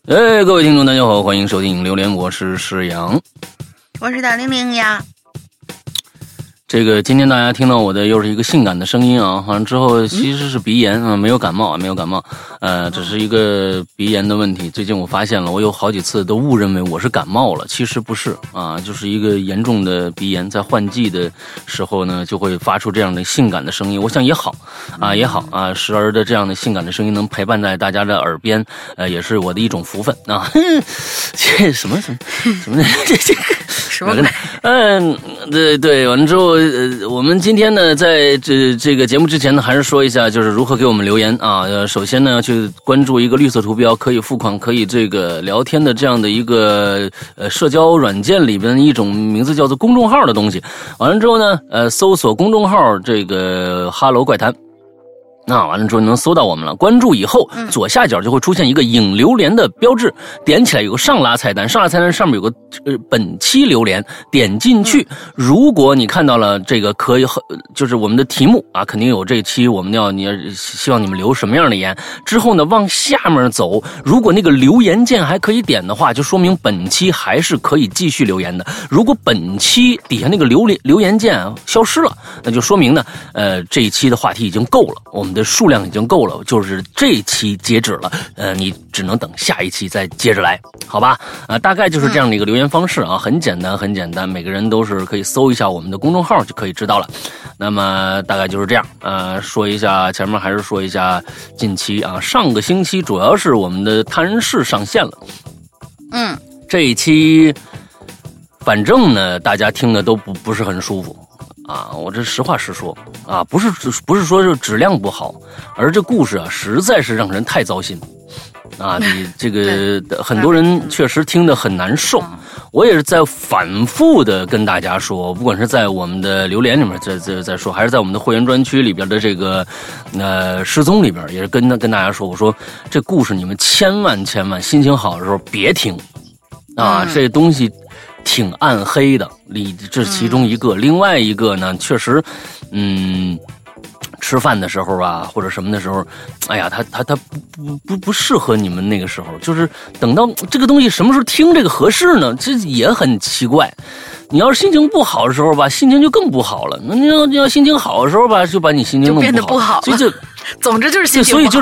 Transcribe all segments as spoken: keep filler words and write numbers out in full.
哎，各位听众大家好，欢迎收听榴莲，我是施阳， 我是大玲玲呀。 这个今天大家听到我的又是一个性感的声音啊，好像之后其实是鼻炎啊，没有感冒啊，没有感冒，呃，只是一个鼻炎的问题。最近我发现了，我有好几次都误认为我是感冒了，其实不是啊，就是一个严重的鼻炎，在换季的时候呢，就会发出这样的性感的声音。我想也好啊，也好啊，时而的这样的性感的声音能陪伴在大家的耳边，呃，也是我的一种福分啊。这什么什么什么这这个什么？ 嗯，对对，完了之后。呃，我们今天呢，在这这个节目之前呢，还是说一下，就是如何给我们留言啊。呃，首先呢，去关注一个绿色图标，可以付款，可以这个聊天的这样的一个呃社交软件里边一种名字叫做公众号的东西。完了之后呢，呃，搜索公众号这个哈喽怪谈。那完了之后能搜到我们了，关注以后左下角就会出现一个引榴莲的标志，点起来有个上拉菜单，上拉菜单上面有个呃本期榴莲，点进去，如果你看到了这个可以就是我们的题目啊，肯定有这一期我们要你要希望你们留什么样的言，之后呢往下面走，如果那个留言键还可以点的话，就说明本期还是可以继续留言的。如果本期底下那个留言留言键消失了，那就说明呢呃这一期的话题已经够了，我们的数量已经够了，就是这一期截止了，呃，你只能等下一期再接着来，好吧？啊、呃，大概就是这样的一个留言方式啊，很简单，很简单，每个人都是可以搜一下我们的公众号就可以知道了。那么大概就是这样，呃，说一下前面还是说一下近期啊，上个星期主要是我们的探人室上线了， 嗯， 这一期反正呢，大家听的都不不是很舒服。啊，我这实话实说啊，不是不是说是质量不好，而这故事啊实在是让人太糟心啊！你这个很多人确实听得很难受，我也是在反复的跟大家说，不管是在我们的留言里面在在在说，还是在我们的会员专区里边的这个呃失踪里边，也是跟跟大家说，我说这故事你们千万千万心情好的时候别听啊，这东西。挺暗黑的，里这是其中一个、嗯。另外一个呢，确实，嗯，吃饭的时候啊，或者什么的时候，哎呀，他他他不不不适合你们那个时候。就是等到这个东西什么时候听这个合适呢？这也很奇怪。你要是心情不好的时候吧，心情就更不好了。那你要你要心情好的时候吧，就把你心情弄不好， 就变得不好了。 所以就， 总之就是心情不好。 所以就是，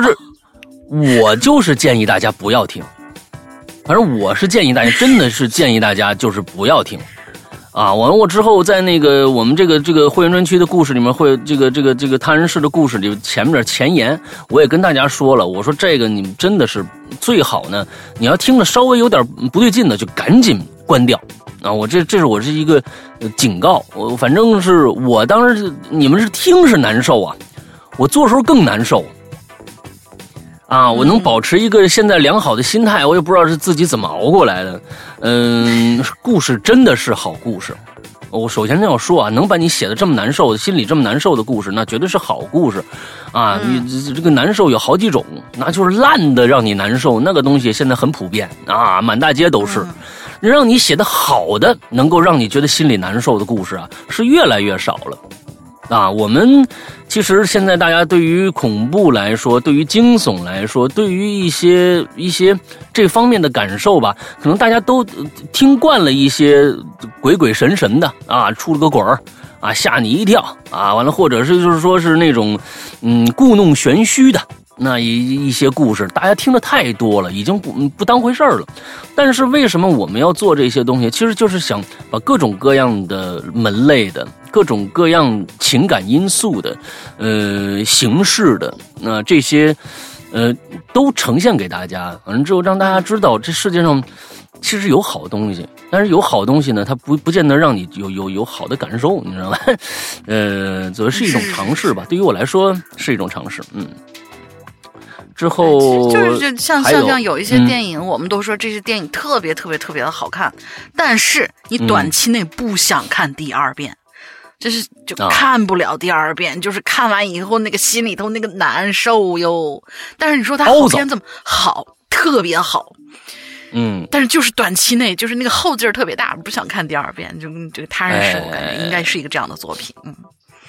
我就是建议大家不要听。反正我是建议大家，真的是建议大家就是不要听，啊！完了我之后在那个我们这个这个会员专区的故事里面，会这个这个这个探人室的故事里前面前言，我也跟大家说了，我说这个你们真的是最好呢，你要听了稍微有点不对劲的，就赶紧关掉啊！我这这是我是一个警告，我反正是我当时你们是听是难受啊，我做时候更难受。啊，我能保持一个现在良好的心态，我也不知道是自己怎么熬过来的。嗯，故事真的是好故事。我首先要说啊，能把你写的这么难受的，心里这么难受的故事，那绝对是好故事。啊，你这个难受有好几种，那就是烂的让你难受，那个东西现在很普遍啊，满大街都是。让你写的好的，能够让你觉得心里难受的故事啊，是越来越少了。啊，我们其实现在大家对于恐怖来说，对于惊悚来说，对于一些一些这方面的感受吧，可能大家都听惯了一些鬼鬼神神的啊，出了个鬼儿啊，吓你一跳啊，完了或者是就是说是那种嗯故弄玄虚的。那一一些故事，大家听得太多了，已经不不当回事儿了。但是为什么我们要做这些东西？其实就是想把各种各样的门类的、各种各样情感因素的、呃形式的，那、呃、这些呃都呈现给大家，完了之后让大家知道这世界上其实有好东西，但是有好东西呢，它不不见得让你有有有好的感受，你知道吗？呃，则是一种尝试吧。对于我来说是一种尝试，嗯。之后就是就像像像有一些电影、嗯，我们都说这些电影特别特别特别的好看，但是你短期内不想看第二遍，嗯、就是就看不了第二遍、啊，就是看完以后那个心里头那个难受哟。但是你说它后片这么好，特别好， 嗯， 但是就是短期内就是那个后劲儿特别大，不想看第二遍，就这个他人是我感觉应该是一个这样的作品，嗯。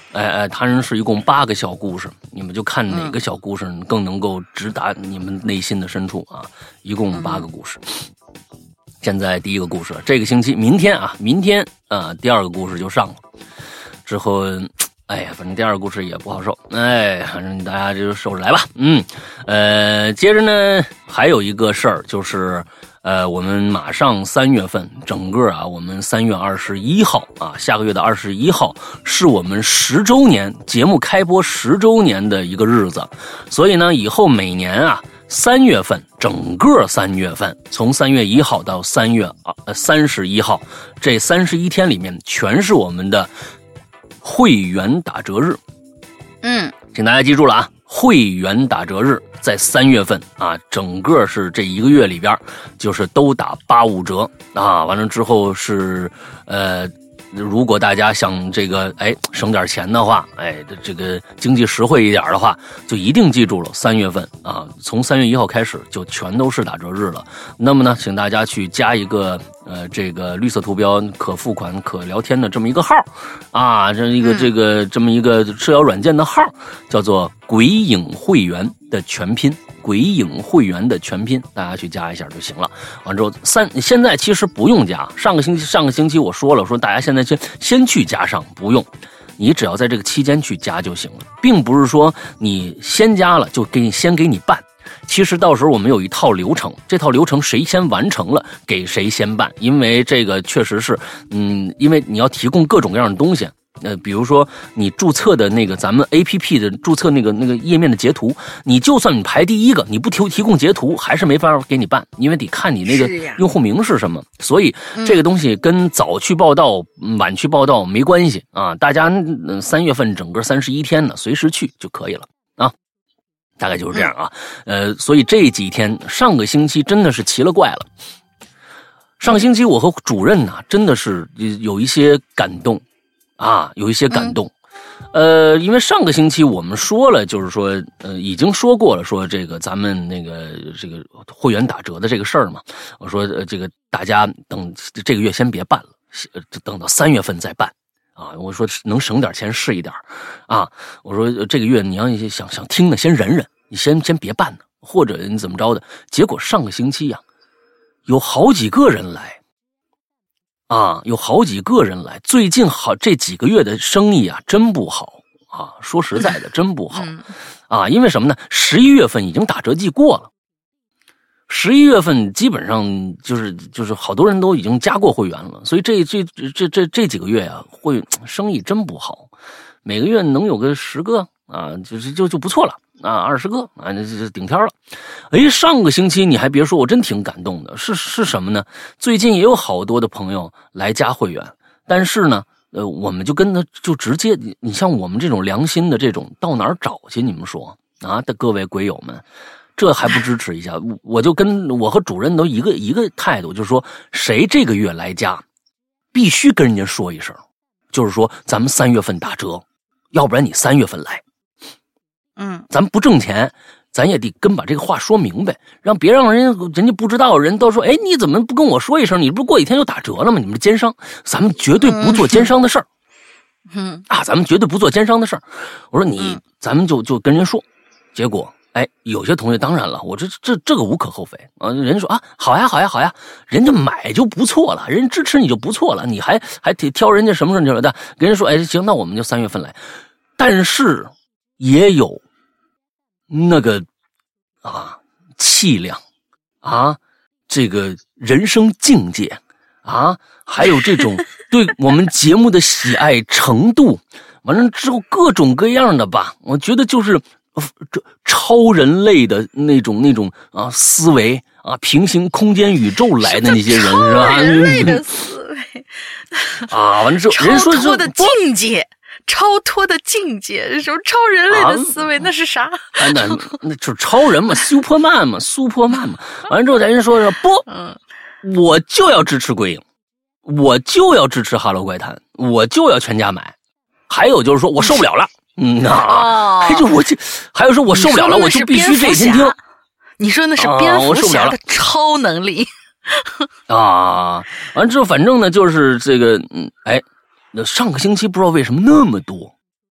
哎哎，他人是一共八个小故事，你们就看哪个小故事更能够直达你们内心的深处啊！一共八个故事。现在第一个故事，这个星期明天啊，明天啊，第二个故事就上了。之后，哎呀，反正第二个故事也不好受，哎，反正大家就受着来吧。嗯，呃，接着呢，还有一个事儿就是。呃，我们马上三月份，整个啊，我们三月二十一号啊，下个月的二十一号是我们十周年节目开播十周年的一个日子，所以呢，以后每年啊，三月份整个三月份，从三月一号到三月呃三十一号，这三十一天里面全是我们的会员打折日。 嗯， 请大家记住了啊。会员打折日在三月份啊，整个是这一个月里边，就是都打八五折啊。完了之后是呃，如果大家想这个哎省点钱的话，哎这个经济实惠一点的话，就一定记住了，三月份啊，从三月一号开始就全都是打折日了。那么呢，请大家去加一个呃这个绿色图标可付款可聊天的这么一个号啊，这一个这个这么一个社交软件的号，叫做鬼影会员的全拼，鬼影会员的全拼，大家去加一下就行了。完之后三现在其实不用加，上个星期上个星期我说了，说大家现在先先去加上，不用。你只要在这个期间去加就行了，并不是说你先加了就给你先给你办。其实到时候我们有一套流程，这套流程谁先完成了，给谁先办。因为这个确实是，嗯，因为你要提供各种各样的东西。呃，比如说你注册的那个咱们 A P P 的注册那个那个页面的截图，你就算你排第一个，你不提提供截图，还是没法给你办，因为得看你那个用户名是什么。所以这个东西跟早去报道、嗯、晚去报道没关系啊。大家三月份整个三十一天呢，随时去就可以了啊。大概就是这样啊。呃，所以这几天上个星期真的是奇了怪了。上个星期我和主任呢、啊，真的是有一些感动。啊，有一些感动，呃，因为上个星期我们说了，就是说，呃，已经说过了，说这个咱们那个这个会员打折的这个事儿嘛，我说、呃、这个大家等这个月先别办了，等到三月份再办啊。我说能省点钱是一点啊。我说这个月你要想想听的，先忍忍，你先先别办呢，或者你怎么着的。结果上个星期呀、啊，有好几个人来。啊，有好几个人来，最近好这几个月的生意啊，真不好啊！说实在的，真不好啊！因为什么呢？十一月份已经打折季过了，十一月份基本上就是就是好多人都已经加过会员了，所以这这这这这几个月啊，会生意真不好，每个月能有个十个啊，就是就就不错了。啊，二十个啊，这这顶天了。哎，上个星期你还别说，我真挺感动的。是是什么呢？最近也有好多的朋友来加会员，但是呢，呃，我们就跟他就直接，你像我们这种良心的这种，到哪儿找去？你们说啊，的各位鬼友们，这还不支持一下？我就跟我和主任都一个一个态度，就是说，谁这个月来加，必须跟人家说一声，就是说咱们三月份打折，要不然你三月份来。 嗯， 咱不挣钱，咱也得跟把这个话说明白，让别让人人家不知道，人都说，哎，你怎么不跟我说一声？你不是过几天就打折了吗？你们奸商，咱们绝对不做奸商的事儿。 嗯啊，咱们绝对不做奸商的事儿。我说你，嗯、咱们就就跟人说，结果，哎，有些同学当然了，我这这这个无可厚非啊。人家说啊，好呀，好呀，好呀，人家买就不错了，人家支持你就不错了，你还还挑人家什么什么的，人家说，哎，行，那我们就三月份来。但是也有。那个啊，气量啊，这个人生境界啊，还有这种对我们节目的喜爱程度，完了之后各种各样的吧，我觉得就是这超人类的那种那种啊思维啊，平行空间宇宙来的那些人是吧？ 超人类的思维啊，完了之后人说超脱的境界。超脱的境界，什么超人类的思维，啊、那是啥？ 啊、那那就是超人嘛，Superman 嘛，Superman 嘛。完了之后，咱人说说不， 嗯， 我就要支持鬼影，我就要支持哈喽怪谈，我就要全家买。还有就是说我受不了了，嗯啊，还、哦、就我就还有说我受不了了，我就必须这一天听。 你说那是蝙蝠侠的超能力啊！完了之后，反正呢就是这个，嗯，哎。那上个星期不知道为什么那么多，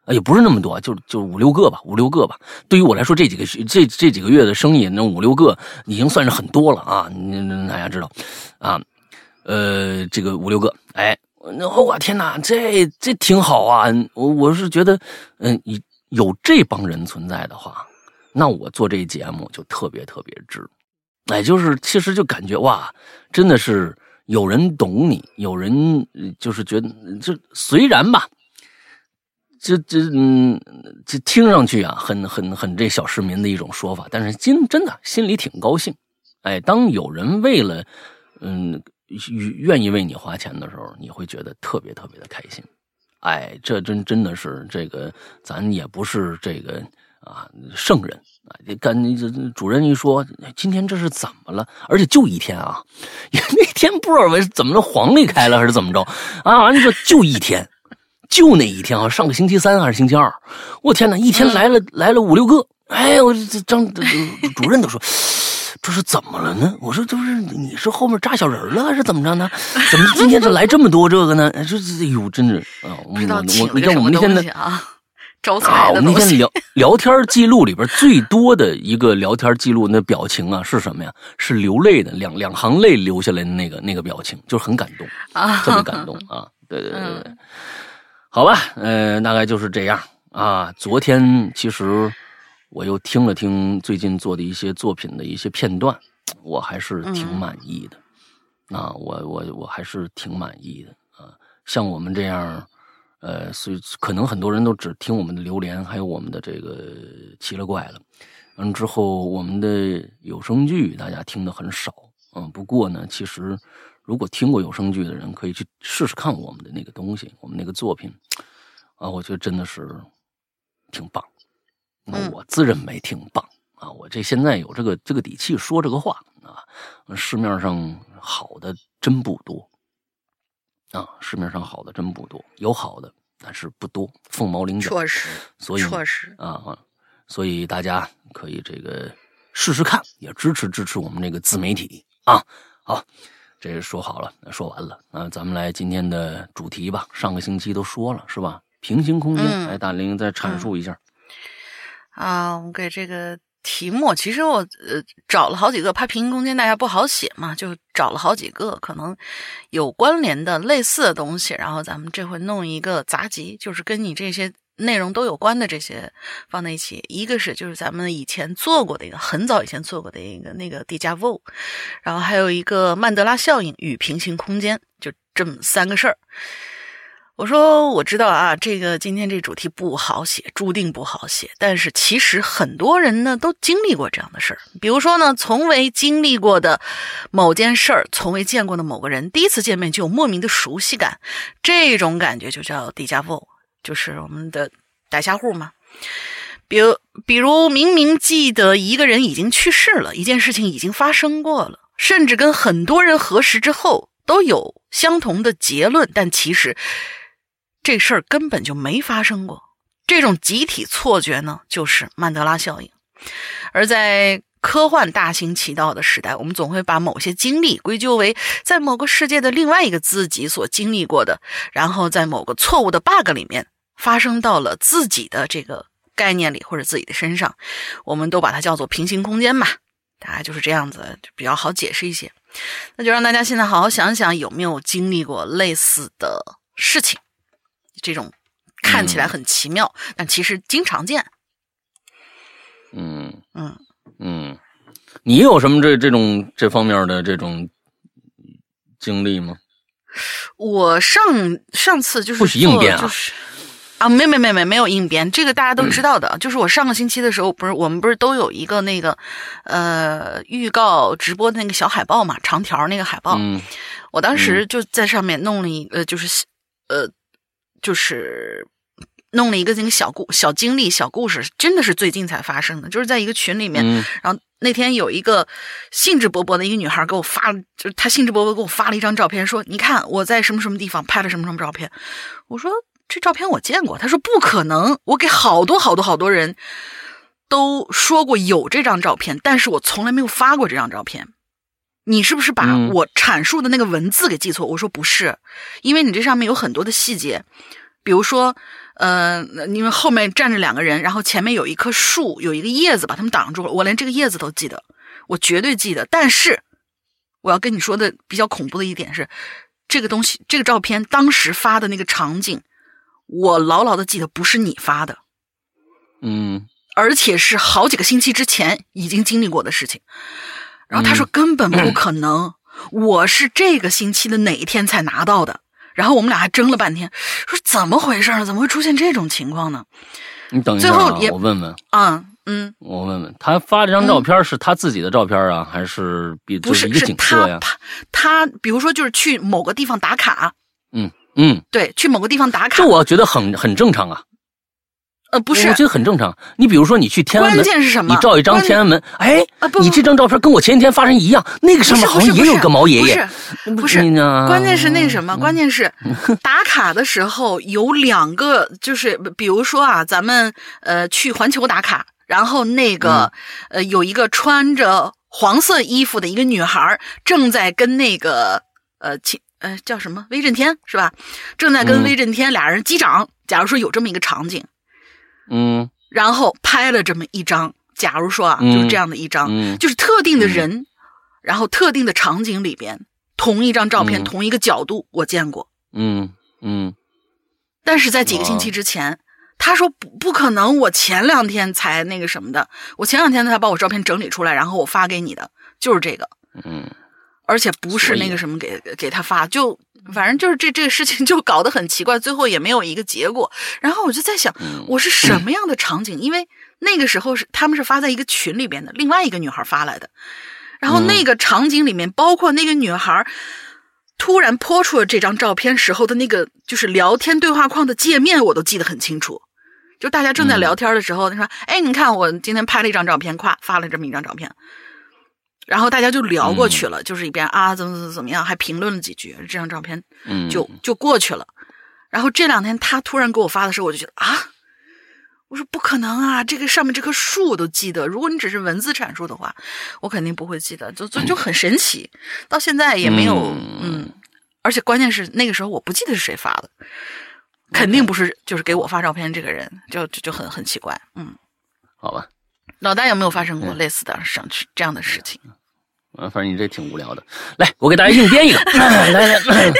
也不是那么多，就就五六个吧，五六个吧。对于我来说，这几个这这几个月的生意，那五六个已经算是很多了啊！大家知道啊，呃，这个五六个，哎，那我天哪，这这挺好啊！我我是觉得，嗯，有这帮人存在的话，那我做这节目就特别特别值。哎，就是其实就感觉哇，真的是有人懂你，有人就是觉得，就虽然吧。这这嗯，这听上去啊，很很很这小市民的一种说法，但是真真的心里挺高兴。哎，当有人为了嗯愿意为你花钱的时候，你会觉得特别特别的开心。哎，这真真的是这个，咱也不是这个啊圣人啊。干主任一说，今天这是怎么了？而且就一天啊，那天不知道为怎么着黄历开了还是怎么着啊？完了说就一天。就那一天啊，上个星期三还是星期二，我天哪，一天来了、嗯、来了五六个，哎，我这张主任都说这是怎么了呢？我说就是你是后面扎小人了还是怎么着呢？怎么今天这来这么多这个呢？这这哎呦，真是啊！我我你看我们那天的啊，招财的东西啊，我们那天聊聊天记录里边最多的一个聊天记录，那表情啊是什么呀？是流泪的，两两行泪流下来的那个那个表情，就是很感动啊，特别感动啊！对对对对。嗯，好吧，呃，大概就是这样啊。昨天其实我又听了听最近做的一些作品的一些片段，我还是挺满意的。嗯、啊，我我我还是挺满意的啊。像我们这样，呃，所以可能很多人都只听我们的榴莲，还有我们的这个奇了怪了。完之后，我们的有声剧大家听的很少，嗯，不过呢，其实。如果听过有声剧的人，可以去试试看我们的那个东西，我们那个作品，啊，我觉得真的是挺棒，嗯、我自认为挺棒啊。我这现在有这个这个底气说这个话啊，市面上好的真不多啊，市面上好的真不多，有好的但是不多，凤毛麟角。 确实， 所以确实啊，所以大家可以这个试试看，也支持支持我们这个自媒体啊。好。这说好了，说完了啊，咱们来今天的主题吧。上个星期都说了是吧？平行空间， 嗯、 来大玲再阐述一下。 嗯、啊，我给这个题目，其实我呃找了好几个，怕平行空间大家不好写嘛，就找了好几个可能有关联的类似的东西，然后咱们这回弄一个杂集，就是跟你这些内容都有关的这些放在一起。一个是就是咱们以前做过的一个很早以前做过的一个那个迪迦 vu， 然后还有一个曼德拉效应与平行空间，就这么三个事儿。我说我知道啊，这个今天这主题不好写，注定不好写，但是其实很多人呢都经历过这样的事儿。比如说呢，从未经历过的某件事儿，从未见过的某个人，第一次见面就有莫名的熟悉感，这种感觉就叫迪迦 vu，就是我们的逮瞎户嘛。比如比如明明记得一个人已经去世了，一件事情已经发生过了，甚至跟很多人核实之后都有相同的结论，但其实这事儿根本就没发生过。这种集体错觉呢，就是曼德拉效应。而在科幻大行其道的时代，我们总会把某些经历归咎为在某个世界的另外一个自己所经历过的，然后在某个错误的 bug 里面发生到了自己的这个概念里或者自己的身上，我们都把它叫做平行空间嘛，大概就是这样子，就比较好解释一些。那就让大家现在好好想想，有没有经历过类似的事情，这种看起来很奇妙、嗯、但其实经常见。 嗯嗯嗯，你有什么这这种这方面的这种经历吗？ 我上上次就是不许应变啊， 就是啊，没没没没没有应变，这个大家都知道的。嗯、就是我上个星期的时候，不是我们不是都有一个那个呃预告直播的那个小海报嘛，长条那个海报。嗯，我当时就在上面弄了一个，就是呃，就是弄了一个那个小故小经历小故事，真的是最近才发生的，就是在一个群里面，嗯、然后那天有一个兴致勃勃的一个女孩给我发，就是她兴致勃勃给我发了一张照片，说你看我在什么什么地方拍了什么什么照片。我说这照片我见过，他说不可能，我给好多好多好多人都说过有这张照片，但是我从来没有发过这张照片。你是不是把我阐述的那个文字给记错？嗯、我说不是，因为你这上面有很多的细节， 比如说，呃，因为后面站着两个人，然后前面有一棵树，有一个叶子把他们挡住了，我连这个叶子都记得，我绝对记得。但是我要跟你说的比较恐怖的一点是，这个东西，这个照片当时发的那个场景，我牢牢的记得不是你发的， 嗯， 而且是好几个星期之前已经经历过的事情。然后他说根本不可能，嗯、我是这个星期的哪一天才拿到的。然后我们俩还争了半天，说怎么回事呢？怎么会出现这种情况呢？ 你等一下、啊， 最后也我问问啊，嗯， 我问问他发这张照片是他自己的照片啊，嗯、还是比不是一个景色呀？ 他他比如说就是去某个地方打卡， 嗯嗯， 对，去某个地方打卡， 这我觉得很很正常啊。 呃，不是， 我觉得很正常。你比如说，你去天安门， 关键是什么？ 你照一张天安门，哎， 啊、不你这张照片跟我前几天发生一样，那个上面好像也有个毛爷爷。 不是，不是，不是关键是那什么？关键是打卡的时候有两个，就是比如说啊，咱们呃去环球打卡，然后那个、嗯、呃有一个穿着黄色衣服的一个女孩正在跟那个呃亲呃叫什么威震天是吧？正在跟威震天俩人击掌。嗯、假如说有这么一个场景。 嗯， 然后拍了这么一张，假如说啊，嗯、就是这样的一张， 嗯、 就是特定的人，嗯、然后特定的场景里边，同一张照片， 嗯、 同一个角度，我见过。 嗯嗯。 但是在几个星期之前，哦、他说不不可能，我前两天才那个什么的，我前两天才把我照片整理出来，然后我发给你的，就是这个。 嗯。 而且不是那个什么给给他发，就反正就是这这个事情就搞得很奇怪，最后也没有一个结果。然后我就在想，我是什么样的场景？因为那个时候是他们是发在一个群里边的，另外一个女孩发来的。然后那个场景里面，包括那个女孩突然泼出了这张照片时候的那个就是聊天对话框的界面，我都记得很清楚。就大家正在聊天的时候，他说：“哎，你看我今天拍了一张照片，夸发了这么一张照片。”然后大家就聊过去了，嗯、就是一边啊怎么怎么怎么样，还评论了几句，这张照片就、嗯、就过去了。然后这两天他突然给我发的时候，我就觉得啊，我说不可能啊，这个上面这棵树我都记得，如果你只是文字阐述的话，我肯定不会记得，就就就很神奇，到现在也没有 嗯, 嗯，而且关键是那个时候我不记得是谁发的，肯定不是就是给我发照片这个人，就就就很很奇怪，嗯， 好吧。 老大有没有发生过类似的上这样的事情？ 嗯，反正你这挺无聊的。来，我给大家硬编一个。来来来，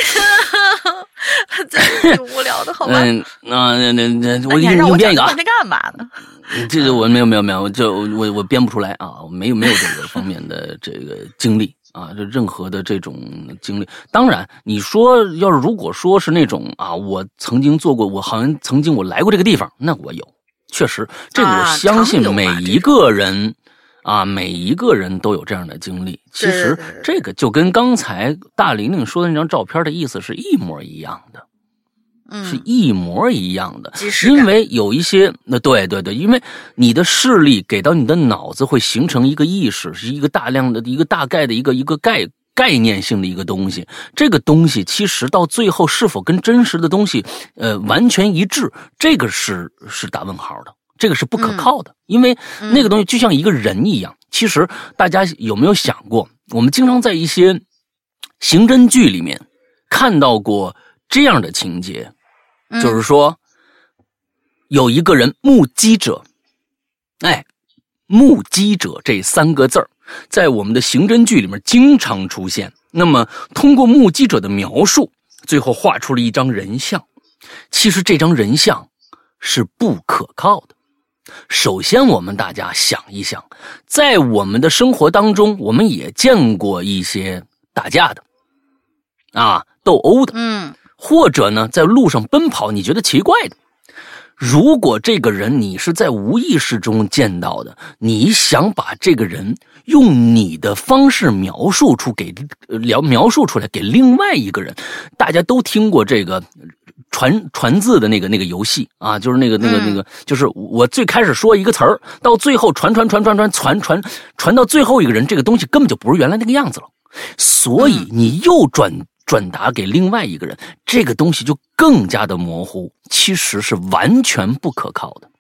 这挺无聊的，好吧？ 嗯，那那那那，我硬硬编一个啊。 这干嘛呢？ 这个我没有没有没有，就我我编不出来啊，我没有没有这个方面的这个经历啊，就任何的这种经历。当然，你说要是如果说是那种啊，我曾经做过，我好像曾经我来过这个地方，那我有。确实，这个我相信每一个人 啊, 啊，每一个人都有这样的经历。其实这个就跟刚才大玲玲说的那张照片的意思是一模一样的，嗯，是一模一样的。因为有一些，那对对对，因为你的视力给到你的脑子会形成一个意识，是一个大量的一个大概的一个一个概。概念性的一个东西，这个东西其实到最后是否跟真实的东西呃完全一致，这个是是打问号的，这个是不可靠的，嗯、因为那个东西就像一个人一样。其实大家有没有想过，我们经常在一些刑侦剧里面看到过这样的情节，嗯、就是说有一个人目击者，哎，目击者这三个字儿在我们的刑侦剧里面经常出现，那么通过目击者的描述，最后画出了一张人像。其实这张人像是不可靠的。首先我们大家想一想，在我们的生活当中，我们也见过一些打架的啊，斗殴的， 嗯， 或者呢在路上奔跑你觉得奇怪的。如果这个人你是在无意识中见到的，你想把这个人用你的方式描述出给描描述出来给另外一个人，大家都听过这个传传字的那个那个游戏啊，就是那个那个那个，就是我最开始说一个词儿，到最后传传传传传传传传到最后一个人，这个东西根本就不是原来那个样子了，所以你又转。转达给另外一个人，这个东西就更加的模糊，其实是完全不可靠的。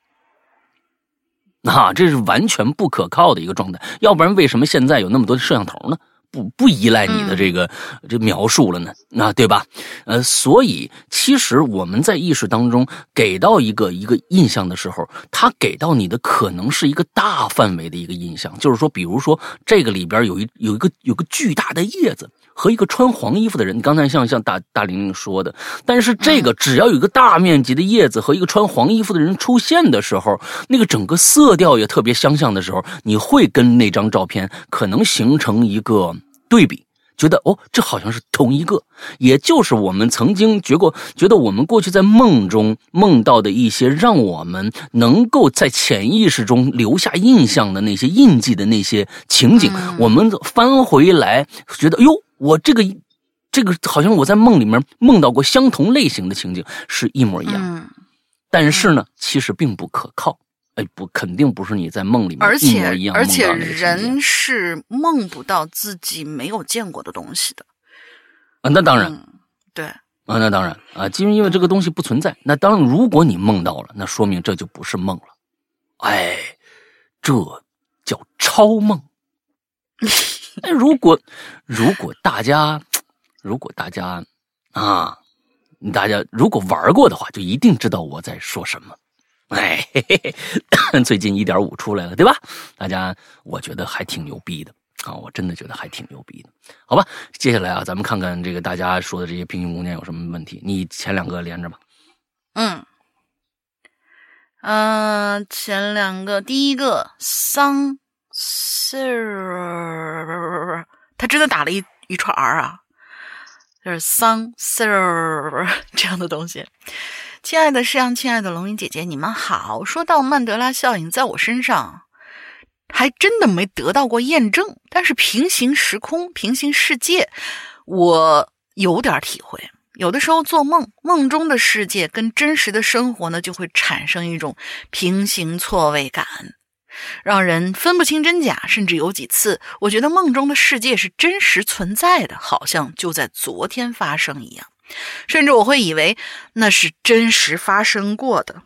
啊，这是完全不可靠的一个状态。要不然为什么现在有那么多的摄像头呢？ 不不依赖你的这个、嗯、这描述了呢？那对吧？呃，所以其实我们在意识当中给到一个一个印象的时候，它给到你的可能是一个大范围的一个印象，就是说，比如说这个里边有一有一个有个巨大的叶子和一个穿黄衣服的人，刚才像像大大玲玲说的，但是这个只要有一个大面积的叶子和一个穿黄衣服的人出现的时候，那个整个色调也特别相像的时候，你会跟那张照片可能形成一个对比，觉得哦，这好像是同一个，也就是我们曾经觉过，觉得我们过去在梦中梦到的一些让我们能够在潜意识中留下印象的那些印记的那些情景，嗯、我们翻回来觉得，哟，我这个这个好像我在梦里面梦到过相同类型的情景，是一模一样，嗯、但是呢，其实并不可靠。哎，不，肯定不是你在梦里面一模一样梦到那个情景。 而且人是梦不到自己没有见过的东西的。 啊，那当然， 嗯、对啊， 那当然啊，因为因为这个东西不存在。那当然，如果你梦到了，那说明这就不是梦了。哎，这叫超梦。哎，如果如果大家如果大家啊，大家如果玩过的话，就一定知道我在说什么。哎，嘿嘿嘿，最近 一点五 出来了，对吧？大家我觉得还挺牛逼的啊，我真的觉得还挺牛逼的。好吧，接下来啊，咱们看看这个大家说的这些平行空间有什么问题。你前两个连着吧。 嗯，呃，前两个，第一个桑 Sir， 他真的打了一一串 R 啊，就是桑 Sir 这样的东西。亲爱的世阳，亲爱的龙云姐姐，你们好。说到曼德拉效应，在我身上还真的没得到过验证，但是平行时空、平行世界，我有点体会。有的时候做梦，梦中的世界跟真实的生活呢，就会产生一种平行错位感，让人分不清真假。甚至有几次，我觉得梦中的世界是真实存在的，好像就在昨天发生一样。甚至我会以为那是真实发生过的，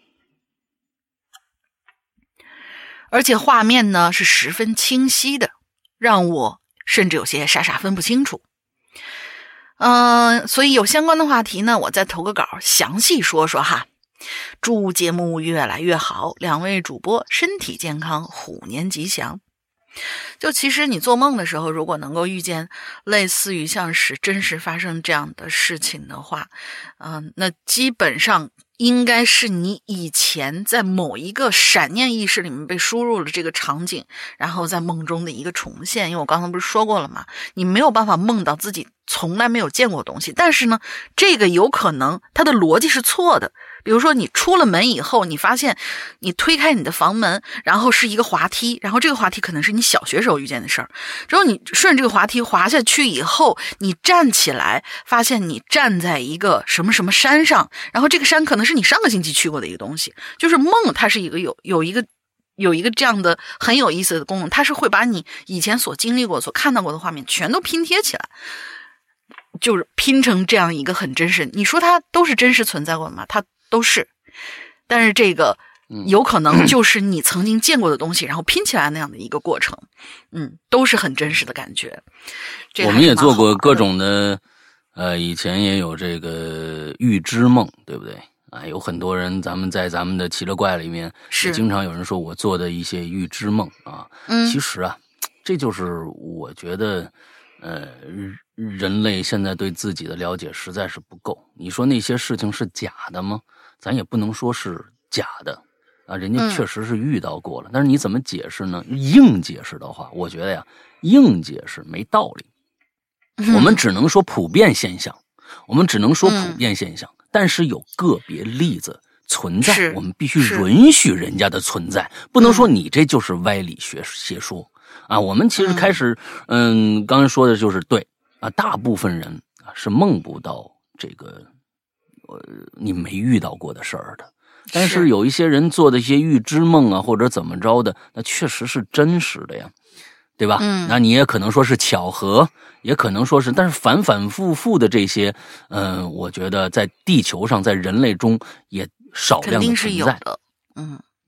而且画面呢是十分清晰的，让我甚至有些傻傻分不清楚。嗯、呃，所以有相关的话题呢，我再投个稿详细说说哈。祝节目越来越好，两位主播身体健康，虎年吉祥。就其实你做梦的时候，如果能够遇见类似于像是真实发生这样的事情的话，嗯、呃，那基本上应该是你以前在某一个闪念意识里面被输入了这个场景，然后在梦中的一个重现。因为我刚才不是说过了吗？你没有办法梦到自己从来没有见过的东西，但是呢，这个有可能它的逻辑是错的。比如说你出了门以后，你发现你推开你的房门，然后是一个滑梯，然后这个滑梯可能是你小学时候遇见的事儿，之后你顺着这个滑梯滑下去以后，你站起来发现你站在一个什么什么山上，然后这个山可能是你上个星期去过的一个东西。就是梦它是一个有有一个有一个这样的很有意思的功能，它是会把你以前所经历过所看到过的画面全都拼贴起来，就是拼成这样一个很真实。你说它都是真实存在过的吗？它都是，但是这个有可能就是你曾经见过的东西，然后拼起来那样的一个过程，嗯，都是很真实的感觉。这我们也做过各种的，呃，以前也有这个预知梦，对不对？啊，有很多人，咱们在咱们的奇了怪里面，是经常有人说我做的一些预知梦啊，嗯，其实啊，这就是我觉得，呃。人类现在对自己的了解实在是不够。你说那些事情是假的吗？咱也不能说是假的啊，人家确实是遇到过了。嗯、但是你怎么解释呢？硬解释的话，我觉得呀，硬解释没道理。嗯、我们只能说普遍现象，我们只能说普遍现象，嗯、但是有个别例子存在，我们必须允许人家的存在，不能说你这就是歪理学邪说啊。我们其实开始，嗯，刚才说的就是对。啊，大部分人啊是梦不到这个，呃，你没遇到过的事儿的。但是有一些人做的一些预知梦啊，或者怎么着的，那确实是真实的呀，对吧？嗯，那你也可能说是巧合，也可能说是，但是反反复复的这些，嗯、呃，我觉得在地球上，在人类中也少量的存在。 肯定是有的，嗯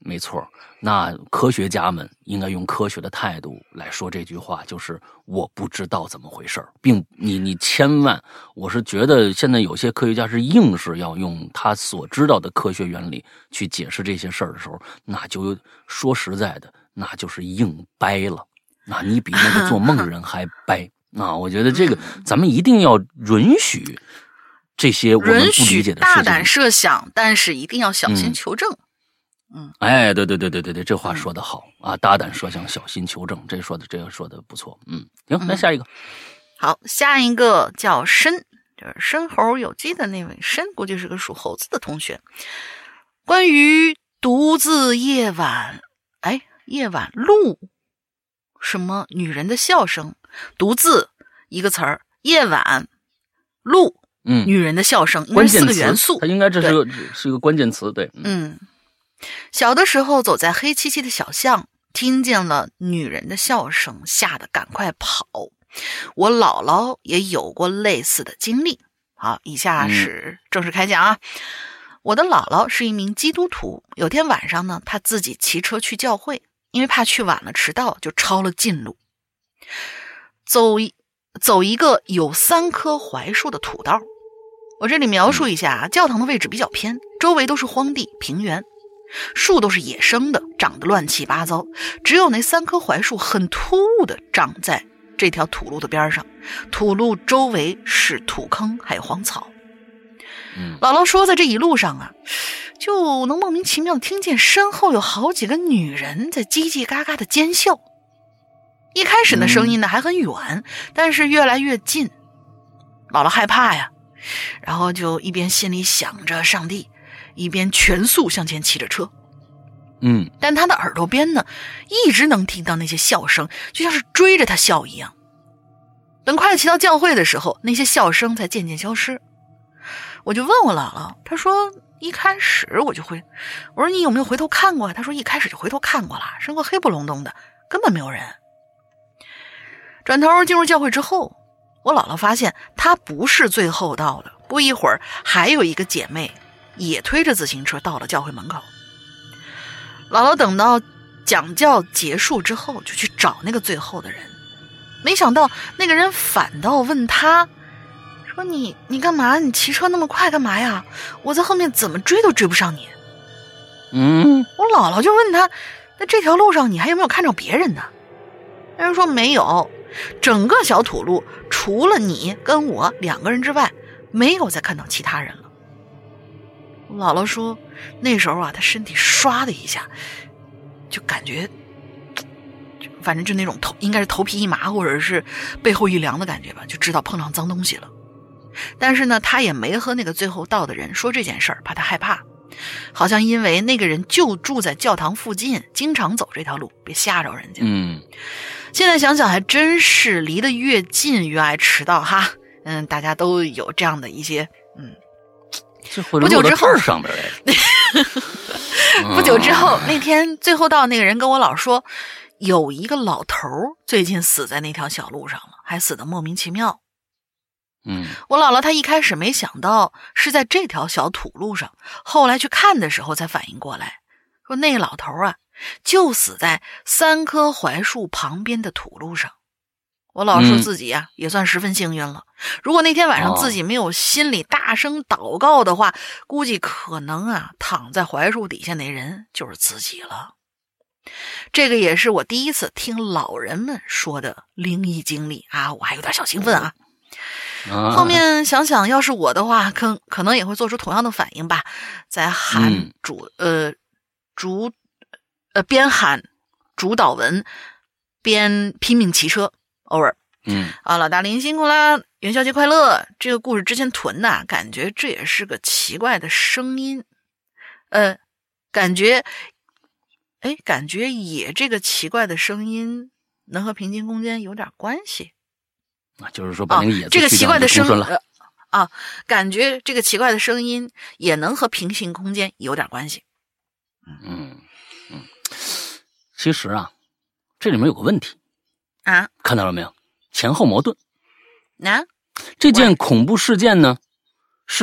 没错，那科学家们应该用科学的态度来说这句话，就是我不知道怎么回事，并你你千万，我是觉得现在有些科学家是硬是要用他所知道的科学原理去解释这些事儿的时候，那就说实在的，那就是硬掰了，那你比那个做梦人还掰。啊，我觉得这个咱们一定要允许这些我们不理解的事情， 大胆设想，但是一定要小心求证。 嗯，哎，对对对对对对，这话说得好、嗯、啊！大胆设想，小心求证，这说的这个说的不错。嗯，行，那下一个， 嗯、好，下一个叫申，就是申猴有机的那位申，估计是个属猴子的同学。关于独自夜晚，哎，夜晚录什么女人的笑声，独自一个词儿，夜晚录， 嗯， 女人的笑声，应该是四个元素， 它应该这是个是一个关键词，对， 嗯。小的时候走在黑漆漆的小巷，听见了女人的笑声，吓得赶快跑。我姥姥也有过类似的经历。好，以下是正式开讲啊。嗯、我的姥姥是一名基督徒，有天晚上呢，她自己骑车去教会，因为怕去晚了迟到，就抄了近路，走一走一个有三棵槐树的土道。我这里描述一下，教堂的位置比较偏，周围都是荒地平原。树都是野生的，长得乱七八糟，只有那三棵槐树很突兀的长在这条土路的边上，土路周围是土坑还有荒草。 嗯， 姥姥说在这一路上啊，就能莫名其妙听见身后有好几个女人在叽叽嘎嘎的尖笑。一开始的声音呢还很远，但是越来越近，姥姥害怕呀，然后就一边心里想着上帝，一边全速向前骑着车。 嗯， 但他的耳朵边呢，一直能听到那些笑声，就像是追着他笑一样。等快骑到教会的时候，那些笑声才渐渐消失。我就问我姥姥，她说一开始我就会，我说你有没有回头看过？她说一开始就回头看过了，身后黑不隆咚的，根本没有人。转头进入教会之后，我姥姥发现她不是最后到的，不一会儿还有一个姐妹也推着自行车到了教会门口。姥姥等到讲教结束之后，就去找那个最后的人，没想到那个人反倒问他说，你你干嘛？你骑车那么快干嘛呀？我在后面怎么追都追不上你。 嗯， 我姥姥就问他，那这条路上你还有没有看着别人呢？那人说没有，整个小土路除了你跟我两个人之外，没有再看到其他人了。我姥姥说那时候啊，她身体唰的一下就感觉就反正就那种头应该是头皮一麻或者是背后一凉的感觉吧，就知道碰上脏东西了。但是呢，她也没和那个最后到的人说这件事儿，怕他害怕，好像因为那个人就住在教堂附近，经常走这条路，别吓着人家。 嗯， 现在想想还真是离得越近越爱迟到哈。嗯，大家都有这样的一些嗯。不久之后上边来不久之后，那天最后到那个人跟我姥说，有一个老头最近死在那条小路上了，还死得莫名其妙。 嗯， 我姥姥她一开始没想到是在这条小土路上，后来去看的时候才反应过来，说那个老头啊就死在三棵槐树旁边的土路上。我姥说自己呀、啊嗯、也算十分幸运了，如果那天晚上自己没有心里大声祷告的话、哦、估计可能啊躺在槐树底下那人就是自己了。这个也是我第一次听老人们说的灵异经历啊，我还有点小兴奋啊。 啊后面想想要是我的话可可能也会做出同样的反应吧，在喊主、嗯、呃主呃边喊主导文边拼命骑车。over 嗯啊，老大林辛苦啦，元宵节快乐。这个故事之前囤的，感觉这也是个奇怪的声音，呃，感觉，哎，感觉也这个奇怪的声音能和平行空间有点关系啊，就是说把那个野字、 啊、这个奇怪的声音、 呃、啊，感觉这个奇怪的声音也能和平行空间有点关系。 嗯嗯，其实啊，这里面有个问题。 啊， 看到了没有？前后矛盾。 啊， 这件恐怖事件呢，是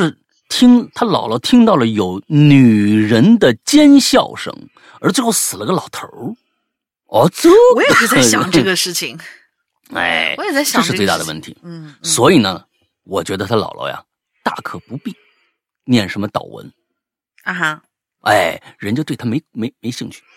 听他姥姥听到了有女人的尖笑声，而最后死了个老头儿。哦，这我也是在想这个事情。 哎， 我也在想这是最大的问题。 嗯，嗯所以呢，我觉得他姥姥呀，大可不必念什么祷文啊哈。 哎，人家对他没没没兴趣。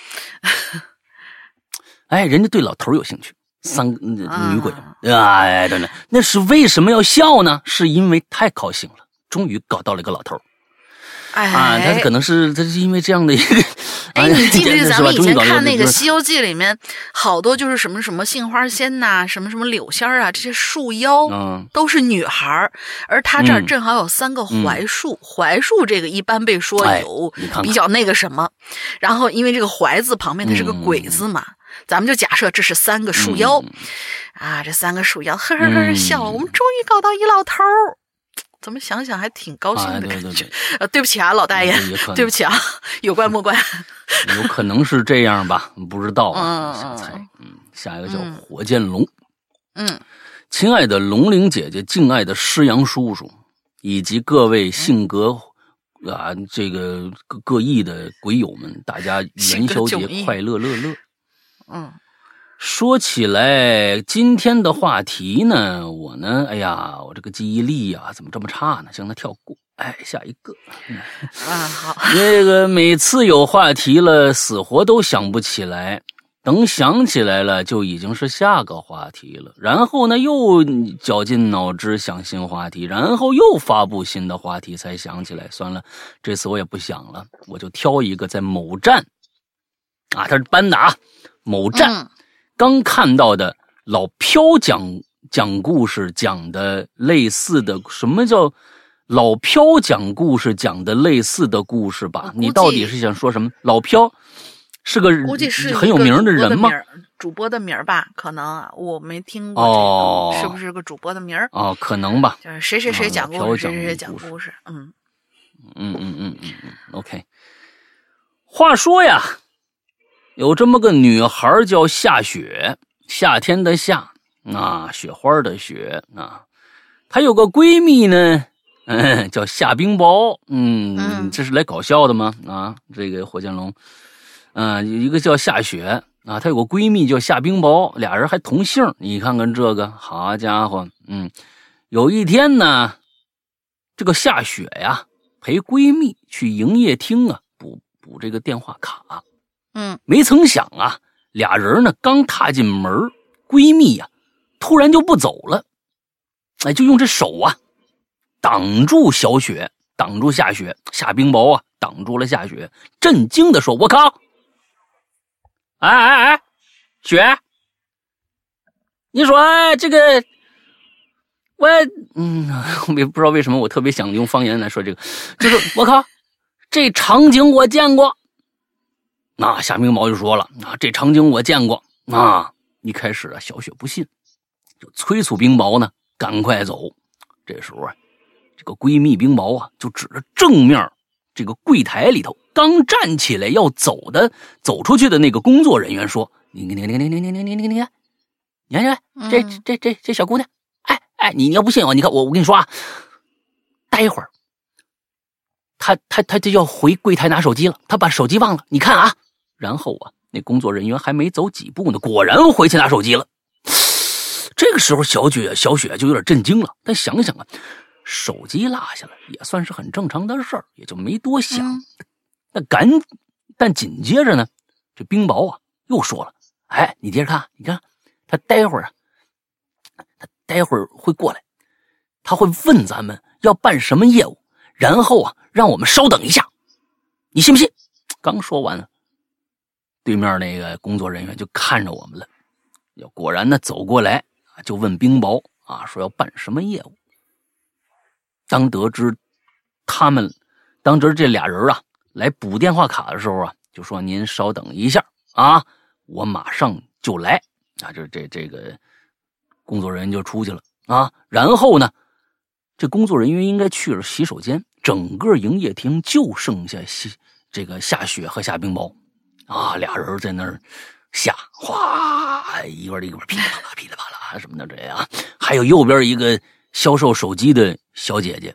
哎，人家对老头有兴趣。三个女鬼，哎，等等，那是为什么要笑呢？是因为太高兴了，终于搞到了一个老头。 哎， 啊，他可能是他是因为这样的一个。 哎，你记不记得咱们以前看那个《 《 西游记》里面，好多就是什么什么杏花仙呐、啊，什么什么柳仙啊，这些树妖， 嗯， 都是女孩，而他这儿正好有三个槐树，嗯、槐树这个一般被说有比较那个什么， 哎、 然后因为这个槐字旁边它是个鬼字嘛。嗯咱们就假设这是三个树妖，嗯、啊，这三个树妖呵呵呵笑，嗯、我们终于搞到一老头儿，怎么想想还挺高兴的感觉。啊、对, 对, 对, 呃， 对不起啊，老大爷，对不起啊，有怪莫怪。 有可能是这样吧，不知道啊，瞎猜。嗯，下一个叫火箭龙。 嗯， 亲爱的龙玲姐姐，敬爱的施阳叔叔，以及各位性格。嗯、啊，这个各各异的鬼友们，大家元宵节快乐乐乐。 嗯， 说起来，今天的话题呢，我呢，哎呀，我这个记忆力啊，怎么这么差呢？向他跳过，哎，下一个。 嗯、啊，好， 这个每次有话题了，死活都想不起来，等想起来了，就已经是下个话题了。然后呢，又绞尽脑汁想新话题，然后又发布新的话题，才想起来。算了，这次我也不想了，我就挑一个在某站啊，他是搬的啊。某站刚看到的老飘讲讲故事讲的类似的，什么叫老飘讲故事讲的类似的故事吧？你到底是想说什么？老飘是个估计是很有名的人吗？ 主播的名吧，可能啊，我没听过、这个。 哦， 是不是个主播的名儿？ 哦，可能吧。 就是谁谁谁讲故事，谁谁谁讲故事。嗯嗯嗯嗯嗯嗯 ，OK。话说呀。有这么个女孩叫夏雪，夏天的夏啊，雪花的雪啊。她有个闺蜜呢，嗯，叫夏冰雹，嗯， 嗯这是来搞笑的吗？啊，这个火箭龙，啊，有一个叫夏雪啊，她有个闺蜜叫夏冰雹，俩人还同姓。你看看这个，好家伙，嗯，有一天呢，这个夏雪呀陪闺蜜去营业厅啊补补这个电话卡。 嗯， 没曾想啊，俩人呢刚踏进门，闺蜜呀、啊、突然就不走了，哎，就用这手啊挡住小雪，挡住夏雪，夏冰雹啊挡住了夏雪，震惊的说：“我靠！哎哎哎，雪，你说这个，我嗯，我也不知道为什么我特别想用方言来说这个，就是我靠，这场景我见过。”那夏冰雹就说了啊，这场景我见过啊。一开始啊，小雪不信，就催促冰雹呢赶快走。这时候啊，这个闺蜜冰雹啊，就指着正面这个柜台里头刚站起来要走的走出去的那个工作人员说：“你你你你你你你你你你你看，你看这这这这这小姑娘，哎哎，你你要不信我，你看我我跟你说啊，待会儿。”他他他就要回柜台拿手机了，他把手机忘了，你看啊。然后啊，那工作人员还没走几步呢，果然回去拿手机了。这个时候，小雪小雪就有点震惊了，但想想啊，手机落下了也算是很正常的事儿，也就没多想。 嗯、 但赶但紧接着呢，这冰雹啊又说了：“哎，你接着看，你看，他待会儿啊，他待会儿会过来，他会问咱们要办什么业务，然后啊，让我们稍等一下，你信不信？”刚说完了。对面那个工作人员就看着我们了，要果然呢走过来就问冰雹啊，说要办什么业务。当得知他们，当得知这俩人啊来补电话卡的时候啊，就说您稍等一下啊，我马上就来啊。这这这个工作人员就出去了啊。然后呢，这工作人员应该去了洗手间，整个营业厅就剩下西这个夏雪和夏冰雹。啊，俩人在那儿下，哗，一边一边噼里啪啦噼里啪啦什么的这样。还有右边一个销售手机的小姐姐，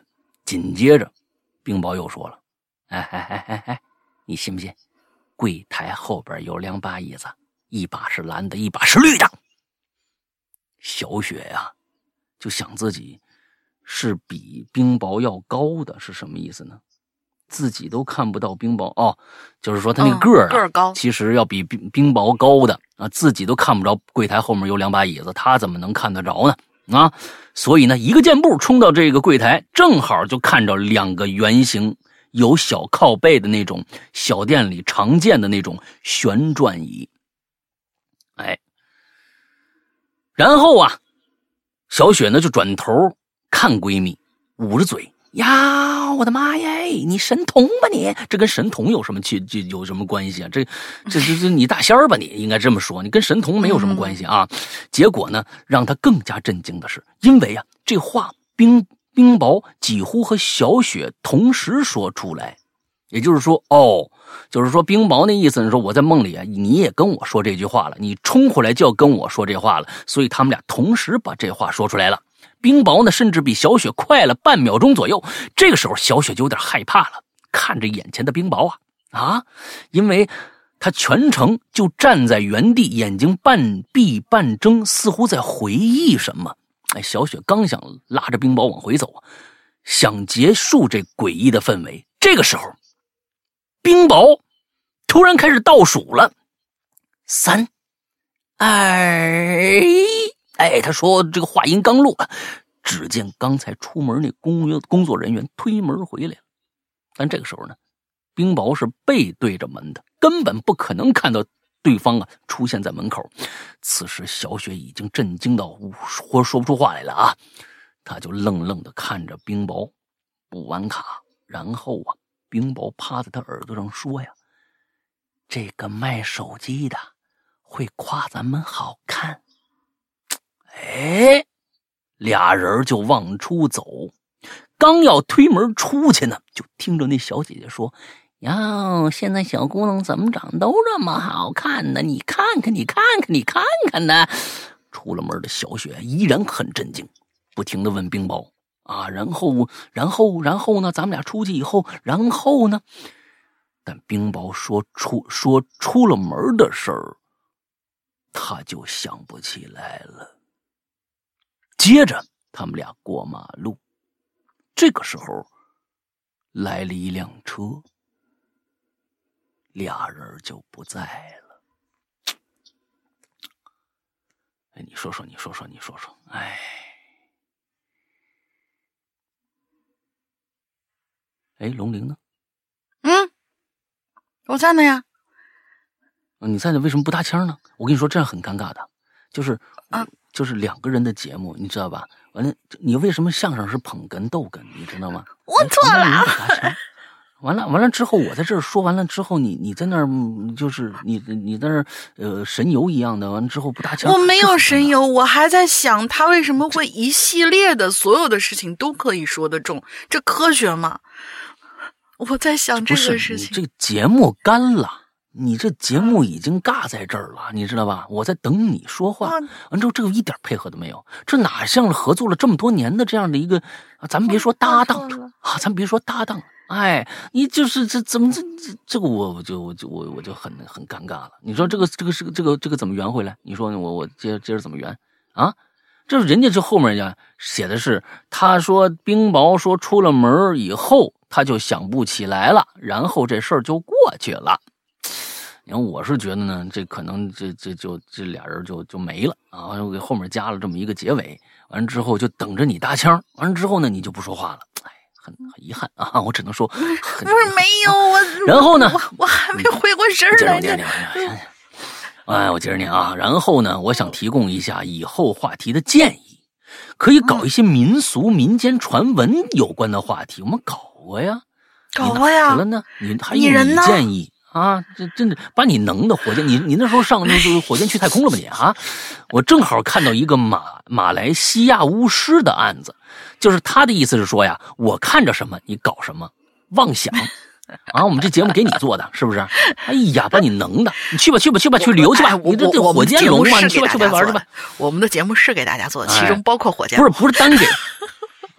紧接着冰雹又说了，哎哎哎哎哎，你信不信柜台后边有两把椅子，一把是蓝的，一把是绿的。小雪呀、啊、就想自己是比冰雹要高的，是什么意思呢？自己都看不到冰雹哦，就是说他那个个儿、啊嗯、 个儿高， 其实要比冰冰雹高的啊，自己都看不着柜台后面有两把椅子，他怎么能看得着呢？啊，所以呢，一个箭步冲到这个柜台，正好就看着两个圆形有小靠背的那种小店里常见的那种旋转椅。哎，然后啊，小雪呢就转头看闺蜜，捂着嘴。呀，我的妈呀！你神童吧你？这跟神童有什么去有什么关系啊？这这这这你大仙儿吧你？应该这么说，你跟神童没有什么关系啊。嗯、结果呢，让他更加震惊的是，因为啊，这话冰冰雹几乎和小雪同时说出来，也就是说，哦，就是说冰雹那意思是说我在梦里啊，你也跟我说这句话了，你冲回来就要跟我说这话了，所以他们俩同时把这话说出来了。冰雹呢，甚至比小雪快了半秒钟左右。这个时候，小雪就有点害怕了，看着眼前的冰雹啊啊，因为他全程就站在原地，眼睛半闭半睁，似乎在回忆什么。哎，小雪刚想拉着冰雹往回走，想结束这诡异的氛围，这个时候，冰雹突然开始倒数了，三、二。哎，他说这个话音刚落，只见刚才出门那工工作人员推门回来了。但这个时候呢，冰雹是背对着门的，根本不可能看到对方啊出现在门口。此时小雪已经震惊到说说不出话来了啊，他就愣愣的看着冰雹补完卡，然后啊，冰雹趴在他耳朵上说呀：“这个卖手机的会夸咱们好看。”哎，俩人就往出走，刚要推门出去呢，就听着那小姐姐说：“哟，现在小姑娘怎么长都这么好看呢？你看看，你看看，你看看呢！”出了门的小雪依然很震惊，不停地问冰雹啊，然后，然后，然后呢？咱们俩出去以后，然后呢？但冰雹说出说出了门的事儿，他就想不起来了。接着他们俩过马路，这个时候来了一辆车，俩人就不在了。哎，你说说，你说说，你说说，哎，哎，龙玲呢？ 嗯，我在呢呀。 你在呢，为什么不搭腔呢？我跟你说，这样很尴尬的，就是啊。 就是两个人的节目，你知道吧？完了，你为什么相声是捧哏逗哏，你知道吗？ 我错了。 完了，完了之后，我在这儿说完了之后，你你在那儿就是你你在那儿呃神游一样的，完了之后不搭腔。 我没有神游，我还在想他为什么会一系列的所有的事情都可以说得中，这科学吗？我在想这个事情。 这个节目干了。你这节目已经尬在这儿了，你知道吧？我在等你说话，完之后这个一点配合都没有，这哪像合作了这么多年的这样的一个，啊、咱们别说搭档啊，咱们别说搭档，哎，你就是这怎么这这这个我我就我就我我就很很尴尬了。你说这个这个这个这个这个怎么圆回来？你说我我接接着怎么圆啊？这人家这后面呀写的是，他说冰雹说出了门以后他就想不起来了，然后这事儿就过去了。你看，我是觉得呢，这可能这这就这俩人就就没了啊！我给后面加了这么一个结尾，完了之后就等着你搭腔，完了之后呢，你就不说话了，哎，很很遗憾啊！我只能说，不是没有我， 然后呢， 我我还没回过神来呢。 哎，我接着念啊，然后呢，我想提供一下以后话题的建议，可以搞一些民俗、民间传闻有关的话题，我们搞过呀， 搞过呀， 了呢，你还有你建议。啊，这真的把你能的火箭，你你那时候上那个火箭去太空了吧你啊？我正好看到一个马马来西亚巫师的案子，就是他的意思是说呀，我看着什么你搞什么，妄想啊！我们这节目给你做的，是不是？哎呀，把你能的，你去吧去吧去吧去旅游去吧，你这这火箭龙嘛，你去吧去吧玩去吧。 我们的节目是给大家做的，其中包括火箭。 不是不是单给。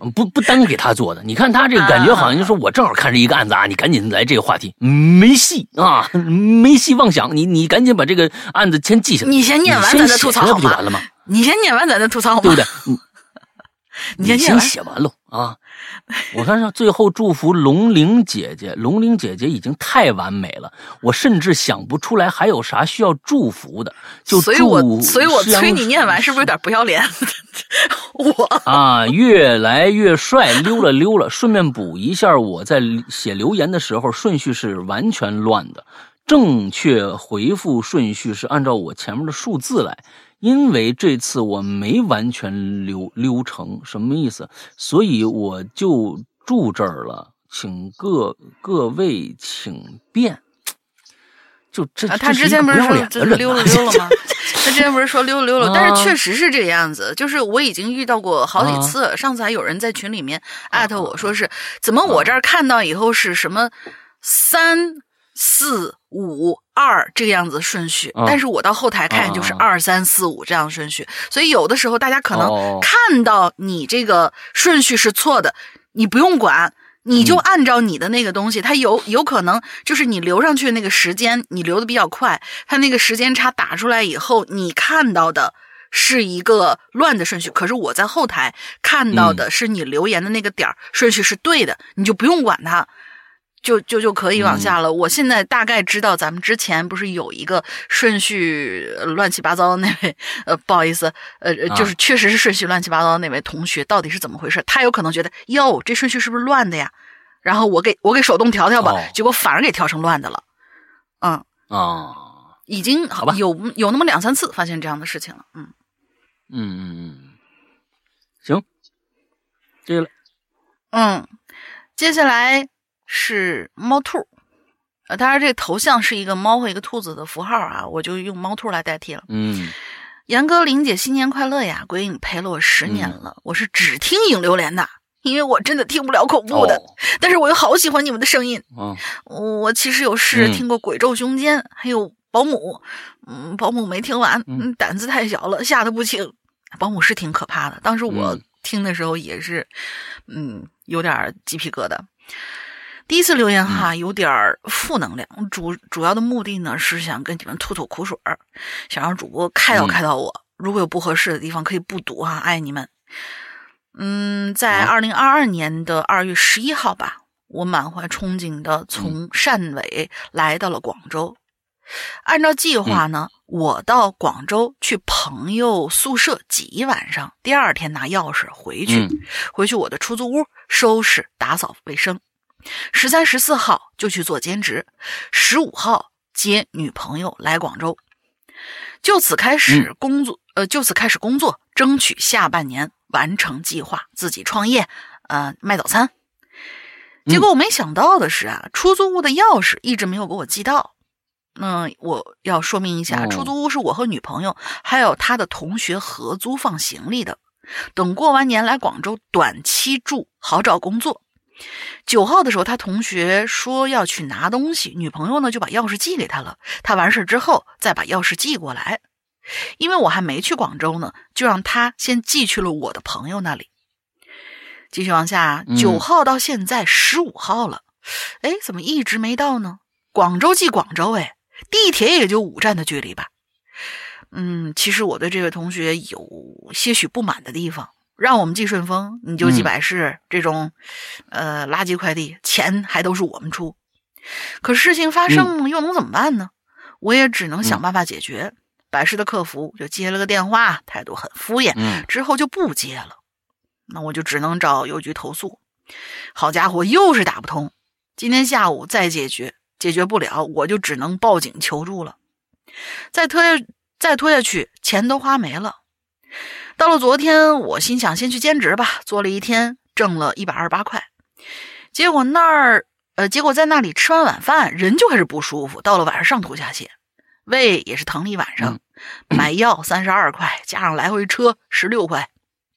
不不单给他做的。你看他这个感觉好像就是我正好看着一个案子啊，你赶紧来这个话题，没戏啊，没戏妄想，你你赶紧把这个案子先记下来， 你先念完咱再吐槽好吗？ 不就完了吗？ 你先念完咱再吐槽好吗？ 对不对？你你先先写完喽啊！我看上最后祝福龙玲姐姐，龙玲姐姐已经太完美了，我甚至想不出来还有啥需要祝福的。就所以我所以我催你念完，是不是有点不要脸？我啊，越来越帅，溜了溜了。顺便补一下，我在写留言的时候顺序是完全乱的，正确回复顺序是按照我前面的数字来。因为这次我没完全溜溜成，什么意思？所以我就住这儿了，请各各位请便。就这， 啊、他之前不是说这是溜了溜了吗？他之前不是说溜了溜了，但是确实是这个样子。就是我已经遇到过好几次，啊、上次还有人在群里面艾特我说是、啊、怎么我这儿看到以后是什么三四五二这个样子顺序， 啊、 但是我到后台看就是二三四五这样顺序，所以有的时候大家可能看到你这个顺序是错的，你不用管。你就按照你的那个东西，嗯、它有有可能就是你留上去那个时间，你留的比较快，它那个时间差打出来以后，你看到的是一个乱的顺序，可是我在后台看到的是你留言的那个点儿、嗯、顺序是对的，你就不用管它，就就就可以往下了、嗯。我现在大概知道咱们之前不是有一个顺序乱七八糟的那位，呃，不好意思，呃，就是确实是顺序乱七八糟的那位同学，到底是怎么回事？他有可能觉得，哟，这顺序是不是乱的呀？然后我给我给手动调调吧，哦、结果反而给调成乱的了。嗯啊、哦， 已经好吧， 有有那么两三次发现这样的事情了。嗯嗯嗯嗯，行，这个， 嗯，接下来是猫兔，呃，当然这个头像是一个猫和一个兔子的符号啊，我就用猫兔来代替了。 嗯， 杨哥林姐新年快乐呀！鬼影陪了我十年了，嗯、我是只听影榴莲的。因为我真的听不了恐怖的、哦、但是我又好喜欢你们的声音、 哦、 我其实有试听过鬼咒胸间、嗯、还有保姆嗯，保姆没听完、嗯、胆子太小了，吓得不轻。保姆是挺可怕的，当时我听的时候也是嗯，有点鸡皮疙瘩。第一次留言哈，有点负能量，主主要的目的呢是想跟你们吐吐苦水，想让主播开导开导我、嗯、如果有不合适的地方可以不读哈，爱你们。嗯，在二零二二年的二月十一号吧，我满怀憧憬的从汕尾来到了广州。按照计划呢，我到广州去朋友宿舍挤一晚上，第二天拿钥匙回去，回去我的出租屋收拾打扫卫生。十三、十四号就去做兼职，十五号接女朋友来广州，就此开始工作，呃，就此开始工作，争取下半年完成计划，自己创业，呃，卖早餐。结果我没想到的是啊，出租屋的钥匙一直没有给我寄到。那、嗯、我要说明一下，出租屋是我和女朋友还有他的同学合租放行李的。等过完年来广州短期住，好找工作。九号的时候，他同学说要去拿东西，女朋友呢就把钥匙寄给他了。他完事之后再把钥匙寄过来。因为我还没去广州呢，就让他先寄去了我的朋友那里。继续往下，九号到现在十五号了，哎、嗯，怎么一直没到呢？广州寄广州，哎，地铁也就五站的距离吧。嗯，其实我对这位同学有些许不满的地方。让我们寄顺丰，你就寄百世、嗯、这种，呃，垃圾快递，钱还都是我们出。可事情发生、嗯、又能怎么办呢？我也只能想办法解决。嗯、百世的客服就接了个电话，态度很敷衍， 嗯、 之后就不接了。那我就只能找邮局投诉。好家伙，又是打不通。今天下午再解决，解决不了，我就只能报警求助了。再拖下再拖下去，钱都花没了。到了昨天，我心想先去兼职吧，做了一天，挣了一百二十八块。结果那儿，呃，结果在那里吃完晚饭，人就开始不舒服，到了晚上上吐下泻，胃也是疼了一晚上。嗯、买药三十二块，加上来回车十六块。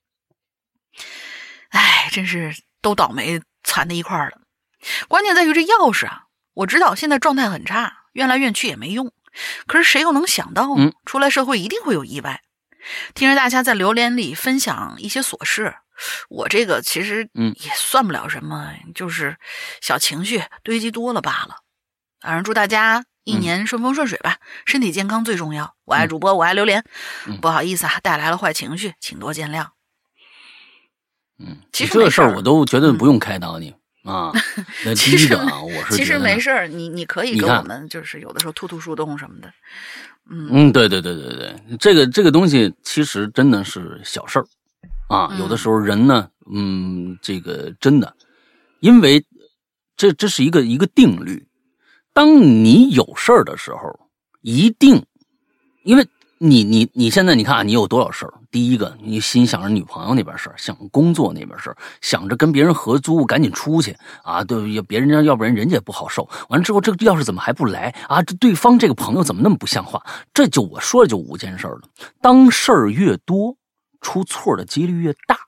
哎，真是都倒霉攒在一块儿了。关键在于这钥匙啊，我知道现在状态很差，怨来怨去也没用。可是谁又能想到呢？ 嗯、 出来社会一定会有意外。听着大家在榴莲里分享一些琐事， 我这个其实嗯也算不了什么，嗯、就是小情绪堆积多了罢了。反正祝大家一年顺风顺水吧，嗯、身体健康最重要。我爱主播，嗯、我爱榴莲，嗯、不好意思啊，带来了坏情绪，请多见谅。 嗯， 其实这个事儿我都觉得不用开导你、嗯、啊。那第一个啊，我是其实没事儿，你你可以跟我们就是有的时候突突树洞什么的。嗯嗯，对对对对对，这个这个东西其实真的是小事儿啊。有的时候人呢，嗯，这个真的，因为这这是一个一个定律，当你有事儿的时候，一定，因为。你你你现在你看啊，你有多少事儿？第一个，你心想着女朋友那边事儿，想工作那边事儿，想着跟别人合租，赶紧出去啊！对，要别人家，要不然人家也不好受。完了之后，这个钥匙怎么还不来啊？这对方这个朋友怎么那么不像话？这就我说的就五件事儿了。当事儿越多，出错的几率越大。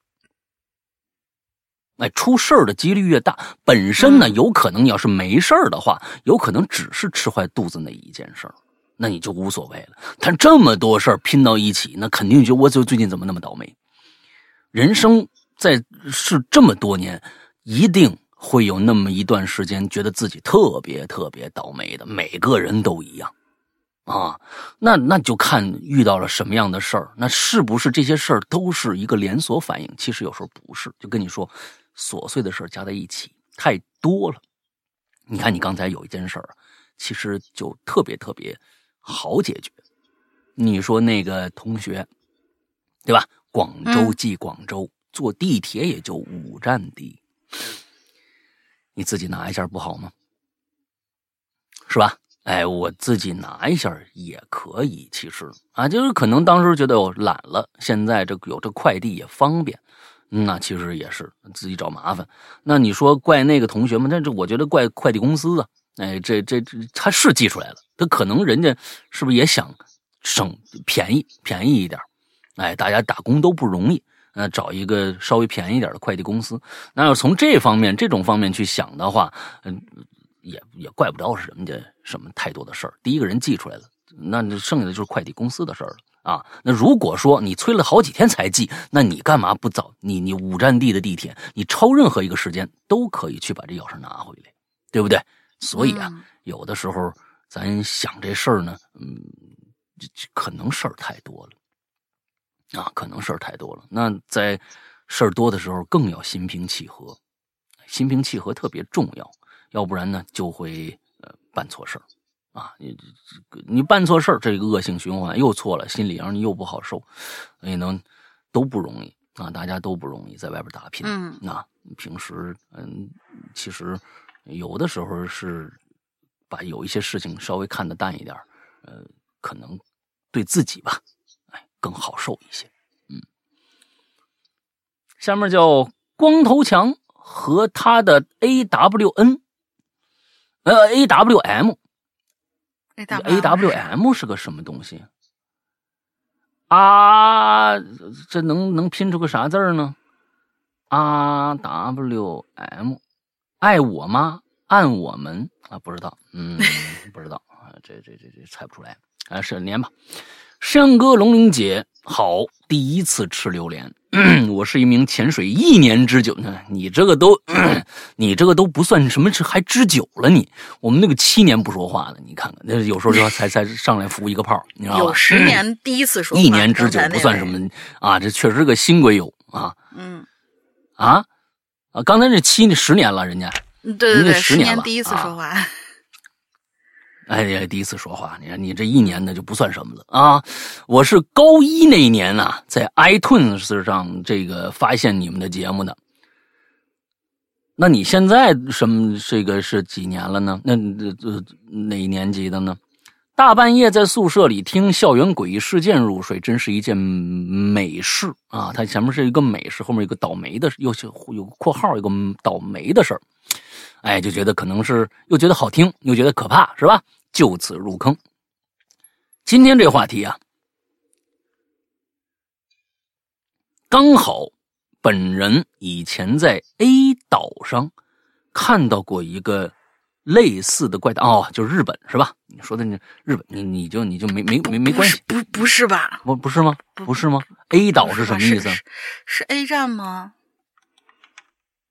哎，出事儿的几率越大，本身呢，有可能你要是没事儿的话，有可能只是吃坏肚子那一件事儿。那你就无所谓了。但这么多事儿拼到一起，那肯定就我就最近怎么那么倒霉？人生在是这么多年，一定会有那么一段时间，觉得自己特别特别倒霉的，每个人都一样啊。那那就看遇到了什么样的事儿，那是不是这些事儿都是一个连锁反应？其实有时候不是，就跟你说，琐碎的事儿加在一起太多了。你看，你刚才有一件事儿，其实就特别特别。好解决，你说那个同学，对吧？广州即广州，嗯、坐地铁也就五站地，你自己拿一下不好吗？是吧？哎，我自己拿一下也可以，其实啊，就是可能当时觉得我懒了，现在这有这快递也方便，那其实也是自己找麻烦。那你说怪那个同学吗？但这我觉得怪快递公司啊。哎，这这这他是寄出来了，他可能人家是不是也想省便宜便宜一点？哎，大家打工都不容易，呃，找一个稍微便宜点的快递公司。那要从这方面、这种方面去想的话，嗯，也也怪不着是人家什么太多的事儿。第一个人寄出来了，那剩下的就是快递公司的事儿了啊。那如果说你催了好几天才寄，那你干嘛不早？你你五站地的地铁，你超任何一个时间都可以去把这钥匙拿回来，对不对？所以啊，嗯、有的时候咱想这事儿呢，嗯，可能事儿太多了啊，可能事儿太多了。那在事儿多的时候，更要心平气和，心平气和特别重要，要不然呢，就会呃办错事儿啊。你你办错事儿，这个恶性循环又错了，心理上你又不好受，所以呢，都不容易啊，大家都不容易，在外边打拼。嗯，那平时嗯，其实。有的时候是把有一些事情稍微看得淡一点，呃，可能对自己吧，哎，更好受一些。嗯，下面叫光头强和他的 A W N， 呃 A W M，A W M 是个什么东西啊？这能能拼出个啥字呢 ？R W M。爱我吗？按我们啊，不知道，嗯，不知道啊，这这这这猜不出来啊，是连吧。山哥、龙玲姐好，第一次吃榴莲，我是一名潜水一年之久呢，你这个都，你这个都不算什么，还之久了你。我们那个七年不说话的，你看看，那有时候就才才上来浮一个泡，你知道吧？ 有十年第一次说话， 一年之久不算什么啊，这确实是个新规友啊， 嗯， 啊。啊，刚才这七十年了，人家， 对对对， 十年了， 第一次说话，啊、 哎呀，第一次说话，你看你这一年呢就不算什么了啊！我是高一那一年呐、啊，在 iTunes 上这个发现你们的节目的。那你现在什么这个是几年了呢？那这哪一年级的呢？大半夜在宿舍里听校园诡异事件入睡，真是一件美事啊！它前面是一个美事，后面有个倒霉的，又有个括号，有个倒霉的事儿。哎，就觉得可能是又觉得好听，又觉得可怕，是吧？就此入坑。今天这个话题啊，刚好本人以前在 A 岛上看到过一个类似的怪谈哦，就是日本是吧？你说的那日本，你你就你就没没没没关系， 不不是吧？ 不不是吗？不是吗 ？A 岛是什么意思？ 是, 是, 是 A 站吗？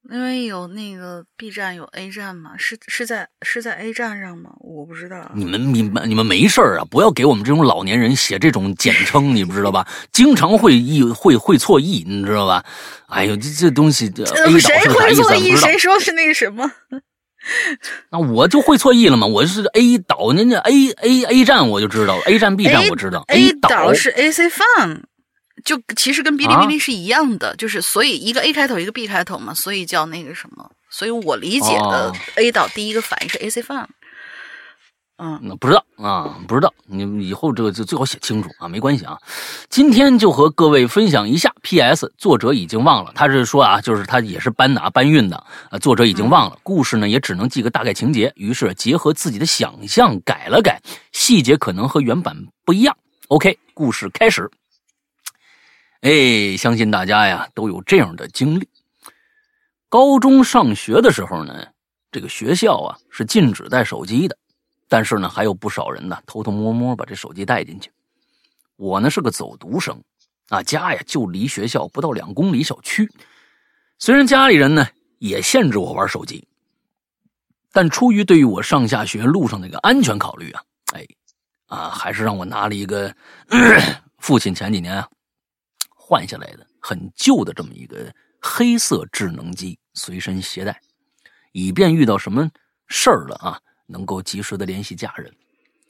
因为有那个 B 站有 A 站嘛，是是在是在 A 站上吗？我不知道。 你们你们你们没事啊，不要给我们这种老年人写这种简称，你不知道吧？经常会译会会错译，你知道吧？哎呦，这这东西 A 岛谁是啥意思？ 会错译？ 不知道。 谁说是那个什么？ 那我就会错译了嘛，我是 A 岛，人家 A A A 站我就知道 ，A 站 B 站我知道 ，A 岛, 岛是 A C Fun。就其实跟哔哩哔哩是一样的， 啊、 就是所以一个 A 开头一个 B 开头嘛，所以叫那个什么，所以我理解的 A 岛第一个反应是 A C Fun。嗯， 那不知道啊，不知道，你以后这个就最好写清楚啊，没关系啊。今天就和各位分享一下 P S 作者已经忘了，他是说啊，就是他也是搬的啊，搬运的啊，作者已经忘了，故事呢也只能记个大概情节，于是结合自己的想象改了改，细节可能和原版不一样。OK， 故事开始。哎，相信大家呀都有这样的经历。高中上学的时候呢，这个学校啊是禁止带手机的，但是呢还有不少人呢偷偷摸摸把这手机带进去。我呢是个走读生啊，家呀就离学校不到两公里小区。虽然家里人呢也限制我玩手机，但出于对于我上下学路上的一个安全考虑啊，哎啊还是让我拿了一个、呃、父亲前几年啊换下来的很旧的这么一个黑色智能机随身携带，以便遇到什么事儿了啊，能够及时的联系家人。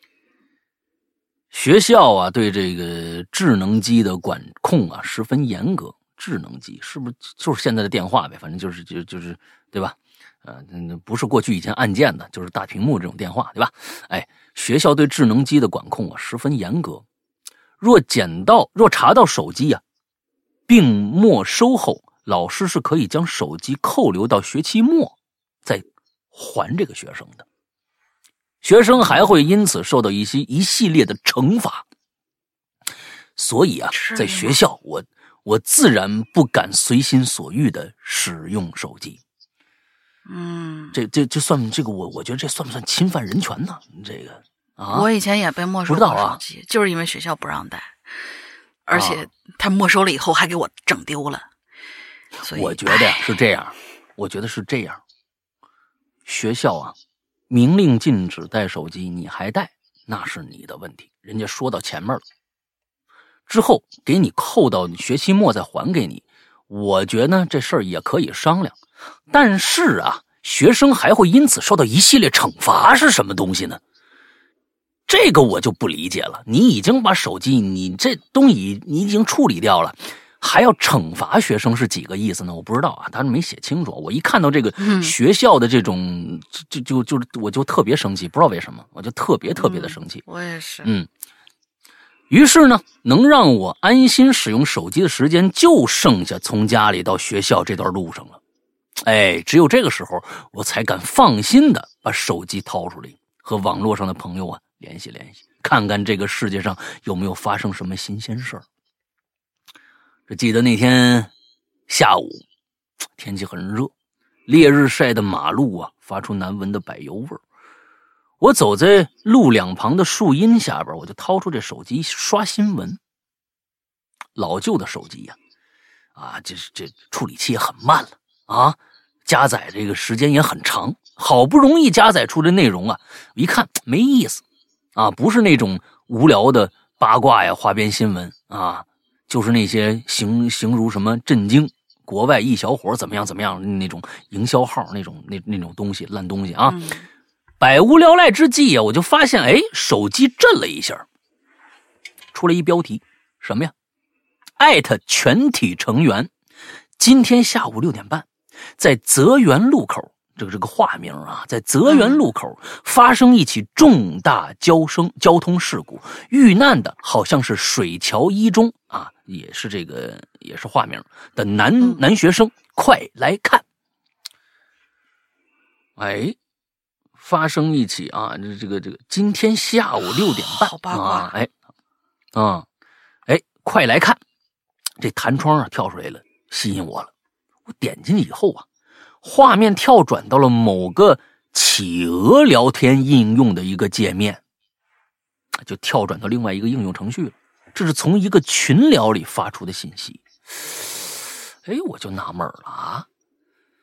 学校啊对这个智能机的管控啊十分严格。智能机是不是就是现在的电话呗？反正就是就就是对吧？呃，不是过去以前按键的，就是大屏幕这种电话，对吧？哎，学校对智能机的管控啊十分严格。若捡到若查到手机啊并没收后，老师是可以将手机扣留到学期末再还这个学生的。学生还会因此受到一些一系列的惩罚。所以啊，在学校我我自然不敢随心所欲的使用手机。 嗯， 这这这算这个我我觉得这算不算侵犯人权呢？这个啊， 我以前也被没收过手机，啊、就是因为学校不让带。而且他没收了以后还给我整丢了，所以我觉得是这样，我觉得是这样。学校啊，明令禁止带手机，你还带，那是你的问题。人家说到前面了，之后给你扣到学期末再还给你，我觉得这事儿也可以商量。但是啊，学生还会因此受到一系列惩罚，是什么东西呢？这个我就不理解了，你已经把手机，你这东西你已经处理掉了，还要惩罚学生是几个意思呢？我不知道啊，他没写清楚。我一看到这个学校的这种，嗯、就就就我就特别生气，不知道为什么，我就特别特别的生气。 嗯、我也是。 嗯。于是呢，能让我安心使用手机的时间就剩下从家里到学校这段路上了。哎，只有这个时候，我才敢放心的把手机掏出来，和网络上的朋友啊联系联系，看看这个世界上有没有发生什么新鲜事儿。只记得那天下午，天气很热，烈日晒的马路啊发出难闻的柏油味儿。我走在路两旁的树荫下边，我就掏出这手机刷新闻。老旧的手机呀、啊，啊，这这处理器也很慢了啊，加载这个时间也很长，好不容易加载出的内容啊，一看没意思啊，不是那种无聊的八卦呀、花边新闻啊，就是那些形形如什么震惊国外一小伙怎么样怎么样那种营销号那种那那种东西烂东西啊。嗯，百无聊赖之际啊，我就发现，哎，手机震了一下，出了一标题，什么呀？艾特全体成员，今天下午六点半，在泽园路口，这个这个化名啊，在泽园路口发生一起重大交生交通事故，遇难的好像是水桥一中啊，也是这个也是化名的男男学生，快来看！哎。发生一起啊，这这个这个，今天下午六点半， 好八卦， 啊、哎，啊、嗯，哎，快来看！这弹窗啊跳出来了，吸引我了。我点进去以后啊，画面跳转到了某个企鹅聊天应用的一个界面，就跳转到另外一个应用程序了。这是从一个群聊里发出的信息。哎，我就纳闷了啊。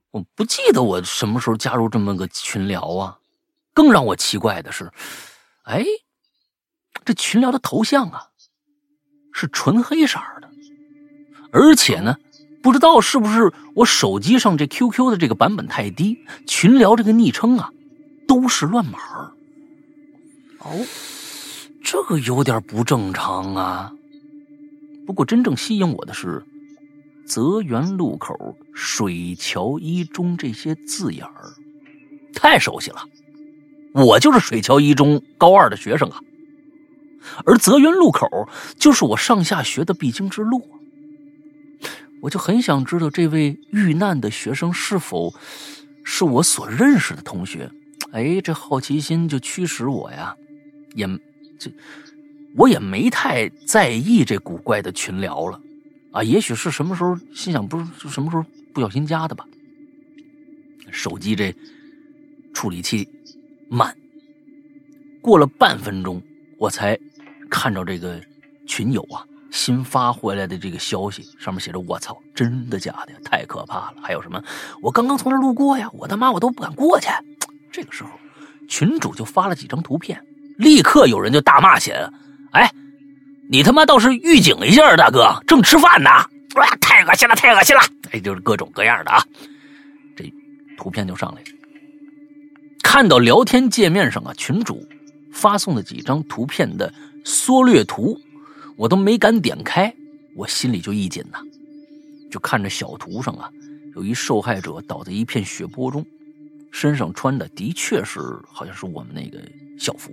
我不记得我什么时候加入这么个群聊啊。更让我奇怪的是，哎，这群聊的头像啊是纯黑色的，而且呢不知道是不是我手机上这 Q Q 的这个版本太低，群聊这个昵称啊都是乱码。哦，这个有点不正常啊。不过真正吸引我的是泽园路口水桥一中这些字眼儿，太熟悉了，我就是水桥一中高二的学生啊，而泽园路口就是我上下学的必经之路。我就很想知道这位遇难的学生是否是我所认识的同学。哎，这好奇心就驱使我呀，也这我也没太在意这古怪的群聊了啊，也许是什么时候心想不是什么时候不小心加的吧。手机这处理器慢，过了半分钟我才看着这个群友啊新发回来的这个消息，上面写着我操，真的假的呀，太可怕了。还有什么我刚刚从那路过呀，我他妈我都不敢过去。这个时候群主就发了几张图片，立刻有人就大骂起来了，哎，你他妈倒是预警一下，大哥正吃饭呢，哇，太恶心了太恶心了。哎，就是各种各样的啊，这图片就上来了。看到聊天界面上啊群主发送的几张图片的缩略图，我都没敢点开，我心里就一紧呐。就看着小图上啊有一受害者倒在一片血泊中，身上穿的的确是好像是我们那个校服。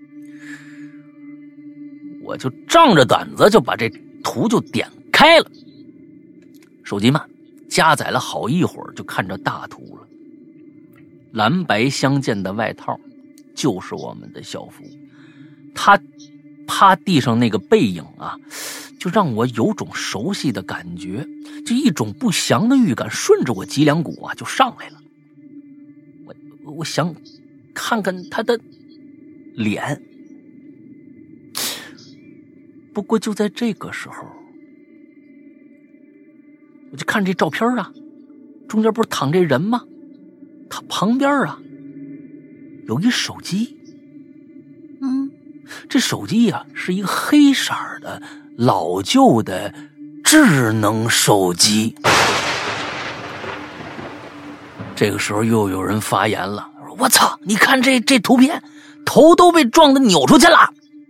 我就仗着胆子就把这图就点开了，手机慢，加载了好一会儿，就看着大图了。蓝白相间的外套就是我们的校服，他趴地上那个背影啊就让我有种熟悉的感觉，就一种不祥的预感顺着我脊梁骨啊就上来了。我我想看看他的脸，不过就在这个时候，我就看这照片啊，中间不是躺这人吗？他旁边啊有一手机， 嗯， 这手机啊是一个黑色的老旧的智能手机。这个时候又有人发言了，我操，你看这这图片，头都被撞得扭出去了。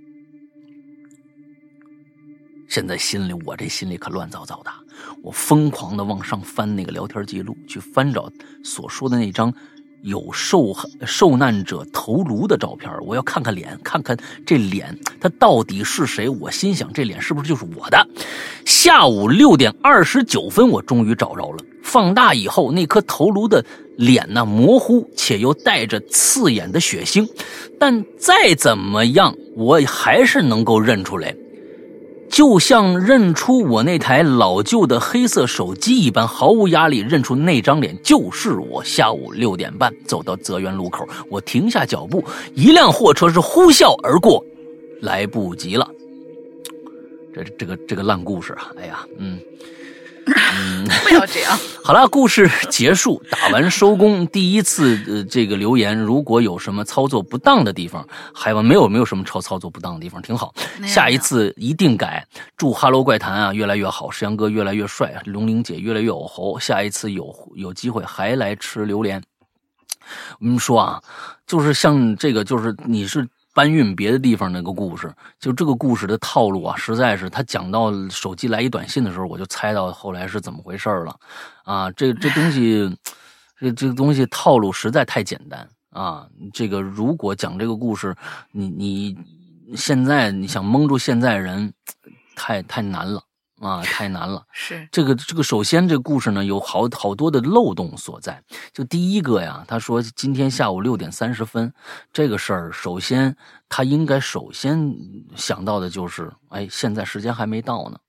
现在心里我这心里可乱糟糟的，我疯狂的往上翻那个聊天记录，去翻找所说的那张有受受难者头颅的照片，我要看看脸，看看这脸他到底是谁。我心想这脸是不是就是我的。下午六点二十九分我终于找着了，放大以后那颗头颅的脸呢模糊且又带着刺眼的血腥，但再怎么样我还是能够认出来，就像认出我那台老旧的黑色手机一般，毫无压力认出那张脸就是我。下午六点半走到泽园路口，我停下脚步，一辆货车是呼啸而过，来不及了。这这个这个烂故事啊，哎呀，嗯嗯， 不要这样。 好了，故事结束，打完收工。第一次呃这个留言，如果有什么操作不当的地方，还有没有没有什么操操作不当的地方，挺好。下一次一定改。祝哈喽怪谈啊越来越好，石阳哥越来越帅，龙玲姐越来越有猴。下一次有有机会还来吃榴莲。我们说啊，就是像这个，就是你是搬运别的地方那个故事，就这个故事的套路啊，实在是他讲到手机来一短信的时候，我就猜到后来是怎么回事了啊！这这东西，这这个东西套路实在太简单啊！这个如果讲这个故事，你你现在你想蒙住现在人，太太难了。啊，太难了。 是这个这个，首先这个故事呢有好好多的漏洞所在。就第一个呀，他说今天下午六点三十分这个事儿，首先他应该首先想到的就是，哎，现在时间还没到呢，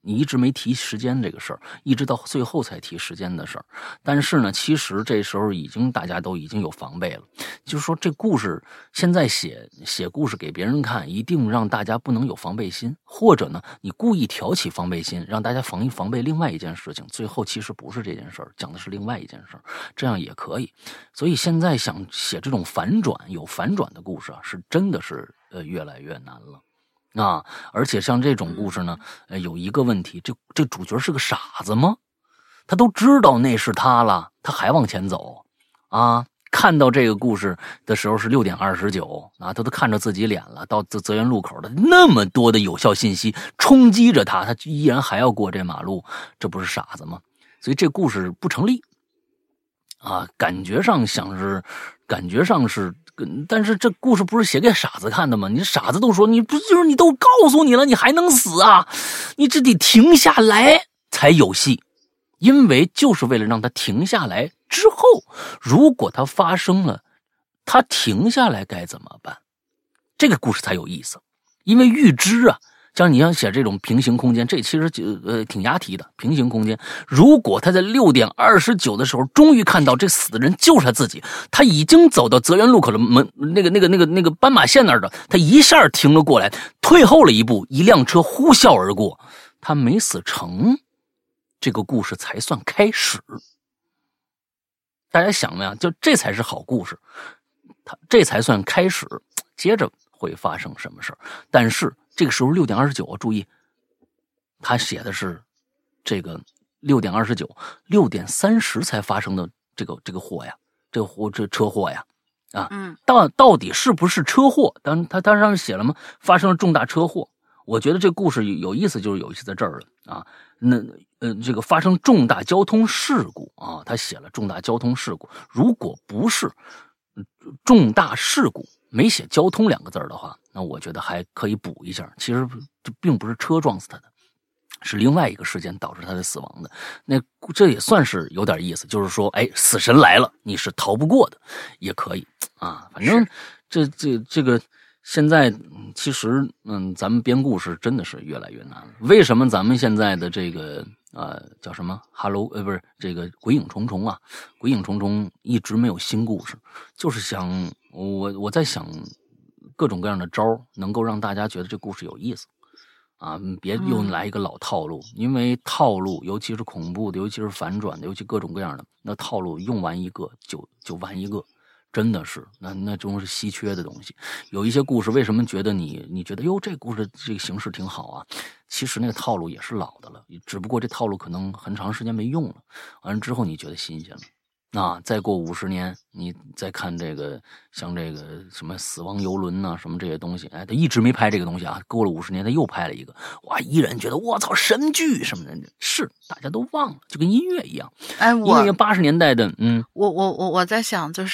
你一直没提时间这个事儿，一直到最后才提时间的事儿。但是呢，其实这时候已经大家都已经有防备了，就是说这故事现在写写故事给别人看，一定让大家不能有防备心，或者呢，你故意挑起防备心，让大家防一防备另外一件事情，最后其实不是这件事儿，讲的是另外一件事儿，这样也可以。所以现在想写这种反转有反转的故事啊，是真的是呃越来越难了。啊，而且像这种故事呢，呃，有一个问题，这这主角是个傻子吗？他都知道那是他了，他还往前走啊！看到这个故事的时候是六点二十九啊，他都看着自己脸了。到泽泽源路口的那么多的有效信息冲击着他，他依然还要过这马路，这不是傻子吗？所以这故事不成立啊，感觉上像是，感觉上是。但是这故事不是写给傻子看的吗？你傻子都说你不就是你都告诉你了，你还能死啊？你这得停下来才有戏，因为就是为了让他停下来之后，如果他发生了，他停下来该怎么办？这个故事才有意思。因为预知啊，像你要写这种平行空间，这其实就呃挺押题的。平行空间，如果他在六点二十九的时候，终于看到这死的人就是他自己，他已经走到泽源路口的门那个那个那个那个斑马线那儿的，他一下停了过来，退后了一步，一辆车呼啸而过，他没死成，这个故事才算开始。大家想没有？就这才是好故事，他这才算开始，接着会发生什么事儿？但是。这个时候六点二十九，注意，他写的是这个六点二十九，六点三十才发生的这个这个祸呀，这个祸这车祸呀，啊， 嗯， 到到底是不是车祸？当他他上面写了吗？发生了重大车祸。我觉得这故事有意思，就是有意思在这儿了啊。那呃，这个发生重大交通事故啊，他写了重大交通事故。如果不是重大事故，没写交通两个字的话，那我觉得还可以补一下。其实这并不是车撞死他的，是另外一个事件导致他的死亡的。那这也算是有点意思，就是说，哎，死神来了，你是逃不过的，也可以啊。反正这这这个现在其实，嗯，咱们编故事真的是越来越难了。为什么咱们现在的这个呃叫什么 Hello 呃不是这个鬼影重重啊，鬼影重重一直没有新故事，就是想。我我在想各种各样的招能够让大家觉得这故事有意思啊，别又来一个老套路，因为套路尤其是恐怖的，尤其是反转的，尤其各种各样的，那套路用完一个就就完一个，真的是那那种是稀缺的东西。有一些故事为什么觉得你你觉得哟这故事这个形式挺好啊，其实那个套路也是老的了，只不过这套路可能很长时间没用了，完了之后你觉得新鲜了。啊，再过五十年，你再看这个，像这个什么死亡游轮呐、啊，什么这些东西，哎，他一直没拍这个东西啊。过了五十年，他又拍了一个，哇，依然觉得我操神剧什么的，是大家都忘了，就跟音乐一样。 哎，我因为八十年代的，嗯， 我我我我在想，就是，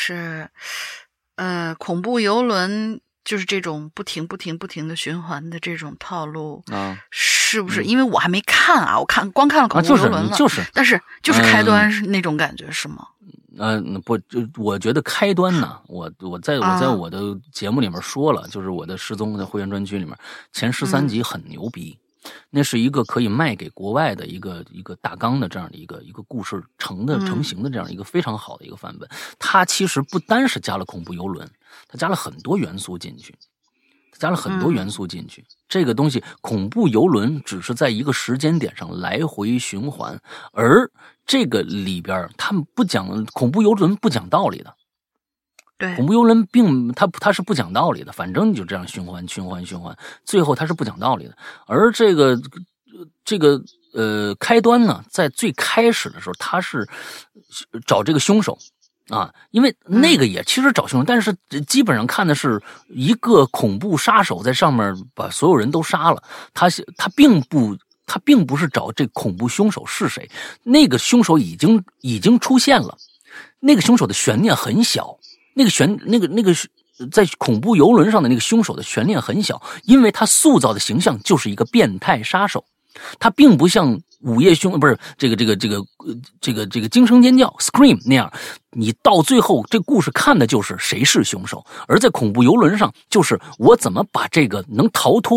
呃，恐怖游轮就是这种不停不停不停的循环的这种套路啊， 是不是？因为我还没看啊，我看光看了恐怖游轮了， 啊、就是，就是， 但是就是开端是那种感觉、嗯、是吗？ 嗯、呃，不，就我觉得开端呢，我我在我在我的节目里面说了，啊、就是我的失踪的会员专区里面，前十三集很牛逼，嗯、那是一个可以卖给国外的一个一个大纲的这样的一个一个故事成的成型的这样一个非常好的一个范本。嗯、它其实不单是加了恐怖游轮，它加了很多元素进去。加了很多元素进去，嗯、这个东西恐怖游轮只是在一个时间点上来回循环，而这个里边他们不讲恐怖游轮不讲道理的， 对， 恐怖游轮并它它是不讲道理的，反正你就这样循环循环循环，最后它是不讲道理的。而这个这个呃开端呢，在最开始的时候，他是找这个凶手。啊，因为那个也其实找凶手，但是基本上看的是一个恐怖杀手在上面把所有人都杀了。他他并不他并不是找这恐怖凶手是谁，那个凶手已经已经出现了，那个凶手的悬念很小，那个悬那个那个在恐怖游轮上的那个凶手的悬念很小，因为他塑造的形象就是一个变态杀手，他并不像午夜凶不是这个这个这个这个这个惊声尖叫 scream 那样，你到最后这故事看的就是谁是凶手，而在恐怖游轮上就是我怎么把这个能逃脱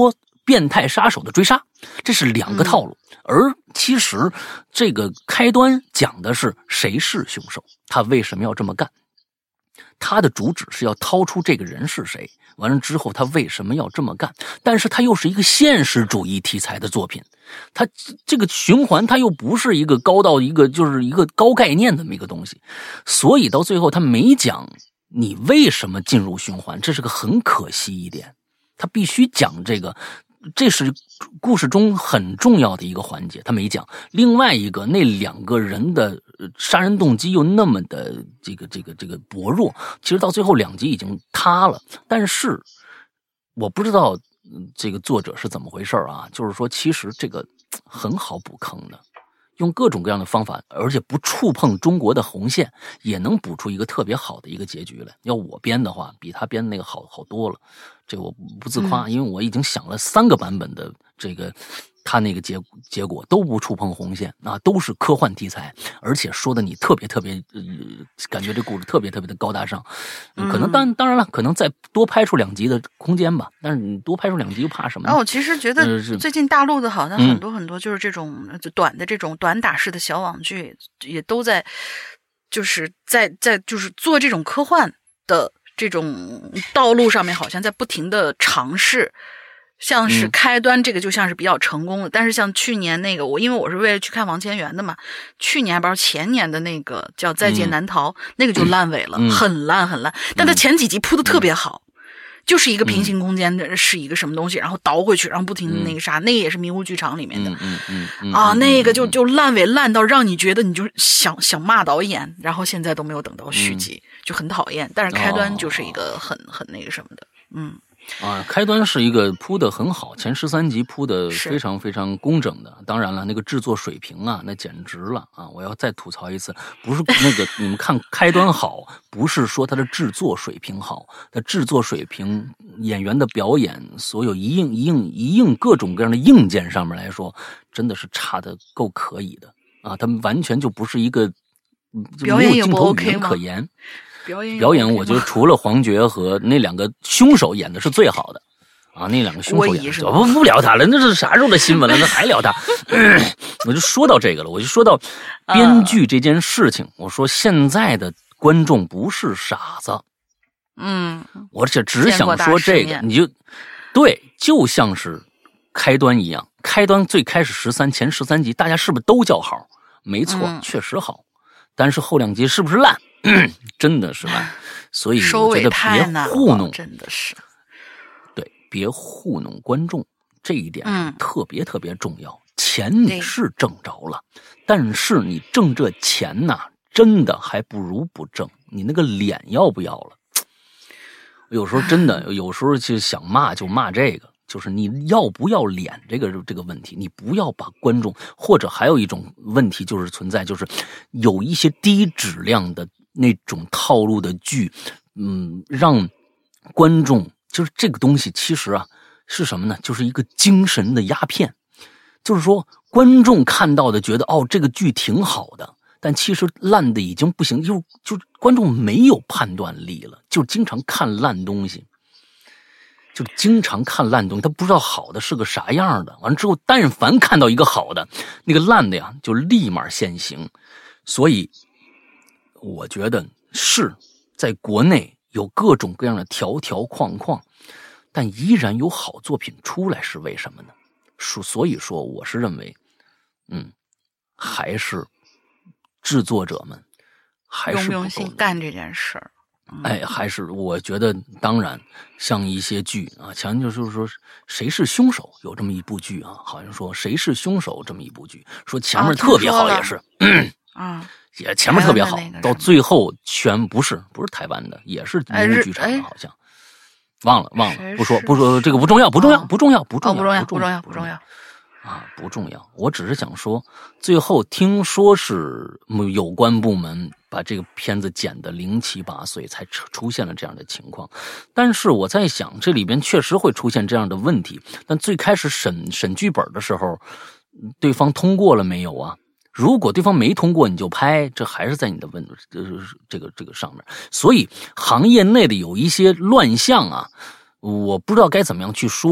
变态杀手的追杀，这是两个套路。嗯、而其实这个开端讲的是谁是凶手，他为什么要这么干。他的主旨是要掏出这个人是谁，完了之后他为什么要这么干，但是他又是一个现实主义题材的作品，他这个循环他又不是一个高到一个就是一个高概念的这么一个东西，所以到最后他没讲你为什么进入循环，这是个很可惜一点，他必须讲这个，这是故事中很重要的一个环节，他没讲。另外一个，那两个人的杀人动机又那么的这个这个这个薄弱，其实到最后两集已经塌了。但是我不知道这个作者是怎么回事啊，就是说其实这个很好补坑的，用各种各样的方法，而且不触碰中国的红线，也能补出一个特别好的一个结局来。要我编的话，比他编的那个好好多了。这个我不自夸，因为我已经想了三个版本的这个他那个结结果都不触碰红线啊，都是科幻题材，而且说的你特别特别、呃、感觉这故事特别特别的高大上。嗯、可能当当然了，可能再多拍出两集的空间吧，但是你多拍出两集又怕什么呢？ 哦，我其实觉得最近大陆的好像很多很多就是这种短的这种短打式的小网剧，也都在就是在在就是做这种科幻的这种道路上面，好像在不停的尝试。像是开端这个就像是比较成功的、嗯、但是像去年那个我因为我是为了去看王千源的嘛，去年不知道前年的那个叫再见难逃、嗯、那个就烂尾了、嗯、很烂很烂，但他前几集铺的特别好、嗯、就是一个平行空间的是一个什么东西，然后倒回去，然后不停的那个啥、嗯、那个也是迷雾剧场里面的、嗯嗯嗯嗯、啊那个就就烂尾烂到让你觉得你就想想骂导演，然后现在都没有等到续集、嗯、就很讨厌，但是开端就是一个很、哦、很那个什么的嗯啊，开端是一个铺的很好，前十三集铺的非常非常工整的。当然了，那个制作水平啊，那简直了啊！我要再吐槽一次，不是那个你们看开端好，不是说它的制作水平好，它制作水平、演员的表演，所有一应一应一应各种各样的硬件上面来说，真的是差的够可以的啊！他们完全就不是一个表演也不 OK 吗？可言。表演表演，我觉得除了黄觉和那两个凶手演的是最好的啊，那两个凶手演的不不聊他了，那是啥时候的新闻了？那还聊他？嗯、我就说到这个了，我就说到编剧这件事情。我说现在的观众不是傻子， 嗯， 我只只想说这个，你就对，就像是开端一样，开端最开始十三前十三集，大家是不是都叫好？没错，嗯、确实好，但是后两集是不是烂？真的是烂，所以我觉得别糊弄， 真的是， 对，别糊弄观众，这一点特别特别重要。嗯、钱你是挣着了，但是你挣这钱呐，真的还不如不挣。你那个脸要不要了？有时候真的，有时候就想骂就骂这个。就是你要不要脸这个这个问题，你不要把观众，或者还有一种问题就是存在，就是有一些低质量的那种套路的剧，嗯，让观众就是这个东西其实啊是什么呢？就是一个精神的鸦片，就是说观众看到的觉得哦这个剧挺好的，但其实烂的已经不行，就就观众没有判断力了，就经常看烂东西。就经常看烂东西，他不知道好的是个啥样的。完了之后，但凡看到一个好的，那个烂的呀，就立马现形。所以，我觉得是在国内有各种各样的条条框框，但依然有好作品出来，是为什么呢？所以说，我是认为，嗯，还是制作者们还是不够用不用心干这件事儿。 哎，还是我觉得，当然，像一些剧啊，强就是说，谁是凶手？有这么一部剧啊，好像说谁是凶手这么一部剧，说前面特别好，也是， 啊， 也前面特别好，到最后全不是，不是台湾的，也是迷雾剧场的，好像忘了忘了，不说不说这个不重要，不重要，不重要，不重要， 不重要，不重要，不重要。 啊，不重要，我只是想说，最后听说是有关部门把这个片子剪得零七八碎，才出现了这样的情况。但是我在想，这里边确实会出现这样的问题。但最开始审审剧本的时候，对方通过了没有啊？如果对方没通过，你就拍，这还是在你的问呃这个这个上面。所以行业内的有一些乱象啊，我不知道该怎么样去说。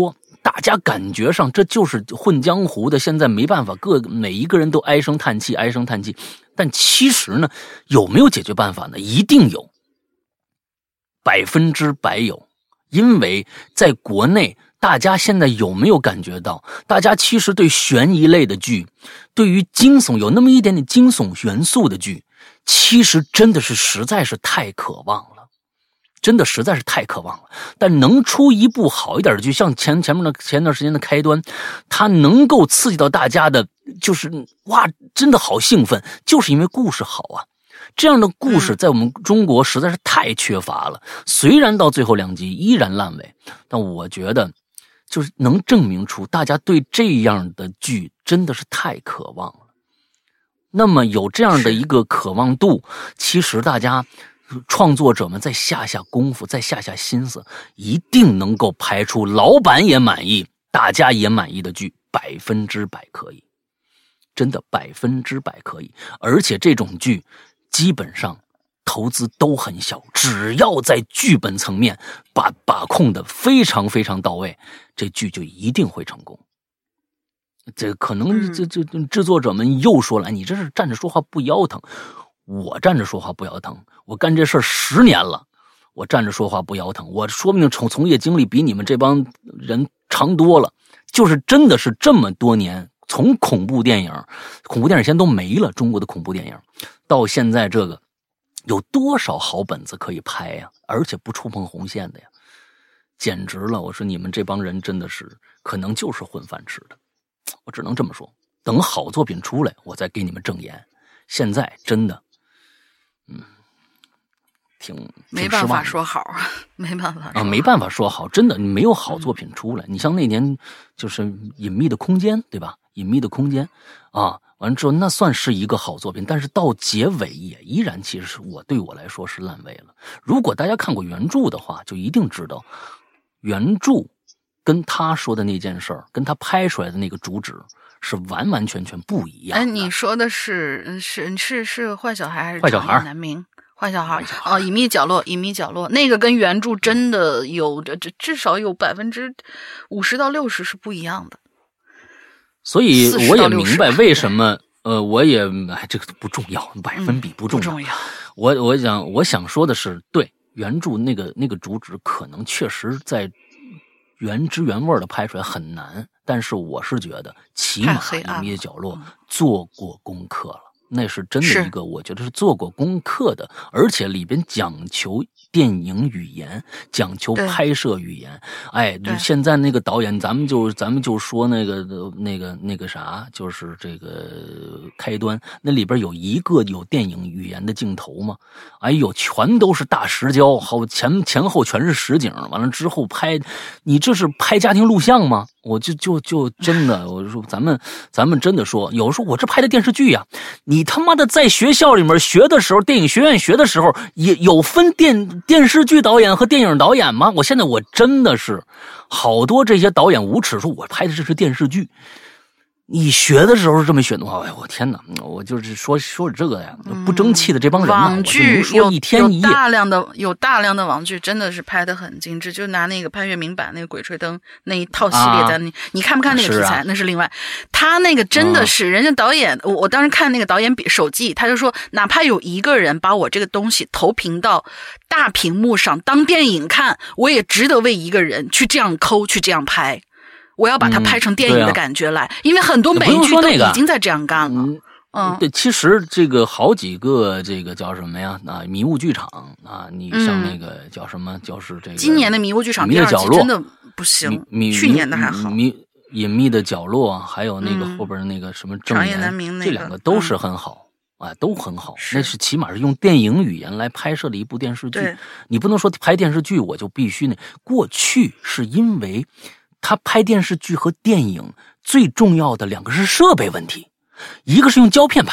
大家感觉上这就是混江湖的，现在没办法，各每一个人都唉声叹气，唉声叹气。但其实呢，有没有解决办法呢？一定有，百分之百有。因为在国内，大家现在有没有感觉到，大家其实对悬疑类的剧，对于惊悚有那么一点点惊悚元素的剧，其实真的是实在是太渴望了。真的实在是太渴望了，但能出一部好一点的剧，像前前面的前段时间的开端，它能够刺激到大家的，就是哇，真的好兴奋，就是因为故事好啊。这样的故事在我们中国实在是太缺乏了。虽然到最后两集依然烂尾，但我觉得就是能证明出大家对这样的剧真的是太渴望了。那么有这样的一个渴望度，其实大家创作者们再下下功夫，再下下心思，一定能够拍出老板也满意大家也满意的剧，百分之百可以，真的百分之百可以。而且这种剧基本上投资都很小，只要在剧本层面把把控的非常非常到位，这剧就一定会成功。这可能这这制作者们又说了，你这是站着说话不腰疼。我站着说话不腰疼，我干这事儿十年了，我站着说话不腰疼，我说不定从从业经历比你们这帮人长多了。就是真的是这么多年，从恐怖电影，恐怖电影现在都没了，中国的恐怖电影到现在这个，有多少好本子可以拍呀？而且不触碰红线的呀，简直了！我说你们这帮人真的是可能就是混饭吃的，我只能这么说。等好作品出来，我再给你们证言。现在真的。嗯，挺没办法说好，没办法说啊，没办法说好，真的你没有好作品出来。嗯、你像那年就是《隐秘的空间》，对吧？《隐秘的空间》啊，完了之后那算是一个好作品，但是到结尾也依然，其实我对我来说是烂尾了。如果大家看过原著的话，就一定知道原著跟他说的那件事儿，跟他拍出来的那个主旨是完完全全不一样的。 哎，你说的是是是是坏小孩还是坏小孩？ 难明坏小孩哦，隐秘角落，隐秘角落那个跟原著真的有这至少有百分之五十到六十是不一样的。 所以我也明白为什么，呃，我也哎，这个不重要，百分比不重要。 嗯、不重要。 我我想我想说的是，对原著那个那个主旨可能确实在原汁原味的拍出来很难，但是我是觉得起码隐秘角落做过功课了。那是真的一个，我觉得是做过功课的，而且里边讲求电影语言，讲求拍摄语言。哎，现在那个导演，咱们就咱们就说那个那个那个啥，就是这个开端，那里边有一个有电影语言的镜头吗？哎呦，全都是大实焦，好前前后全是实景，完了之后拍，你这是拍家庭录像吗？我就就就真的，我说咱们咱们真的说，有时候我这拍的电视剧呀、啊，你他妈的在学校里面学的时候，电影学院学的时候，也有分电电视剧导演和电影导演吗？我现在我真的是好多这些导演无耻说，我拍的这是电视剧。你学的时候是这么学的话，哎，我天哪！我就是说说这个呀，不争气的这帮人、啊， 网剧说一天一夜， 有大量的有大量的网剧真的是拍得很精致，就拿那个潘粤明版那个《鬼吹灯》那一套系列在那、啊，你看不看那个题材、啊、那是另外。他那个真的是、啊、人家导演，我我当时看那个导演手记，他就说，哪怕有一个人把我这个东西投屏到大屏幕上当电影看，我也值得为一个人去这样抠，去这样拍。我要把它拍成电影的感觉来，嗯啊、因为很多美剧都已经在这样干了。嗯， 对，其实这个好几个这个叫什么呀？啊，迷雾剧场啊，你像那个叫什么？嗯、就是这个今年的迷雾剧场第二季真的不行，去年的还好。 迷隐秘的角落，还有那个后边那个什么正言， 嗯那个、 这两个都是很好。嗯啊，都很好，那是起码是用电影语言来拍摄的一部电视剧。你不能说拍电视剧我就必须那。过去是因为他拍电视剧和电影最重要的两个是设备问题，一个是用胶片拍的，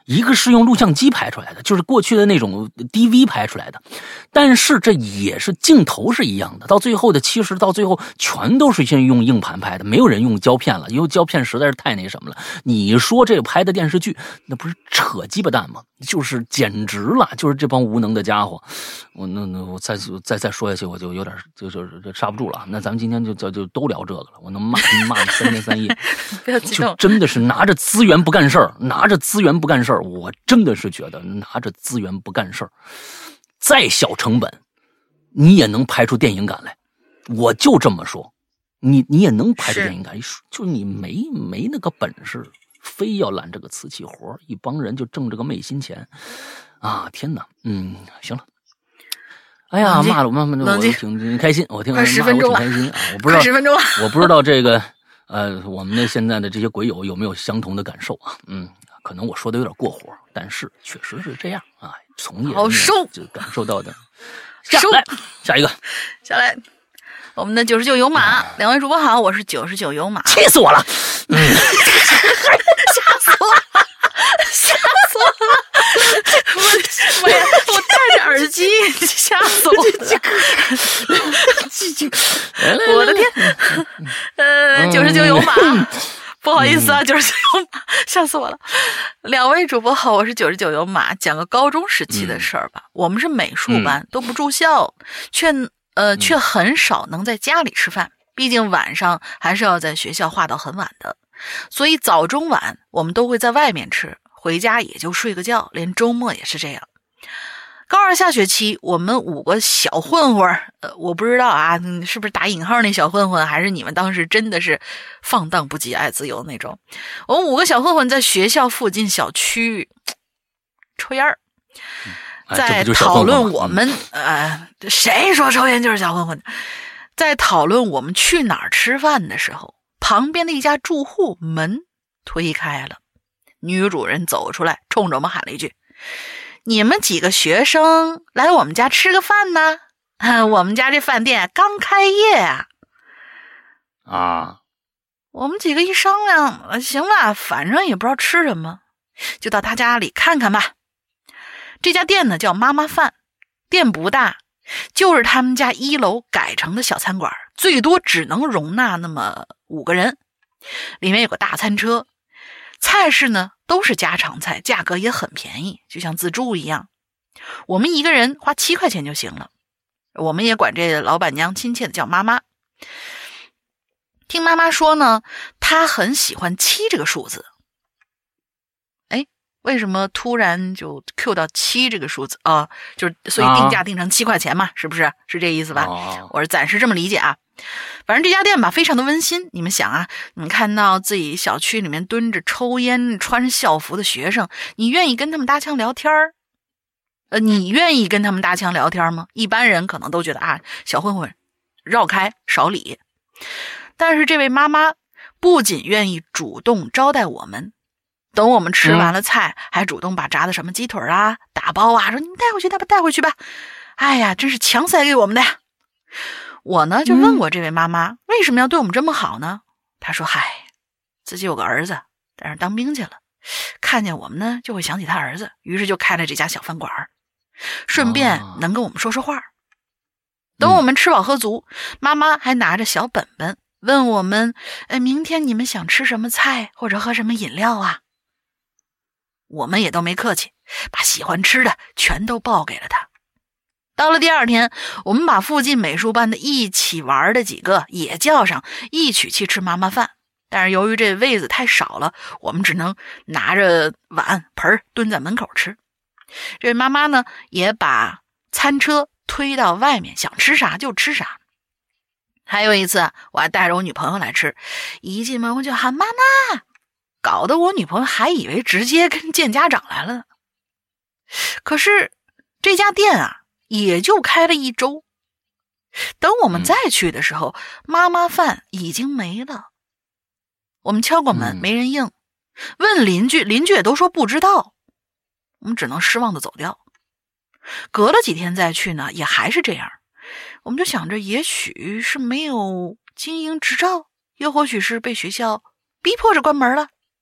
一个是用录像机拍出来的，就是过去的那种 D V 拍出来的，但是这也是镜头是一样的，到最后的其实到最后全都是先用硬盘拍的，没有人用胶片了，因为胶片实在是太那什么了。你说这拍的电视剧，那不是扯鸡巴蛋吗？就是简直了，就是这帮无能的家伙。我那那我再再再说下去，我就有点就就就刹不住了。那咱们今天就就就都聊这个了，我能骂骂三天三夜。 不要激动， 就真的是拿着资源不干事儿，拿着资源不干事儿。我真的是觉得拿着资源不干事儿，再小成本，你也能拍出电影感来。我就这么说，你你也能拍出电影感，就你没没那个本事，非要揽这个瓷器活，一帮人就挣这个昧心钱啊！天哪，嗯，行了。哎呀，骂了，骂骂，我挺挺开心，我听快十分钟了， 我挺开心啊！我不知道十分钟了， 我不知道这个呃，我们的现在的这些鬼友有没有相同的感受啊？嗯。可能我说的有点过火，但是确实是这样啊。从业好收就感受到的。下来，下一个， 下来，我们的九十九有马，两位主播好，我是九十九有马， 气死我了，嗯、 吓死我了，吓死我了！我我我戴着耳机，吓死我了！我的天，呃，九十九有马。不好意思啊，九十九有马，吓死我了！两位主播好，我是九十九有马，讲个高中时期的事儿吧。嗯、我们是美术班，嗯、都不住校，却呃、嗯、却很少能在家里吃饭，毕竟晚上还是要在学校画到很晚的，所以早中晚我们都会在外面吃，回家也就睡个觉，连周末也是这样。高二下学期，我们五个小混混，呃，我不知道啊，是不是打引号那小混混，还是你们当时真的是放荡不羁、爱自由那种？我们五个小混混在学校附近小区抽烟儿，在讨论我们、嗯、呃，谁说抽烟就是小混混？在讨论我们去哪儿吃饭的时候，旁边的一家住户门推开了，女主人走出来，冲着我们喊了一句。你们几个学生来我们家吃个饭呢？我们家这饭店刚开业啊！ 啊！ 我们几个一商量，行吧，反正也不知道吃什么，就到他家里看看吧。这家店呢叫妈妈饭，店不大，就是他们家一楼改成的小餐馆，最多只能容纳那么五个人。里面有个大餐车，菜式呢都是家常菜，价格也很便宜，就像自助一样。我们一个人花七块钱就行了。我们也管这老板娘亲切的叫妈妈。听妈妈说呢，她很喜欢七这个数字。哎，为什么突然就 Q 到七这个数字啊？就是所以定价定成七块钱嘛，啊、是不是？是这意思吧？哦、我是暂时这么理解啊。反正这家店吧非常的温馨，你们想啊，你们看到自己小区里面蹲着抽烟穿校服的学生，你愿意跟他们搭腔聊天儿？呃，你愿意跟他们搭腔聊天吗？一般人可能都觉得啊，小混混绕开少理。但是这位妈妈不仅愿意主动招待我们，等我们吃完了菜、嗯、还主动把炸的什么鸡腿啊打包啊，说你带回去带吧带回去吧。哎呀，真是强塞给我们的呀。我呢就问过这位妈妈、嗯、为什么要对我们这么好呢？她说嗨，自己有个儿子在那当兵去了，看见我们呢就会想起他儿子，于是就开了这家小饭馆，顺便能跟我们说说话、哦、等我们吃饱喝足、嗯、妈妈还拿着小本本问我们哎，明天你们想吃什么菜或者喝什么饮料啊？我们也都没客气，把喜欢吃的全都报给了他。到了第二天，我们把附近美术班的一起玩的几个也叫上，一起去吃妈妈饭。但是由于这位子太少了，我们只能拿着碗盆蹲在门口吃。这位妈妈呢，也把餐车推到外面，想吃啥就吃啥。还有一次，我还带着我女朋友来吃，一进门我就喊妈妈，搞得我女朋友还以为直接跟见家长来了。可是这家店啊也就开了一周，等我们再去的时候、嗯、妈妈饭已经没了。我们敲过门、嗯、没人应，问邻居，邻居也都说不知道，我们只能失望的走掉。隔了几天再去呢，也还是这样。我们就想着也许是没有经营执照，又或许是被学校逼迫着关门了。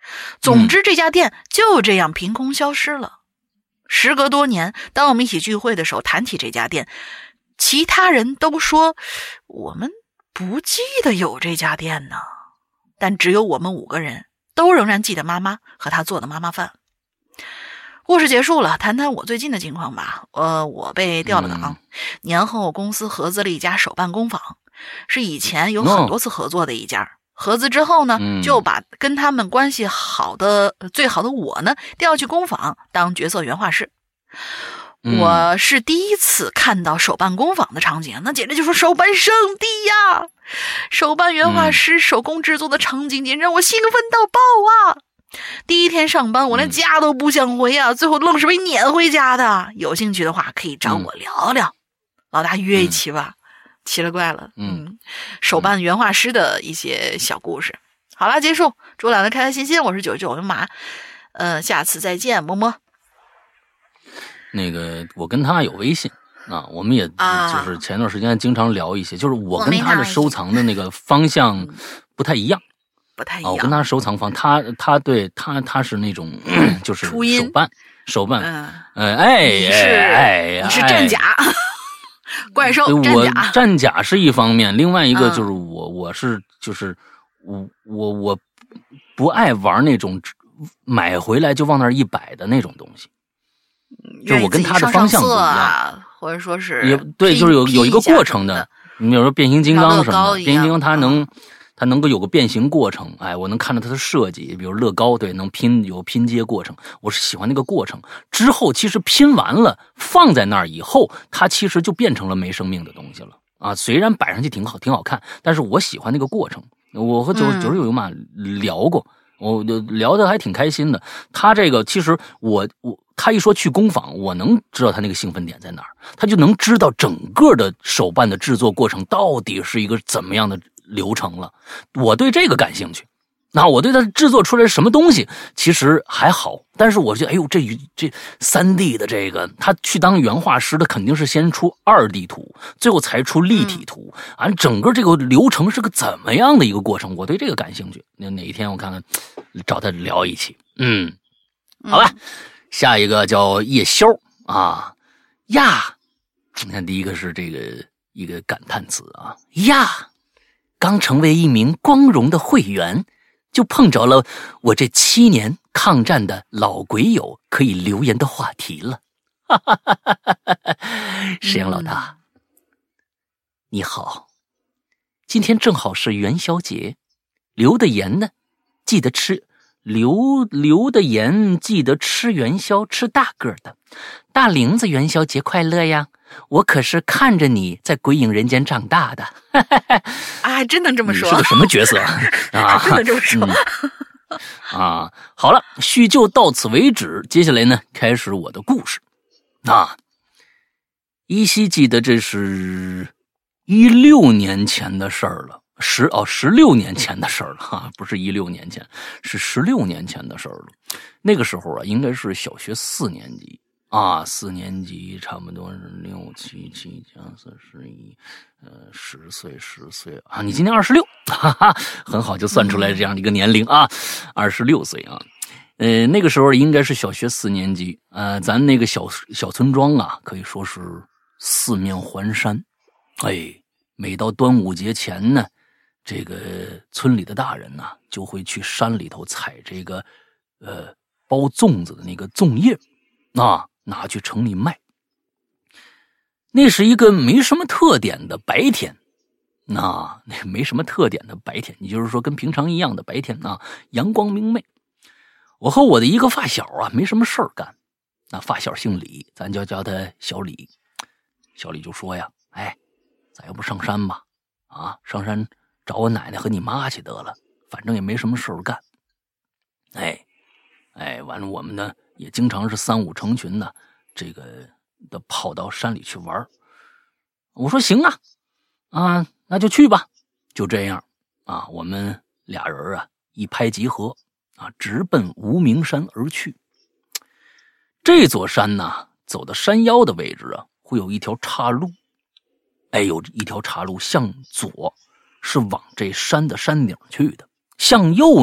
总之，这家店就这样凭空消失了。时隔多年，当我们一起聚会的时候谈起这家店，其他人都说我们不记得有这家店呢，但只有我们五个人都仍然记得妈妈和她做的妈妈饭。故事结束了，谈谈我最近的情况吧。呃，我被调了岗，嗯、年后公司合资了一家手办工坊，是以前有很多次合作的一家。哦、合资之后呢，嗯、就把跟他们关系好的最好的我呢调去工坊当角色原画师。嗯、我是第一次看到手办工坊的场景，那简直就是手办圣地呀！手办原画师手工制作的场景简直让我兴奋到爆啊！第一天上班，我连家都不想回啊，嗯、最后愣是被撵回家的。有兴趣的话，可以找我聊聊。嗯、老大约一期吧，嗯、奇了怪了。嗯，手办原画师的一些小故事。好了，结束。祝懒得开开心心。我是九九马，呃，下次再见，么么。 那个，我跟他有微信啊，我们也就是前段时间经常聊一些，啊、就是我跟他的收藏的那个方向不太一样。 不太一样， 我跟他收藏方，他他对他他是那种就是手办手办，嗯，哎哎哎， 你是战甲怪兽战甲， 我战甲是一方面，另外一个就是我我是就是我我我不爱玩那种买回来就往那儿一摆的那种东西，就我跟他的方向不一样， 或者说是也对，就是有有一个过程的，你比如说变形金刚什么的，变形金刚它能。它能够有个变形过程，哎，我能看到它的设计，比如乐高，对，能拼有拼接过程，我是喜欢那个过程。之后其实拼完了放在那儿以后，它其实就变成了没生命的东西了啊。虽然摆上去挺好，挺好看，但是我喜欢那个过程。我和九九十九有马聊过，我就聊得还挺开心的。他这个其实我我他一说去工坊，我能知道他那个兴奋点在哪儿，他就能知道整个的手办的制作过程到底是一个怎么样的流程了。我对这个感兴趣，那我对它制作出来什么东西其实还好，但是我觉得哎呦，这这 三 D 的这个他去当原画师的肯定是先出 二 D 图，最后才出立体图，啊，整个这个流程是个怎么样的一个过程，我对这个感兴趣。那哪一天我看看找他聊一期。嗯，好吧，嗯、下一个叫叶宵啊呀，你看第一个是这个一个感叹词啊呀。刚成为一名光荣的会员，就碰着了我这七年抗战的老鬼友可以留言的话题了。哈哈哈哈哈！石阳老大，嗯、你好，今天正好是元宵节，留的言呢，记得吃留留的言，记得吃元宵，吃大个的。大玲子元宵节快乐呀！我可是看着你在鬼影人间长大的。 啊，真能这么说？ 你是个什么角色啊？ 真能这么说、 嗯、啊！好了，叙旧到此为止，接下来呢，开始我的故事。啊，依稀记得这是一六年前的事儿了。十哦，十六年前的事儿了哈，不是一六年前，是十六年前的事儿了。那个时候啊，应该是小学四年级啊，四年级差不多是六七七加四十一，呃，十岁十岁啊，你今年二十六，哈哈，很好，就算出来这样的一个年龄啊，二十六岁啊。呃，那个时候应该是小学四年级，呃，咱那个小小村庄啊，可以说是四面环山，哎，每到端午节前呢。这个村里的大人呢、啊，就会去山里头采这个，呃，包粽子的那个粽叶，啊，拿去城里卖。那是一个没什么特点的白天，那那没什么特点的白天，也就是说跟平常一样的白天啊，阳光明媚。我和我的一个发小啊，没什么事儿干。那发小姓李，咱就叫他小李。小李就说呀：“哎，咱要不上山吧？啊，上山。”找我奶奶和你妈去得了，反正也没什么事儿干。哎，哎，完了，我们呢也经常是三五成群的，这个的跑到山里去玩。我说行啊，啊，那就去吧。就这样啊，我们俩人啊一拍即合啊，直奔无名山而去。这座山呢，走到山腰的位置啊，会有一条岔路。哎，有一条岔路向左。是往这山的山顶去的，向右呢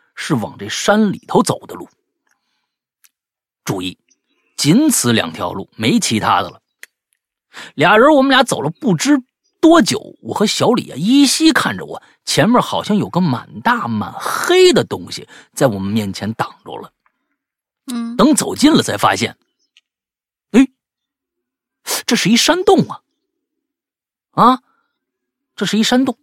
是往这山里头走的路。注意，仅此两条路，没其他的了。俩人我们俩走了不知多久，我和小李啊依稀看着我前面好像有个满大满黑的东西在我们面前挡着了。 嗯， 等走近了才发现，哎，这是一山洞啊！啊，这是一山洞。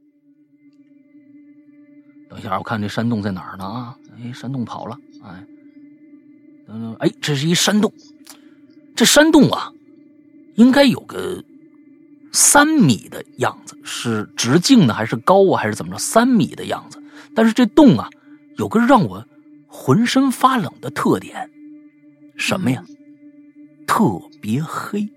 等一下，我看这山洞在哪儿呢？啊，哎，山洞跑了，哎，等等，哎，这是一山洞。这山洞啊，应该有个三米的样子，是直径呢，还是高啊，还是怎么着？三米的样子。但是这洞啊，有个让我浑身发冷的特点，什么呀？特别黑。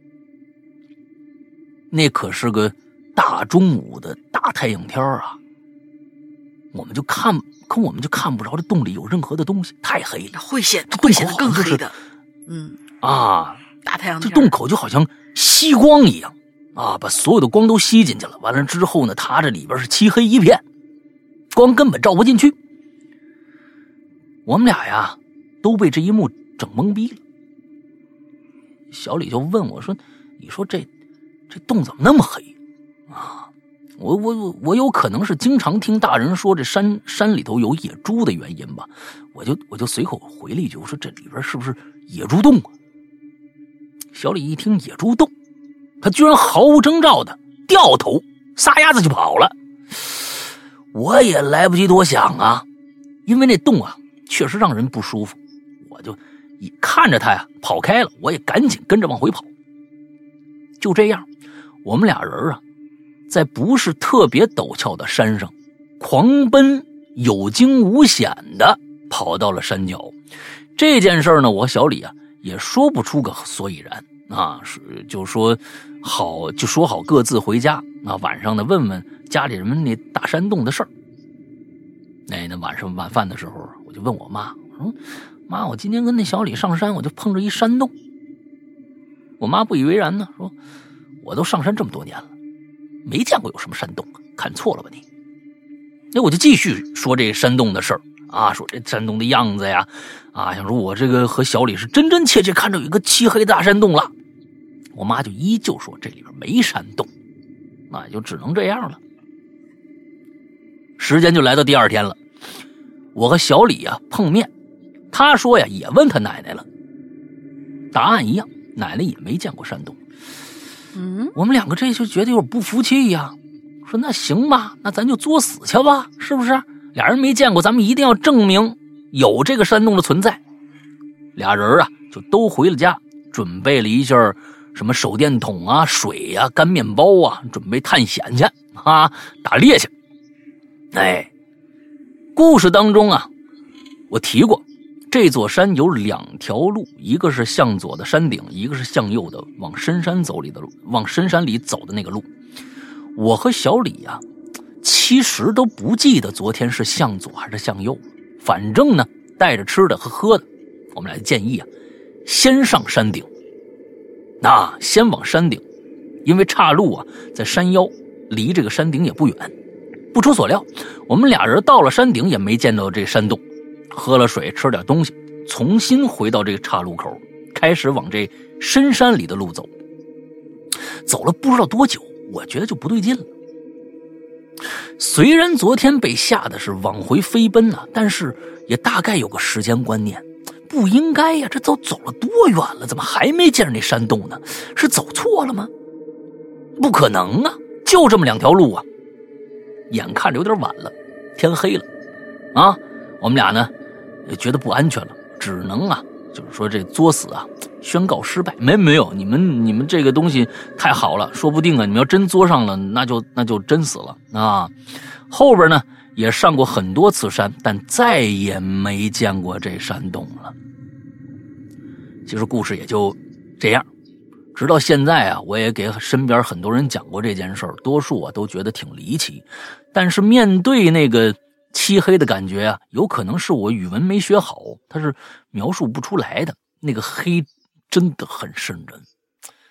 那可是个大中午的大太阳天啊，我们就看，可我们就看不着这洞里有任何的东西，太黑了， 会显会显得更黑的。嗯啊， 大太阳这洞口就好像吸光一样啊，把所有的光都吸进去了。完了之后呢，它这里边是漆黑一片，光根本照不进去。我们俩呀都被这一幕整懵逼了。小李就问我说：“你说这这洞怎么那么黑啊？”我我我有可能是经常听大人说这山山里头有野猪的原因吧，我就我就随口回了一句，我说这里边是不是野猪洞啊？小李一听野猪洞，他居然毫无征兆的掉头撒丫子就跑了。我也来不及多想啊，因为那洞啊确实让人不舒服，我就一看着他呀跑开了，我也赶紧跟着往回跑。就这样，我们俩人啊在不是特别陡峭的山上狂奔，有惊无险的跑到了山脚。这件事呢，我小李啊也说不出个所以然啊，就说好就说好各自回家啊，晚上呢问问家里人们那大山洞的事儿。那那晚上晚饭的时候，我就问我妈，我说妈，我今天跟那小李上山，我就碰着一山洞。我妈不以为然呢，说我都上山这么多年了，没见过有什么山洞，看错了吧你？那我就继续说这山洞的事儿啊，说这山洞的样子呀，啊，想说我这个和小李是真真切切看着有一个漆黑的大山洞了。我妈就依旧说这里边没山洞，那也就只能这样了。时间就来到第二天了，我和小李啊碰面，他说呀也问他奶奶了，答案一样，奶奶也没见过山洞。 嗯， 我们两个这就觉得有点不服气呀，说那行吧，那咱就作死去吧，是不是？俩人没见过，咱们一定要证明有这个山洞的存在。俩人啊就都回了家，准备了一下什么手电筒啊、水啊、干面包啊，准备探险去啊，打猎去。哎，故事当中啊，我提过这座山有两条路，一个是向左的山顶，一个是向右的往深山走里的路，往深山里走的那个路。我和小李啊，其实都不记得昨天是向左还是向右，反正呢，带着吃的和喝的，我们俩建议啊，先上山顶，那、啊、先往山顶，因为岔路啊在山腰，离这个山顶也不远。不出所料，我们俩人到了山顶也没见到这山洞，喝了水，吃点东西，重新回到这个岔路口，开始往这深山里的路走。走了不知道多久，我觉得就不对劲了。虽然昨天被吓得是往回飞奔啊，但是也大概有个时间观念，不应该呀，这都走了多远了，怎么还没见着那山洞呢？是走错了吗？不可能啊，就这么两条路啊。眼看着有点晚了，天黑了啊，我们俩呢也觉得不安全了，只能啊就是说这作死啊宣告失败。没没有，你们你们这个东西太好了，说不定啊你们要真作上了，那就那就真死了啊。后边呢也上过很多次山，但再也没见过这山洞了。其实故事也就这样，直到现在啊，我也给身边很多人讲过这件事儿，多数啊都觉得挺离奇。但是面对那个漆黑的感觉啊，有可能是我语文没学好，它是描述不出来的。那个黑真的很瘆人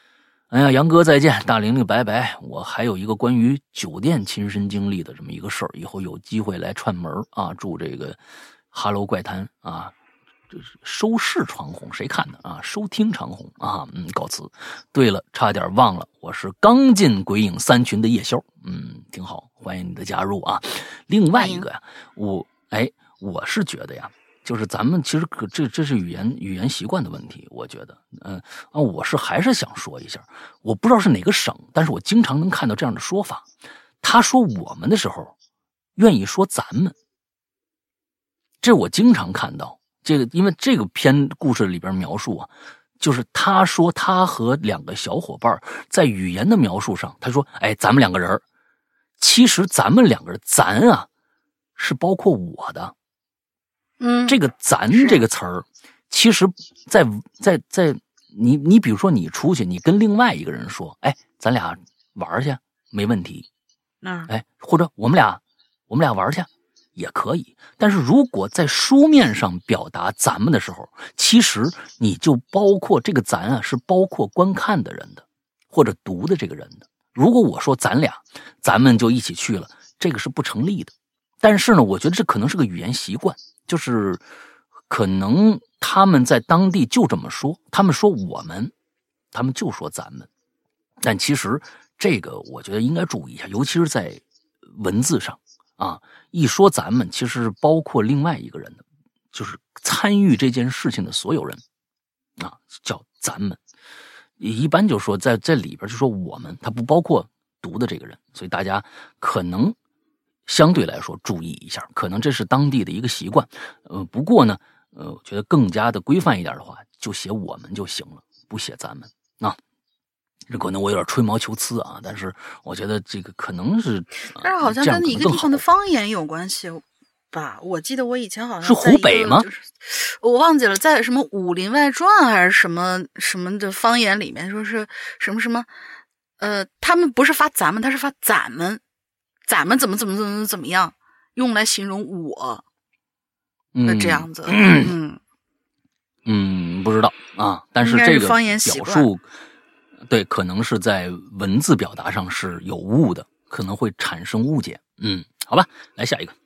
哎呀，杨哥再见，大玲玲拜拜。我还有一个关于酒店亲身经历的这么一个事儿，以后有机会来串门啊，祝这个哈喽怪谈啊，这是收视长虹，谁看的啊？收听长虹啊，嗯，告辞。对了，差点忘了，我是刚进鬼影三群的夜宵，嗯，挺好，欢迎你的加入啊。另外一个呀，我哎，我是觉得呀。就是咱们其实可这这是语言语言习惯的问题，我觉得，嗯啊，我是还是想说一下，我不知道是哪个省，但是我经常能看到这样的说法，他说我们的时候，愿意说咱们，这我经常看到这个，因为这个篇故事里边描述啊，就是他说他和两个小伙伴在语言的描述上，他说，哎，咱们两个人，其实咱们两个人，咱啊，是包括我的。 嗯， 这个咱这个词儿，其实在在在你你比如说你出去，你跟另外一个人说，哎，咱俩玩去，没问题。 嗯， 哎，或者我们俩我们俩玩去也可以。但是如果在书面上表达咱们的时候，其实你就包括这个咱啊，是包括观看的人的，或者读的这个人的。如果我说咱俩，咱们就一起去了，这个是不成立的。但是呢，我觉得这可能是个语言习惯。就是可能他们在当地就这么说，他们说我们，他们就说咱们，但其实这个我觉得应该注意一下，尤其是在文字上啊，一说咱们其实是包括另外一个人的，就是参与这件事情的所有人啊，叫咱们。一般就说在在里边就说我们，它不包括读的这个人，所以大家可能相对来说注意一下，可能这是当地的一个习惯。呃，不过呢，呃，我觉得更加的规范一点的话，就写我们就行了，不写咱们啊。这可能我有点吹毛求疵啊，但是我觉得这个可能是，呃、 但是好像跟一个地方的方言有关系吧？我记得我以前好像是湖北吗？ 就是我忘记了，在什么《武林外传》还是什么什么的方言里面，说是什么什么，呃，他们不是发咱们，他是发咱们。咱们怎么怎么怎么怎么样，用来形容我，那这样子， 嗯嗯, 嗯, 嗯，不知道啊，但是这个表述，对，可能是在文字表达上是有误的，可能会产生误解。嗯，好吧，来下一个，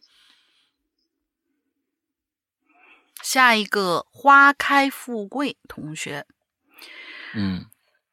下一个花开富贵同学， 嗯。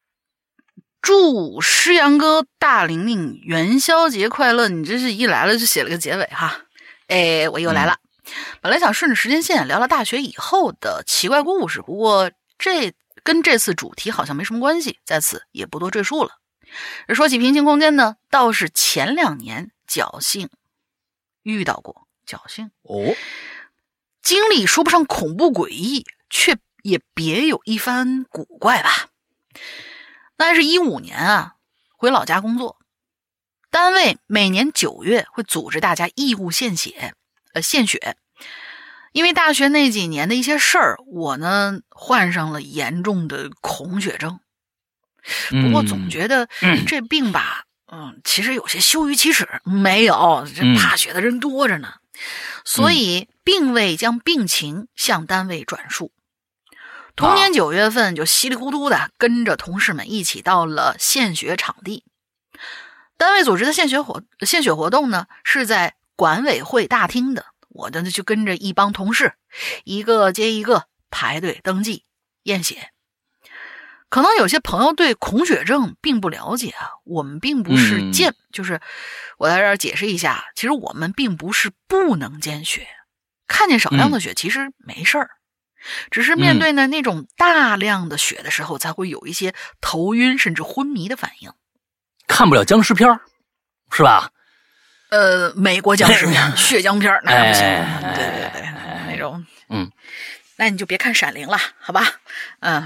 祝诗阳哥大玲玲元宵节快乐！你这是一来了就写了个结尾哈，哎，我又来了。嗯、本来想顺着时间线聊聊大学以后的奇怪故事，不过这跟这次主题好像没什么关系，在此也不多赘述了。说起平行空间呢，倒是前两年侥幸遇到过，侥幸哦， 经历说不上恐怖诡异，却也别有一番古怪吧。那还是一五年啊，回老家工作，单位每年九月会组织大家义务献血，呃，献血。因为大学那几年的一些事儿，我呢患上了严重的恐血症。不过总觉得这病吧，嗯，嗯其实有些羞于启齿。没有，这怕血的人多着呢，嗯、所以并未将病情向单位转述。同年九月份，就稀里糊涂的跟着同事们一起到了献血场地。单位组织的献血活献血活动呢，是在管委会大厅的。我呢就跟着一帮同事，一个接一个排队登记验血。可能有些朋友对恐血症并不了解啊，我们并不是见，嗯、就是我在这儿解释一下，其实我们并不是不能见血，看见少量的血其实没事儿。嗯只是面对呢、嗯、那种大量的血的时候，才会有一些头晕甚至昏迷的反应。 看不了僵尸片是吧？ 呃，美国僵尸片、血浆片那不行。哎、对对对，哎、那种， 嗯， 那你就别看《闪灵》了，好吧？嗯，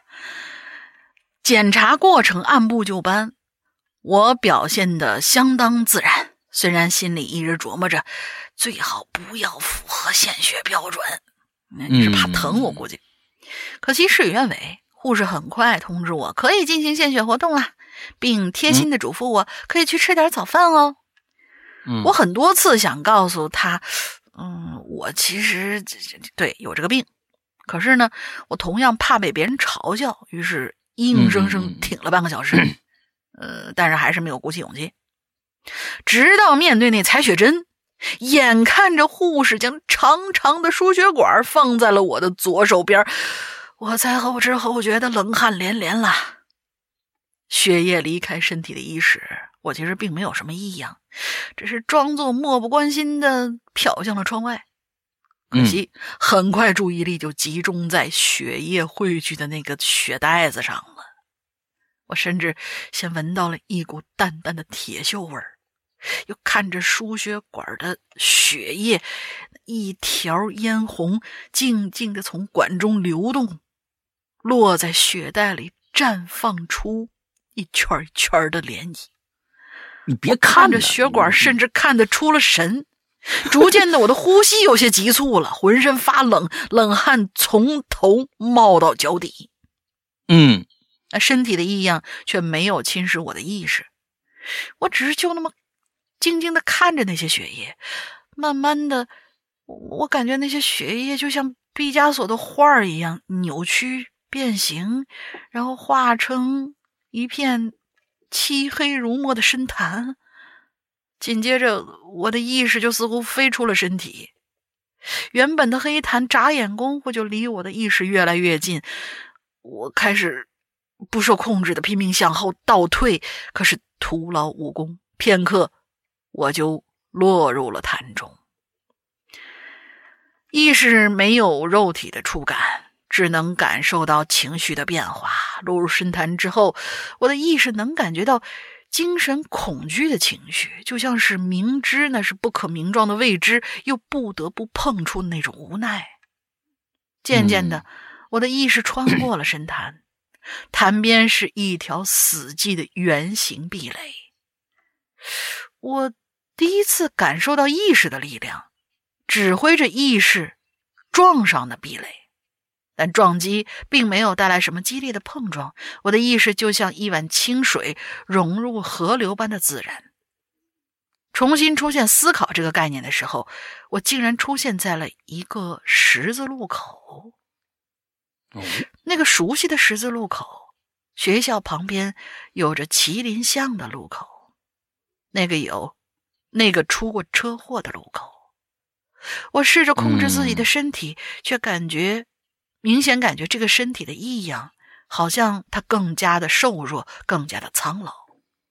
检查过程按部就班，我表现得相当自然，虽然心里一直琢磨着，最好不要符合献血标准。你是怕疼，我估计。嗯、可惜事与愿违，护士很快通知我可以进行献血活动了，并贴心的嘱咐我可以去吃点早饭哦。 嗯、 我很多次想告诉他，嗯，我其实对有这个病，可是呢，我同样怕被别人嘲笑，于是硬生生挺了半个小时，呃，但是还是没有鼓起勇气。直到面对那采血针，眼看着护士将长长的输血管放在了我的左手边，我才后知后觉的冷汗连连了。血液离开身体的伊始，我其实并没有什么异样，只是装作漠不关心的瞟向了窗外。可惜很快注意力就集中在血液汇聚的那个血袋子上了。我甚至先闻到了一股淡淡的铁锈味儿，又看着输血管的血液一条嫣红静静地从管中流动，落在血袋里绽放出一圈一圈的涟漪。 你别看着血管，甚至看得出了神。逐渐的，我的呼吸有些急促了，浑身发冷，冷汗从头冒到脚底。 嗯， 身体的异样却没有侵蚀我的意识，我只是就那么静静的看着那些血液，慢慢的，我感觉那些血液就像毕加索的画一样扭曲变形，然后化成一片漆黑如墨的深潭。紧接着我的意识就似乎飞出了身体，原本的黑潭眨眼功夫就离我的意识越来越近，我开始不受控制的拼命向后倒退，可是徒劳无功，片刻我就落入了潭中。意识没有肉体的触感，只能感受到情绪的变化。落入深潭之后，我的意识能感觉到精神恐惧的情绪，就像是明知那是不可名状的未知，又不得不碰触的那种无奈。渐渐的，我的意识穿过了深潭，潭边是一条死寂的圆形壁垒。我第一次感受到意识的力量，指挥着意识撞上的壁垒。但撞击并没有带来什么激烈的碰撞，我的意识就像一碗清水融入河流般的自然。重新出现思考这个概念的时候，我竟然出现在了一个十字路口。那个熟悉的十字路口，学校旁边有着麒麟像的路口，那个有那个出过车祸的路口。我试着控制自己的身体，嗯、却感觉明显感觉这个身体的异样，好像它更加的瘦弱，更加的苍老。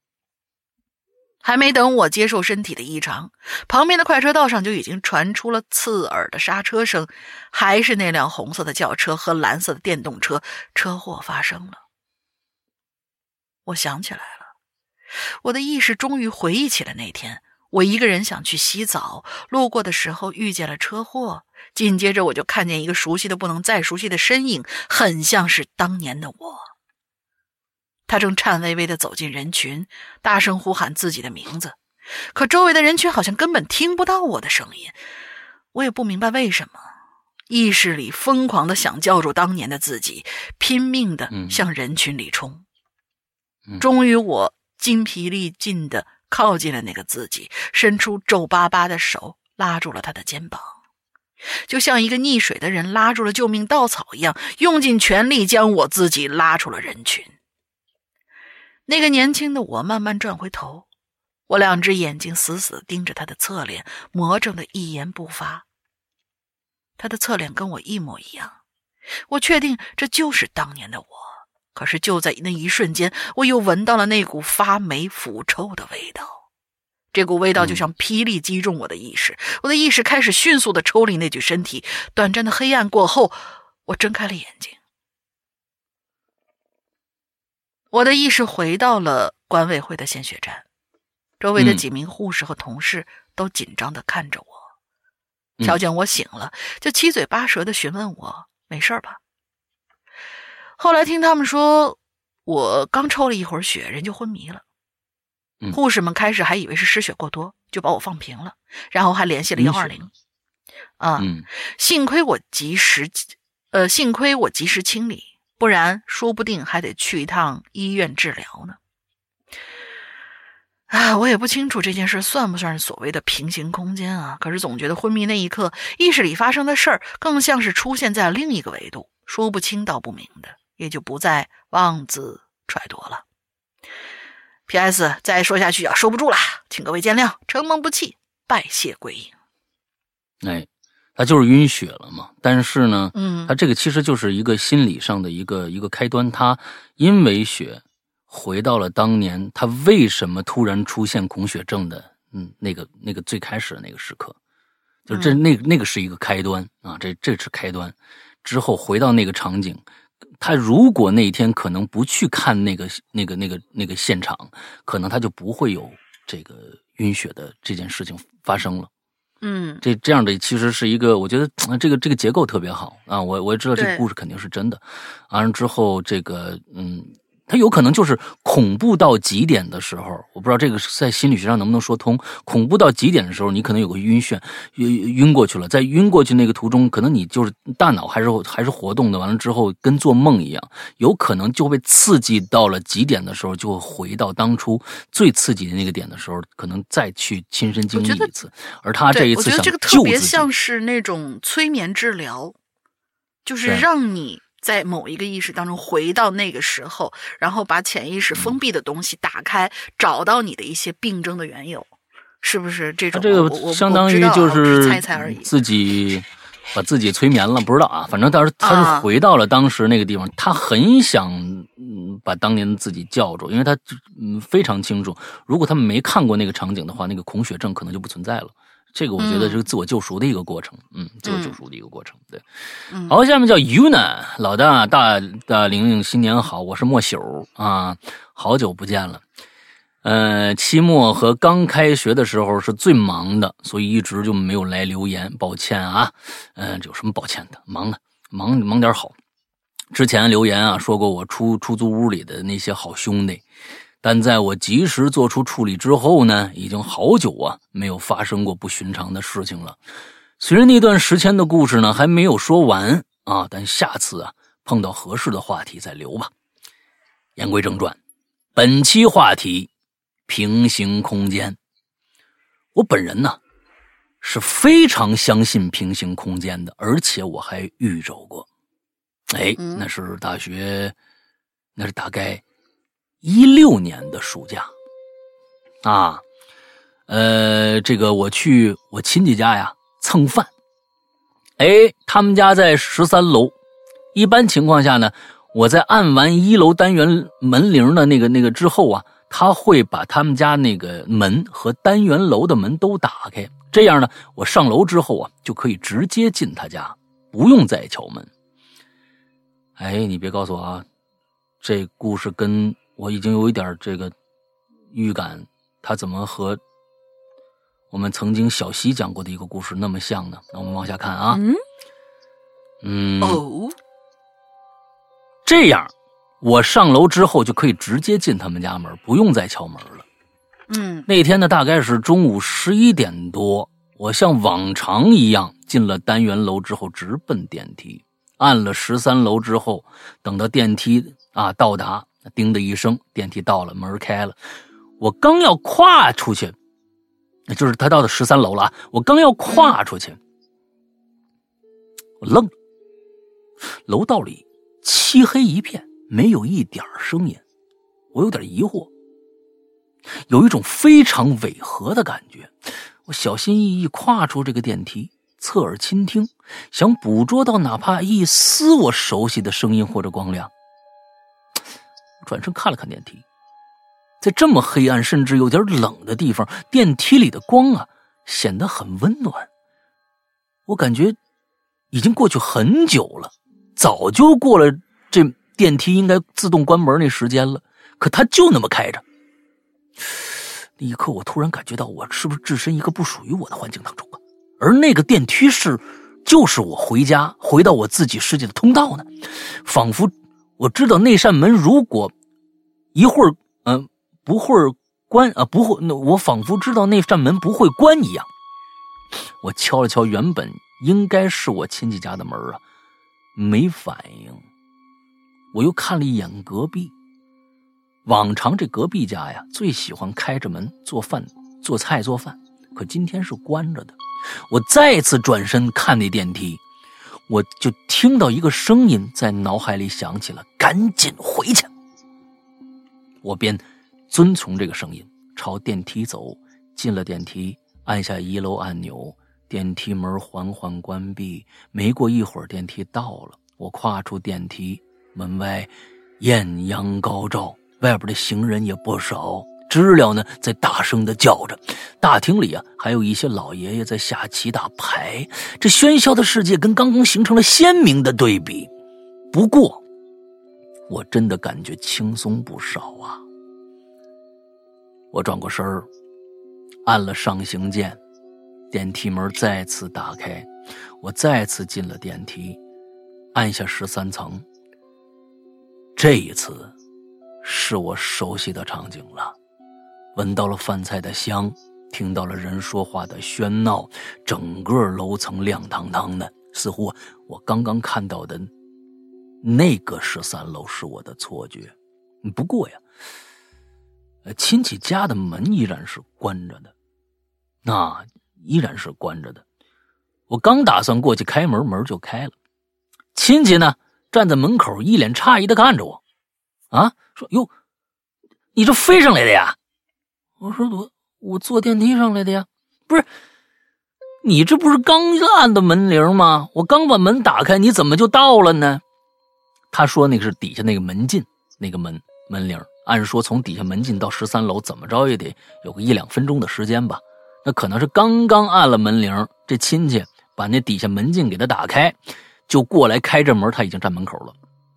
还没等我接受身体的异常，旁边的快车道上就已经传出了刺耳的刹车声，还是那辆红色的轿车和蓝色的电动车，车祸发生了。我想起来了，我的意识终于回忆起了那天，我一个人想去洗澡，路过的时候遇见了车祸，紧接着我就看见一个熟悉的不能再熟悉的身影，很像是当年的我。他正颤巍巍地走进人群，大声呼喊自己的名字，可周围的人群好像根本听不到我的声音。我也不明白为什么，意识里疯狂地想叫住当年的自己，拼命地向人群里冲。终于我筋疲力尽地靠近了那个自己，伸出皱巴巴的手拉住了他的肩膀，就像一个溺水的人拉住了救命稻草一样，用尽全力将我自己拉出了人群。那个年轻的我慢慢转回头，我两只眼睛死死地盯着他的侧脸，魔怔的一言不发。他的侧脸跟我一模一样，我确定这就是当年的我。可是就在那一瞬间，我又闻到了那股发霉腐臭的味道。这股味道就像霹雳击中我的意识，我的意识开始迅速地抽离那具身体。短暂的黑暗过后，我睁开了眼睛。我的意识回到了管委会的献血站，周围的几名护士和同事都紧张地看着我，瞧见我醒了，就七嘴八舌地询问我没事吧。后来听他们说，我刚抽了一会儿血，人就昏迷了。嗯、护士们开始还以为是失血过多，就把我放平了，然后还联系了一二零。啊，嗯、幸亏我及时，呃，幸亏我及时清理，不然说不定还得去一趟医院治疗呢。啊，我也不清楚这件事算不算是所谓的平行空间啊？可是总觉得昏迷那一刻，意识里发生的事儿更像是出现在另一个维度，说不清道不明的。 也就不再妄自揣度了。P S 再说下去啊，收不住了，请各位见谅，承蒙不弃，拜谢归隐。 哎，他就是晕血了嘛，但是呢， 嗯， 他这个其实就是一个心理上的一个一个开端。他因为血回到了当年他为什么突然出现恐血症的，嗯，那个那个最开始的那个时刻，就是这、嗯、那那个是一个开端啊，这这是开端。之后回到那个场景。他如果那天可能不去看那个那个那个那个现场，可能他就不会有这个晕血的这件事情发生了。 嗯， 这这样的其实是一个，我觉得这个这个结构特别好啊。我我也知道这个故事肯定是真的。完了之后，这个嗯。它有可能就是恐怖到极点的时候，我不知道这个在心理学上能不能说通。恐怖到极点的时候，你可能有个晕眩，晕晕过去了，在晕过去那个途中，可能你就是大脑还是还是活动的，完了之后跟做梦一样，有可能就被刺激到了极点的时候，就会回到当初最刺激的那个点的时候，可能再去亲身经历一次。而他这一次想救自己， 我觉得这个特别像是那种催眠治疗，就是让你在某一个意识当中回到那个时候，然后把潜意识封闭的东西打开，找到你的一些病症的缘由，是不是这种？ 这个相当于就是自己把自己催眠了，不知道啊。反正他是他是回到了当时那个地方，啊、他很想嗯把当年的自己叫住，因为他嗯非常清楚，如果他们没看过那个场景的话，那个恐血症可能就不存在了。这个我觉得是自我救赎的一个过程，嗯，嗯自我救赎的一个过程，对。 嗯、 好，下面叫 Yuna 老大大大玲玲，新年好，我是莫朽啊，好久不见了。呃，期末和刚开学的时候是最忙的，所以一直就没有来留言，抱歉啊。嗯、呃，这有什么抱歉的？忙啊，忙忙点好。之前留言啊说过我出出租屋里的那些好兄弟。但在我及时做出处理之后呢，已经好久啊没有发生过不寻常的事情了。虽然那段时间的故事呢还没有说完啊，但下次啊碰到合适的话题再留吧。言归正传，本期话题平行空间。我本人呢是非常相信平行空间的，而且我还遇着过。哎，那是大学，那是大概一六年的暑假啊，呃，这个我去我亲戚家呀蹭饭，哎，他们家在十三楼。一般情况下呢，我在按完一楼单元门铃的那个那个之后啊，他会把他们家那个门和单元楼的门都打开，这样呢，我上楼之后啊，就可以直接进他家，不用再敲门。哎，你别告诉我啊，这故事跟我已经有一点这个预感，它怎么和我们曾经小溪讲过的一个故事那么像呢？那我们往下看啊。 嗯嗯哦， 这样我上楼之后就可以直接进他们家门，不用再敲门了。 嗯， 那天呢，大概是中午十一点多，我像往常一样进了单元楼之后，直奔电梯，按了十三楼之后，等到电梯啊到达。叮的一声，电梯到了，门开了。我刚要跨出去，就是他到了十三楼了。我刚要跨出去，我愣了。楼道里漆黑一片，没有一点声音。我有点疑惑，有一种非常违和的感觉。我小心翼翼跨出这个电梯，侧耳倾听，想捕捉到哪怕一丝我熟悉的声音或者光亮。转身看了看电梯，在这么黑暗甚至有点冷的地方，电梯里的光啊显得很温暖。我感觉已经过去很久了，早就过了这电梯应该自动关门那时间了，可它就那么开着。那一刻我突然感觉到我是不是置身一个不属于我的环境当中啊？而那个电梯是就是我回家回到我自己世界的通道呢？仿佛我知道那扇门如果一会儿嗯、呃、不会关啊不会，我仿佛知道那扇门不会关一样。我敲了敲原本应该是我亲戚家的门啊，没反应。我又看了一眼隔壁，往常这隔壁家呀最喜欢开着门做饭做菜做饭，可今天是关着的。我再次转身看那电梯， 我就听到一个声音在脑海里响起了，赶紧回去。我便遵从这个声音朝电梯走，进了电梯，按下一楼按钮，电梯门缓缓关闭。没过一会儿，电梯到了，我跨出电梯，门外艳阳高照，外边的行人也不少，知了呢在大声的叫着，大厅里啊还有一些老爷爷在下棋打牌，这喧嚣的世界跟刚刚形成了鲜明的对比。不过我真的感觉轻松不少啊。我转过身儿，按了上行键，电梯门再次打开，我再次进了电梯，按下十三层。这一次是我熟悉的场景了，闻到了饭菜的香，听到了人说话的喧闹，整个楼层亮堂堂的，似乎我刚刚看到的那个十三楼是我的错觉。不过呀，亲戚家的门依然是关着的，那依然是关着的。我刚打算过去开门，门就开了。亲戚呢站在门口，一脸诧异的看着我，啊，说：“哟，你这飞上来的呀？”我说：“我我坐电梯上来的呀。”不是，你这不是刚按的门铃吗？我刚把门打开，你怎么就到了呢？他说那个是底下那个门禁，那个门门铃。按说从底下门禁到十三楼怎么着也得有个一两分钟的时间吧，那可能是刚刚按了门铃，这亲戚把那底下门禁给他打开，就过来开这门，他已经站门口了。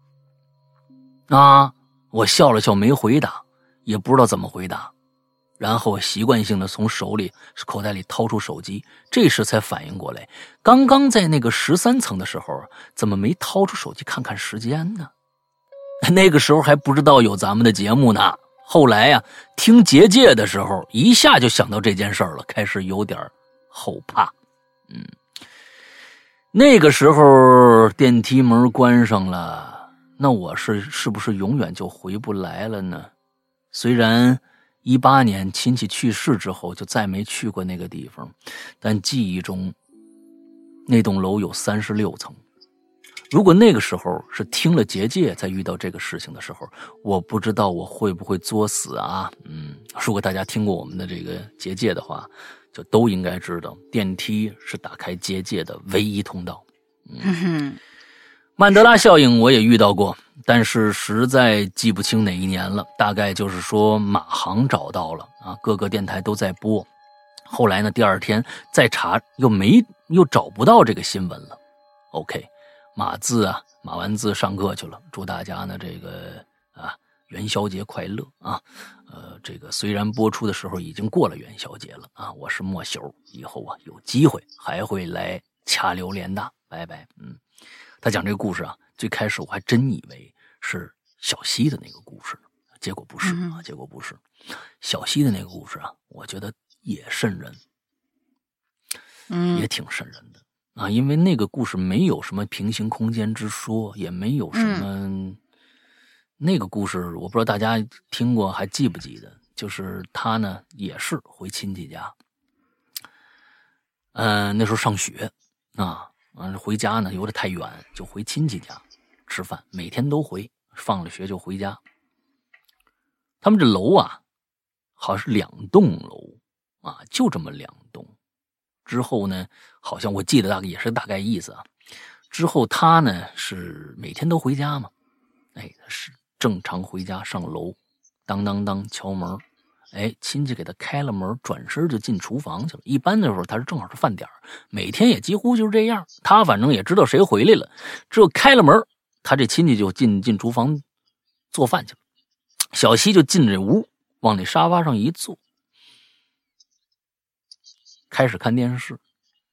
啊，我笑了笑没回答，也不知道怎么回答，然后我习惯性的从手里口袋里掏出手机，这时才反应过来，刚刚在那个十三层的时候怎么没掏出手机看看时间呢？那个时候还不知道有咱们的节目呢，后来呀、啊、听结界的时候一下就想到这件事了，开始有点后怕。嗯，那个时候电梯门关上了，那我是是不是永远就回不来了呢？虽然一八年亲戚去世之后就再没去过那个地方，但记忆中那栋楼有三十六层。如果那个时候是听了结界才遇到这个事情的时候，我不知道我会不会作死啊。嗯，如果大家听过我们的这个结界的话，就都应该知道电梯是打开结界的唯一通道。嗯，曼德拉效应我也遇到过，但是实在记不清哪一年了，大概就是说马航找到了啊，各个电台都在播。后来呢，第二天再查又没又找不到这个新闻了。OK。马字啊，马完字上课去了，祝大家呢这个啊元宵节快乐啊！呃，这个虽然播出的时候已经过了元宵节了啊，我是莫朽，以后啊有机会还会来掐榴莲的，拜拜。嗯，他讲这个故事啊，最开始我还真以为是小溪的那个故事，结果不是啊，结果不是小溪的那个故事啊，我觉得也瘆人，嗯，也挺瘆人的。啊，因为那个故事没有什么平行空间之说，也没有什么、嗯、那个故事，我不知道大家听过还记不记得？就是他呢也是回亲戚家，嗯、呃，那时候上学啊，完了回家呢有点太远，就回亲戚家吃饭，每天都回，放了学就回家。他们这楼啊，好像是两栋楼啊，就这么两栋。之后呢，好像我记得大概也是大概意思啊。之后他呢是每天都回家嘛，哎，是正常回家上楼，当当当敲门，哎，亲戚给他开了门，转身就进厨房去了。一般的时候他是正好是饭点，每天也几乎就是这样。他反正也知道谁回来了，之后开了门，他这亲戚就进进厨房做饭去了。小西就进这屋，往那沙发上一坐。开始看电视，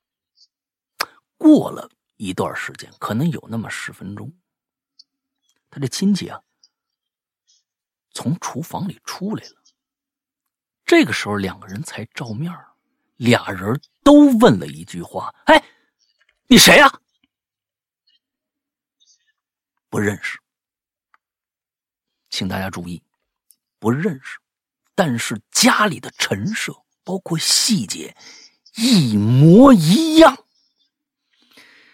过了一段时间，可能有那么十分钟，他这亲戚啊，从厨房里出来了。这个时候，两个人才照面，俩人都问了一句话：“哎，你谁呀？”不认识，请大家注意，不认识，但是家里的陈设，包括细节。一模一样。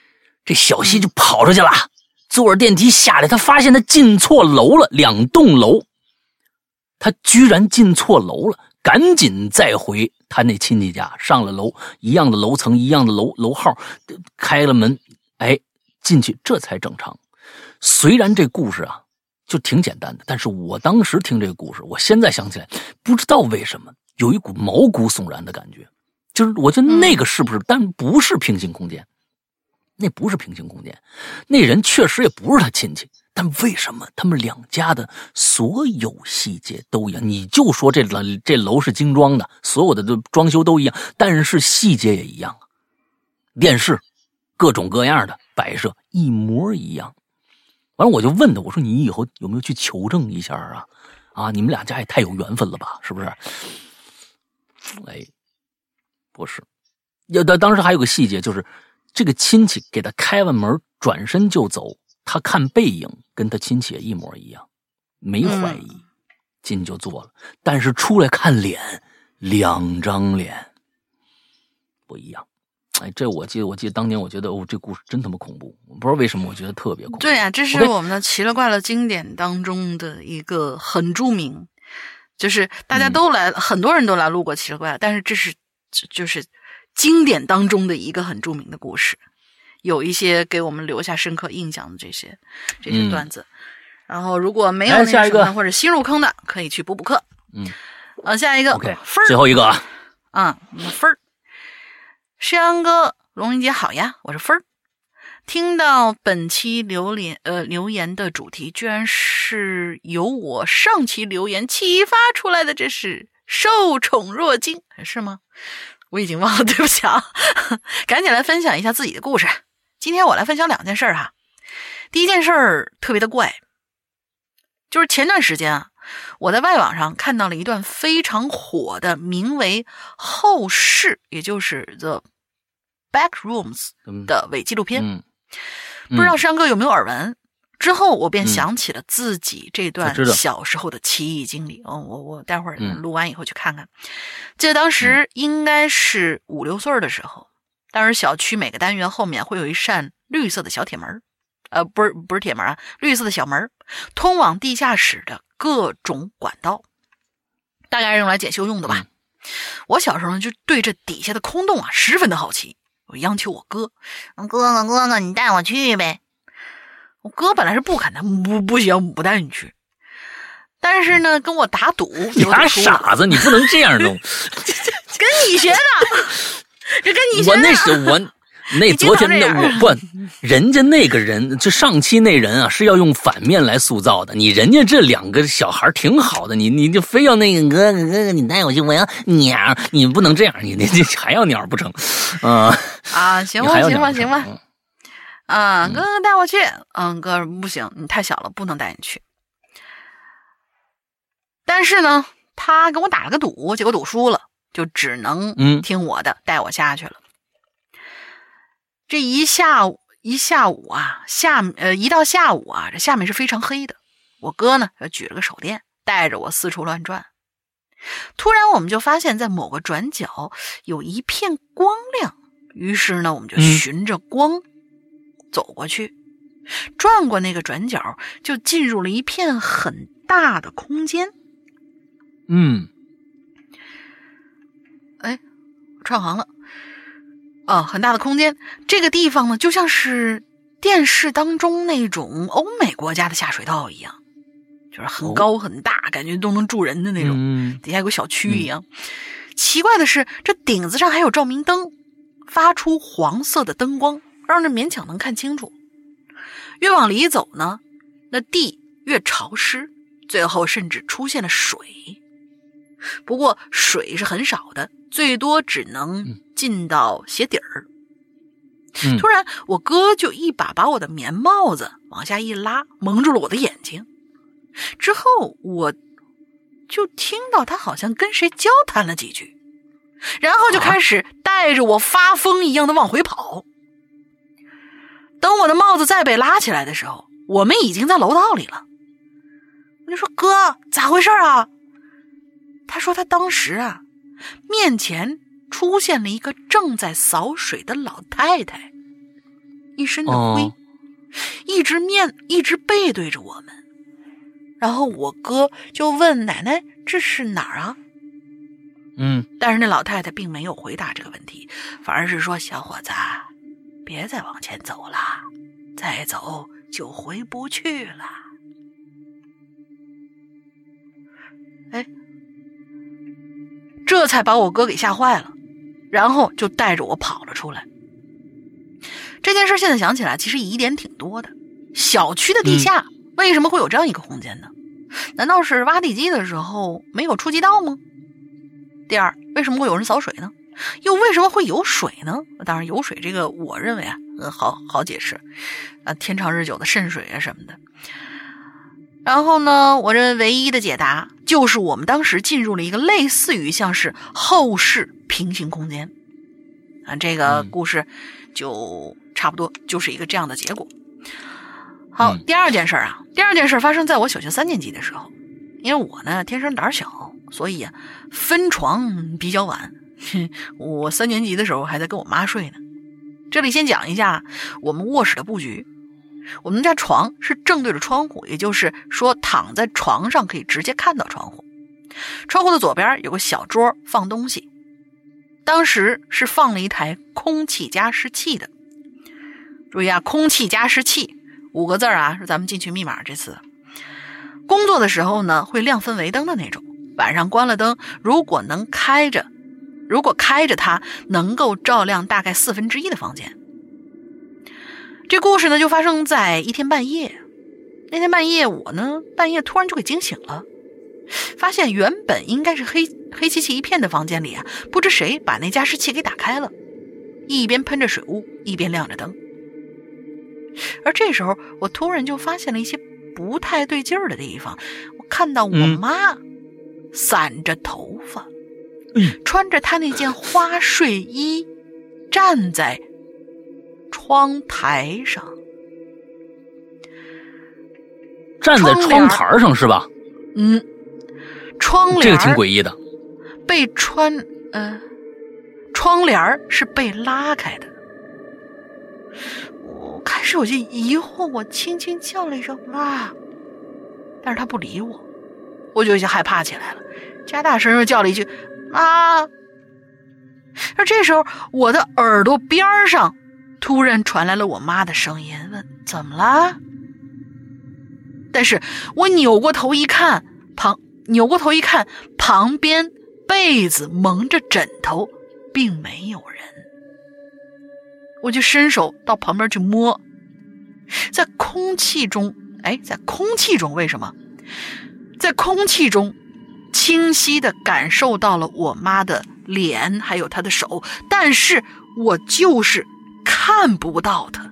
这小西就跑出去了，坐着电梯下来，他发现他进错楼了，两栋楼，他居然进错楼了，赶紧再回他那亲戚家，上了楼，一样的楼层，一样的楼楼号，开了门，哎，进去，这才正常。虽然这故事啊就挺简单的，但是我当时听这个故事，我现在想起来，不知道为什么有一股毛骨悚然的感觉，就是我觉得那个是不是，嗯、但不是平行空间。那不是平行空间，那人确实也不是他亲戚，但为什么他们两家的所有细节都一样？你就说这这楼是精装的，所有的装修都一样，但是细节也一样，电视各种各样的摆设一模一样。完了我就问他，我说你以后有没有去求证一下啊？啊，你们俩家也太有缘分了吧，是不是？哎，不是，要当时还有个细节就是。这个亲戚给他开完门转身就走，他看背影跟他亲戚也一模一样，没怀疑，嗯、进就做了，但是出来看脸，两张脸不一样。哎，这我记得，我记得当年我觉得哦，这故事真他妈恐怖，我不知道为什么我觉得特别恐怖。 对啊，这是我们的奇了怪了经典当中的一个很著名，就是大家都来，嗯、很多人都来录过奇了怪了，但是这是就是。经典当中的一个很著名的故事，有一些给我们留下深刻印象的这些这些段子。嗯、然后如果没有那个什么或者新入坑的，可以去补补课。 嗯， 呃，下一个 OK， 分儿， 最后一个啊， 啊、嗯，分儿。诗阳哥，龙云姐好呀，我是分儿。听到本期留言呃留言的主题，居然是由我上期留言启发出来的，这是受宠若惊，是吗？我已经忘了，对不起啊，赶紧来分享一下自己的故事。今天我来分享两件事哈。第一件事儿特别的怪，就是前段时间啊，我在外网上看到了一段非常火的名为后室，也就是 The Back Rooms 的伪纪录片。 嗯嗯、不知道山哥有没有耳闻？之后我便想起了自己这段小时候的奇异经历。嗯、哦，我我待会儿录完以后去看看。记得当时应该是五六岁的时候，当时小区每个单元后面会有一扇绿色的小铁门，呃，不是不是铁门啊，绿色的小门，通往地下室的各种管道，大概是用来检修用的吧。我小时候呢就对这底下的空洞啊十分的好奇，我央求我哥，哥哥哥哥，你带我去呗。我哥本来是不肯的，不不行，不带你去。但是呢，跟我打赌， 你还傻子，你不能这样弄。 跟你学的，这跟你学的。 我那是我那昨天那我不，人家那个人，就上期那人啊，是要用反面来塑造的。你人家这两个小孩挺好的，你你就非要那个哥哥哥哥，你带我去，我要鸟，你不能这样，你你你还要鸟不成？啊啊，行吧行吧行吧。啊，哥哥带我去。嗯，哥不行，你太小了，不能带你去。但是呢，他跟我打了个赌，结果赌输了，就只能听我的，嗯、带我下去了。这一下午一下午啊，下呃一到下午啊，这下面是非常黑的。我哥呢，举了个手电，带着我四处乱转。突然，我们就发现，在某个转角有一片光亮。于是呢，我们就循着光。嗯走过去，转过那个转角，就进入了一片很大的空间。 嗯， 哎，串行了。啊，很大的空间，这个地方呢，就像是电视当中那种欧美国家的下水道一样，就是很高很大，哦、感觉都能住人的那种， 嗯、 底下有个小区一样。嗯、奇怪的是，这顶子上还有照明灯，发出黄色的灯光。让人勉强能看清楚。越往里走呢，那地越潮湿，最后甚至出现了水。不过水是很少的，最多只能进到鞋底儿。 嗯、 突然我哥就一把把我的棉帽子往下一拉，蒙住了我的眼睛。之后我就听到他好像跟谁交谈了几句，然后就开始带着我发疯一样的往回跑。等我的帽子再被拉起来的时候，我们已经在楼道里了。我就说，哥，咋回事啊？他说他当时啊，面前出现了一个正在扫水的老太太， 一身的灰， 哦、 一直面一直背对着我们。然后我哥就问奶奶这是哪儿啊？ 嗯， 但是那老太太并没有回答这个问题，反而是说：“小伙子，别再往前走了，再走就回不去了。”哎，这才把我哥给吓坏了，然后就带着我跑了出来。这件事现在想起来，其实疑点挺多的。小区的地下、嗯、为什么会有这样一个空间呢？难道是挖地基的时候没有触及到吗？第二，为什么会有人扫水呢？又为什么会有水呢？当然有水这个我认为啊，呃，好好解释啊，天长日久的渗水啊什么的。然后呢，我认为唯一的解答就是我们当时进入了一个类似于像是后世平行空间啊，这个故事就差不多就是一个这样的结果。好，第二件事啊，第二件事发生在我小学三年级的时候，因为我呢天生胆小，所以啊分床比较晚，我三年级的时候还在跟我妈睡呢。这里先讲一下我们卧室的布局。我们家床是正对着窗户，也就是说躺在床上可以直接看到窗户。窗户的左边有个小桌放东西，当时是放了一台空气加湿器的。注意啊，空气加湿器五个字啊，是咱们进去密码这次。工作的时候呢会亮氛围灯的那种，晚上关了灯，如果能开着如果开着它能够照亮大概四分之一的房间。这故事呢就发生在一天半夜。那天半夜我呢半夜突然就给惊醒了，发现原本应该是黑黑漆漆一片的房间里啊，不知谁把那加湿器给打开了，一边喷着水雾一边亮着灯。而这时候我突然就发现了一些不太对劲儿的地方，我看到我妈散着头发、嗯、穿着她那件花睡衣站在窗台上。 站在窗台上是吧？ 嗯，窗帘这个挺诡异的， 被穿呃，窗帘是被拉开的。我开始有些疑惑，我轻轻叫了一声妈，但是他不理我，我就有些害怕起来了，加大声又叫了一句妈。而这时候我的耳朵边上突然传来了我妈的声音，问怎么了？但是我扭过头一看，旁扭过头一看，旁边被子蒙着枕头，并没有人。我就伸手到旁边去摸，在空气中，哎，在空气中，为什么？在空气中清晰地感受到了我妈的脸，还有她的手，但是我就是看不到她。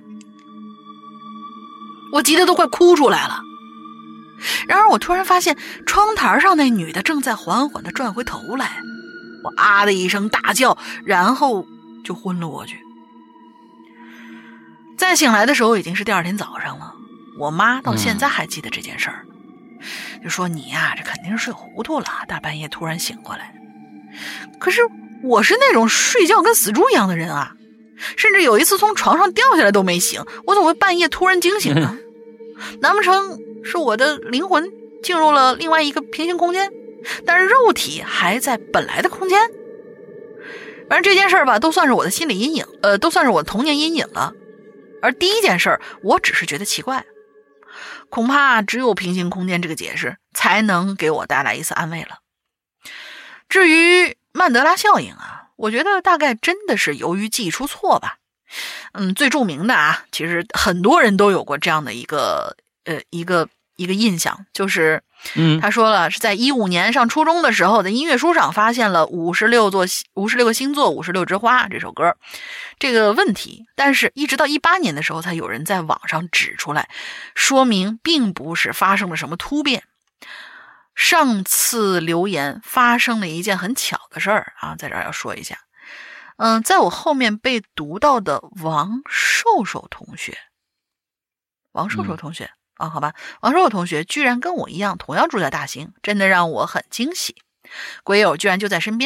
我急得都快哭出来了。然而我突然发现窗台上那女的正在缓缓地转回头来，我啊的一声大叫，然后就昏了过去。再醒来的时候已经是第二天早上了，我妈到现在还记得这件事儿、嗯、就说你呀、啊、这肯定是睡糊涂了，大半夜突然醒过来。可是我是那种睡觉跟死猪一样的人啊，甚至有一次从床上掉下来都没醒，我怎么会半夜突然惊醒呢？难不成是我的灵魂进入了另外一个平行空间，但是肉体还在本来的空间？反正这件事吧，都算是我的心理阴影，呃，都算是我的童年阴影了。而第一件事我只是觉得奇怪，恐怕只有平行空间这个解释才能给我带来一丝安慰了。至于曼德拉效应啊，我觉得大概真的是由于记忆出错吧。嗯，最著名的啊，其实很多人都有过这样的一个呃一个一个印象，就是嗯，他说了是在一五年上初中的时候，在音乐书上发现了五十六座五十六个星座五十六枝花这首歌这个问题，但是一直到一八年的时候才有人在网上指出来，说明并不是发生了什么突变。上次留言发生了一件很巧的事儿啊，在这儿要说一下。嗯，在我后面被读到的王瘦瘦同学，王瘦瘦同学、嗯、啊，好吧，王瘦瘦同学居然跟我一样同样住在大兴，真的让我很惊喜。鬼友居然就在身边。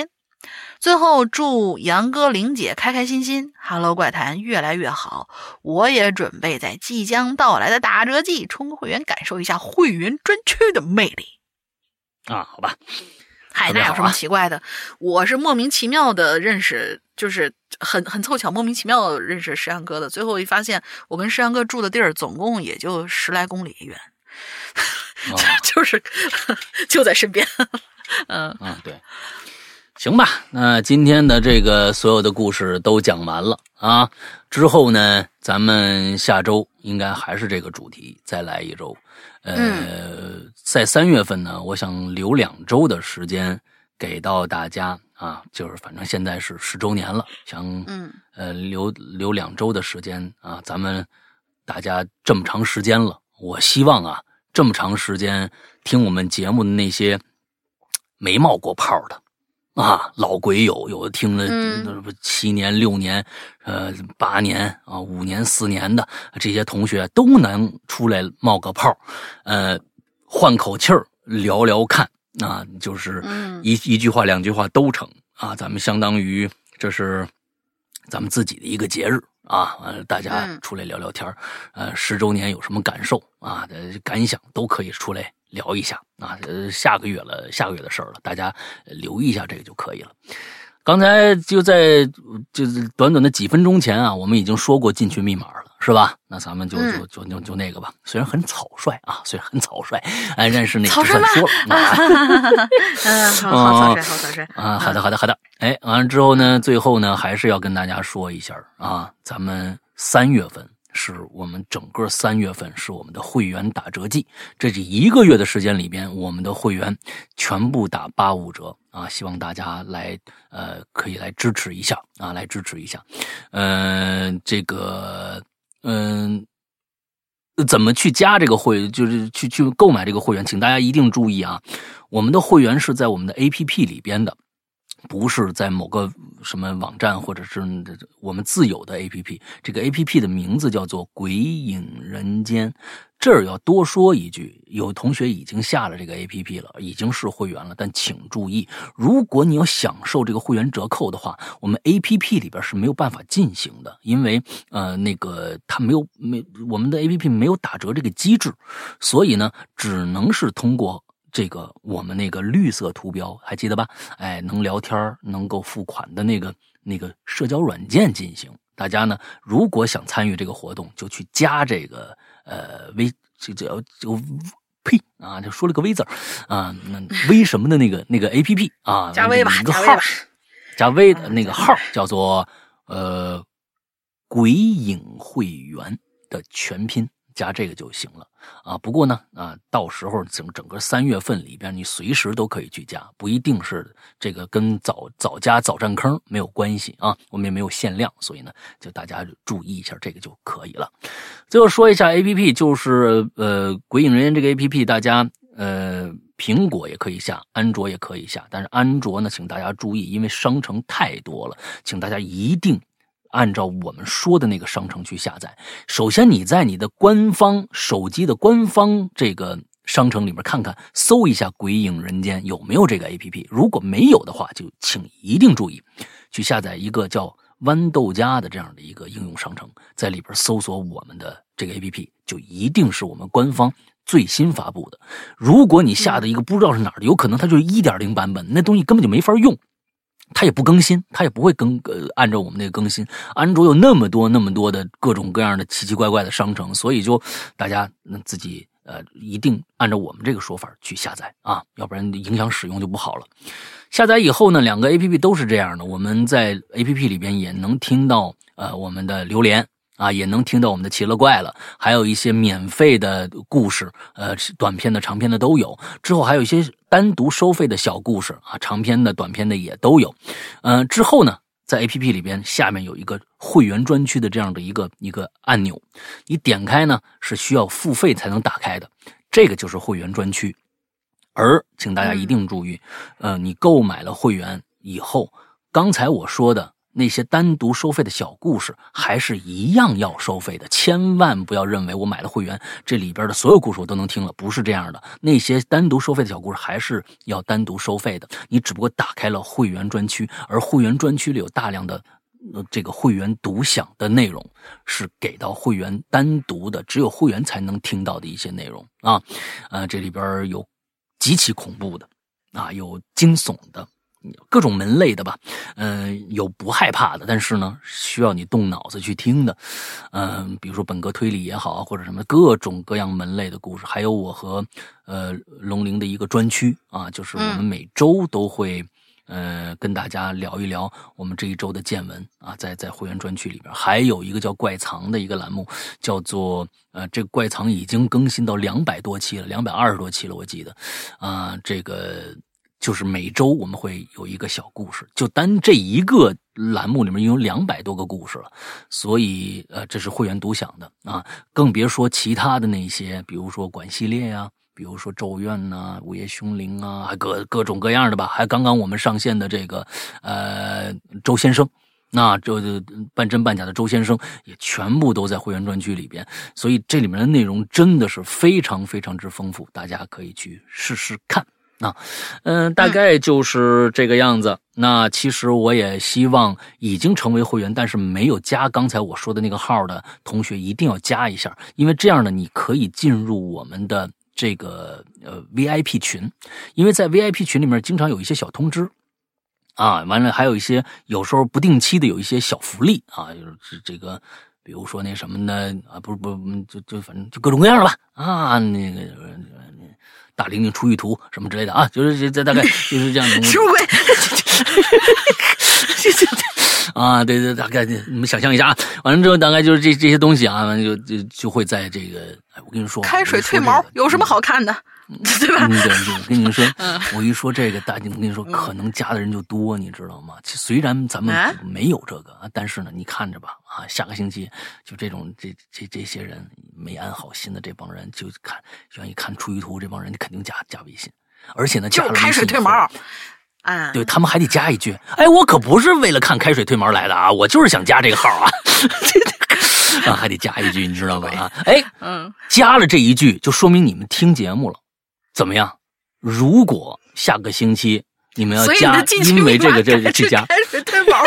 最后祝杨哥、玲姐开开心心 ，Hello 怪谈越来越好。我也准备在即将到来的打折季充个会员，感受一下会员专区的魅力。 啊，好吧。 嗨，那有什么奇怪的？我是莫名其妙的认识，就是很很凑巧，莫名其妙的认识石阳哥的。最后一发现，我跟石阳哥住的地儿总共也就十来公里远，哦、就是就在身边。嗯嗯，对。行吧，那今天的这个所有的故事都讲完了啊。之后呢，咱们下周应该还是这个主题，再来一周。呃， 嗯、 在三月份呢，我想留两周的时间给到大家啊，就是反正现在是十周年了，想嗯呃留留两周的时间啊，咱们大家这么长时间了，我希望啊，这么长时间听我们节目的那些没冒过泡的。啊，老鬼友有的听了七年、六年、呃八年啊、五年、四年的这些同学都能出来冒个泡，呃，换口气儿聊聊看啊，就是一一句话、两句话都成啊。咱们相当于这是咱们自己的一个节日啊，呃，大家出来聊聊天，呃，十周年有什么感受啊、呃、感想都可以出来聊一下啊，呃，下个月了，下个月的事儿了，大家留意一下这个就可以了。刚才就在就是短短的几分钟前啊，我们已经说过进群密码了，是吧？那咱们就就就就就那个吧，虽然很草率啊，虽然很草率，哎，但是那个不算说了。 嗯，好草率，好草率啊，好的，好的，好的。哎，完了之后呢，最后呢，还是要跟大家说一下啊，咱们三月份。是我们整个三月份是我们的会员打折季，这是一个月的时间里边，我们的会员全部打八五折啊！希望大家来呃可以来支持一下啊，来支持一下。嗯、呃，这个嗯、呃，怎么去加这个会，就是去去购买这个会员，请大家一定注意啊！我们的会员是在我们的 A P P 里边的。不是在某个什么网站或者是我们自有的 A P P， 这个 A P P 的名字叫做鬼影人间。这儿要多说一句，有同学已经下了这个 A P P 了，已经是会员了，但请注意，如果你要享受这个会员折扣的话，我们 A P P 里边是没有办法进行的，因为呃那个它没有没我们的 A P P 没有打折这个机制，所以呢，只能是通过。这个我们那个绿色图标还记得吧？哎，能聊天能够付款的那个那个社交软件进行。大家呢，如果想参与这个活动，就去加这个呃微这叫就呸啊，就说了个微字啊，那微什么的那个那个 A P P 啊， 加微吧， 一个号加微吧， 加微的那个号叫做呃鬼影会员的全拼。加这个就行了啊！不过呢，啊，到时候整整个三月份里边，你随时都可以去加，不一定是这个跟早早加早占坑没有关系啊。我们也没有限量，所以呢，就大家注意一下这个就可以了。最后说一下 A P P， 就是呃，鬼影人间这个 A P P， 大家呃，苹果也可以下，安卓也可以下，但是安卓呢，请大家注意，因为商城太多了，请大家一定。按照我们说的那个商城去下载。首先你在你的官方手机的官方这个商城里面看看，搜一下鬼影人间有没有这个 A P P， 如果没有的话，就请一定注意去下载一个叫豌豆荚的这样的一个应用商城，在里边搜索我们的这个 A P P， 就一定是我们官方最新发布的。如果你下的一个不知道是哪儿的，有可能它就是 一点零 版本，那东西根本就没法用，它也不更新，它也不会更呃按照我们那个更新。安卓有那么多那么多的各种各样的奇奇怪怪的商城，所以就大家自己呃一定按照我们这个说法去下载啊，要不然影响使用就不好了。下载以后呢，两个 A P P 都是这样的，我们在 A P P 里边也能听到呃我们的榴莲啊，也能听到我们的奇了怪了，还有一些免费的故事，呃，短篇的、长篇的都有。之后还有一些单独收费的小故事啊，长篇的、短篇的也都有。呃，之后呢，在 A P P 里边下面有一个会员专区的这样的一个一个按钮，你点开呢是需要付费才能打开的，这个就是会员专区。而请大家一定注意，呃，你购买了会员以后，刚才我说的那些单独收费的小故事还是一样要收费的，千万不要认为我买了会员，这里边的所有故事我都能听了，不是这样的。那些单独收费的小故事还是要单独收费的，你只不过打开了会员专区，而会员专区里有大量的这个会员独享的内容，是给到会员单独的，只有会员才能听到的一些内容啊。呃，这里边有极其恐怖的啊，有惊悚的。各种门类的吧，嗯、呃，有不害怕的，但是呢，需要你动脑子去听的，嗯、呃，比如说本格推理也好，或者什么各种各样门类的故事，还有我和呃龙鳞的一个专区啊，就是我们每周都会呃跟大家聊一聊我们这一周的见闻啊，在在会员专区里边，还有一个叫怪藏的一个栏目，叫做呃这个怪藏已经更新到两百多期了，两百二十多期了，我记得啊、呃，这个。就是每周我们会有一个小故事，就单这一个栏目里面有两百多个故事了，所以呃这是会员独享的啊，更别说其他的那些，比如说管系列呀、啊，比如说咒怨呐、啊、午夜凶铃啊，还各各种各样的吧，还刚刚我们上线的这个呃周先生。那这半真半假的周先生也全部都在会员专区里边，所以这里面的内容真的是非常非常之丰富，大家可以去试试看。那，嗯、呃，大概就是这个样子。嗯、那其实我也希望已经成为会员，但是没有加刚才我说的那个号的同学一定要加一下，因为这样呢，你可以进入我们的这个呃 V I P 群，因为在 V I P 群里面经常有一些小通知。啊，完了还有一些有时候不定期的有一些小福利啊，就是这个，比如说那什么呢啊，不是不就就反正就各种各样的吧啊，那个大玲玲出玉图什么之类的啊，就是这大概就是这样的。 什么鬼？ 啊，对对，大概你们想象一下啊，完了之后大概就是这这些东西啊，就就就会在这个，哎，我跟你说， 开水褪毛、这个、有什么好看的？对吧？ 嗯，对，我跟你们说，我一说这个，大家我跟你说，可能加的人就多，你知道吗？虽然咱们没有这个，啊、但是呢，你看着吧，啊，下个星期就这种这这这些人没安好心的这帮人，就看愿意看出鱼图这帮人，你肯定加加微信，而且呢，加了微信开水褪毛。 嗯，对他们还得加一句，哎，我可不是为了看开水褪毛来的啊，我就是想加这个号啊。啊，还得加一句，你知道吧？啊，哎，嗯，加了这一句，就说明你们听节目了。怎么样？如果下个星期你们要加，因为这个这个去加开水褪毛，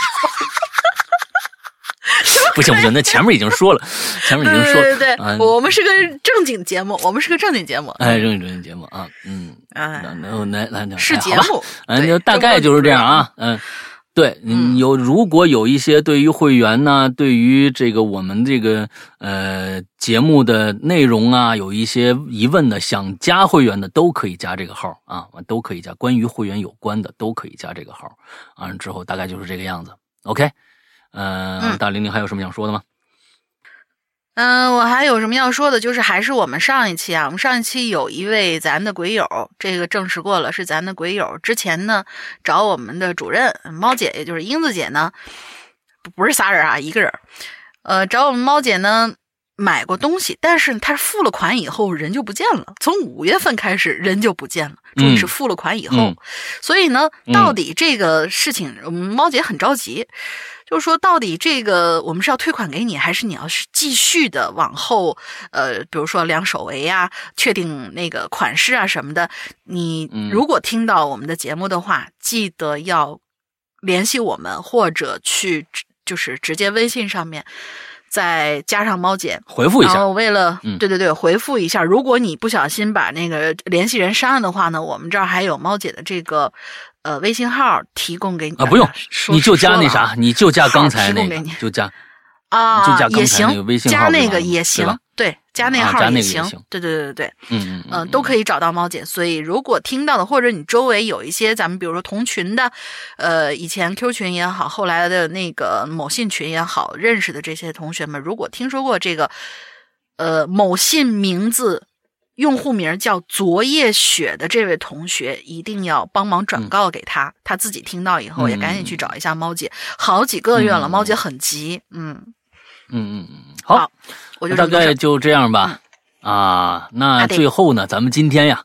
不行不行，那前面已经说了，前面已经说了， 对对对，嗯、我们是个正经节目，我们是个正经节目， 哎，正经正经节目啊，嗯，哎，来来来， 是节目， 嗯，就大概就是这样啊，嗯。对，嗯，有如果有一些对于会员呢，对于这个我们这个呃节目的内容啊，有一些疑问的，想加会员的都可以加这个号啊，都可以加，关于会员有关的都可以加这个号啊。之后大概就是这个样子。OK， 呃，嗯、大玲玲还有什么想说的吗？ 嗯、呃，我还有什么要说的？就是还是我们上一期啊，我们上一期有一位咱的鬼友，这个证实过了是咱的鬼友。之前呢，找我们的主任猫姐，也就是英子姐呢，不是仨人啊，一个人。呃，找我们猫姐呢买过东西，但是她付了款以后人就不见了，从五月份开始人就不见了。注意是付了款以后，嗯、所以呢，到底这个事情，我们猫姐很着急。就是说，到底这个我们是要退款给你，还是你要是继续的往后，呃，比如说量手围啊，确定那个款式啊什么的。你如果听到我们的节目的话，嗯、记得要联系我们，或者去就是直接微信上面再加上猫姐回复一下。 然后为了、嗯、对对对回复一下，如果你不小心把那个联系人删了的话呢，我们这儿还有猫姐的这个。呃，微信号提供给你啊，不用，你就加那啥，你就加刚才那个，就加啊， 就加刚才那个微信号， 加那个也行，对，加那号也行，对对对对对， 嗯嗯嗯，都可以找到猫姐。所以如果听到的，或者你周围有一些咱们比如说同群的，呃，以前 Q 群也好，后来的那个某信群也好，认识的这些同学们，如果听说过这个，呃，某信名字。用户名叫昨夜雪的这位同学，一定要帮忙转告给他，嗯、他自己听到以后也赶紧去找一下猫姐。嗯、好几个月了，嗯、猫姐很急。嗯嗯嗯嗯，好， 好我就大概就这样吧。嗯、啊，那最后呢，咱们今天呀，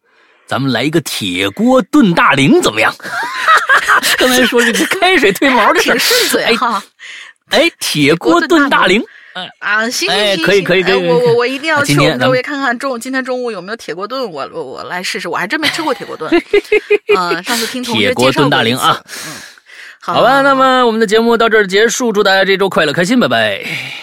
咱们来一个铁锅炖大玲怎么样？刚才说这个开水褪毛的事， 挺顺嘴哈。 哎，铁锅炖大玲。 啊，行行行， 哎，可以可以可以， 我我我一定要去我们周围看看中今天中午有没有铁锅炖，我我我来试试，我还真没吃过铁锅炖。嗯，上次听同学介绍过铁锅炖大玲啊， 嗯，好吧，那么我们的节目到这儿结束，祝大家这周快乐开心，拜拜。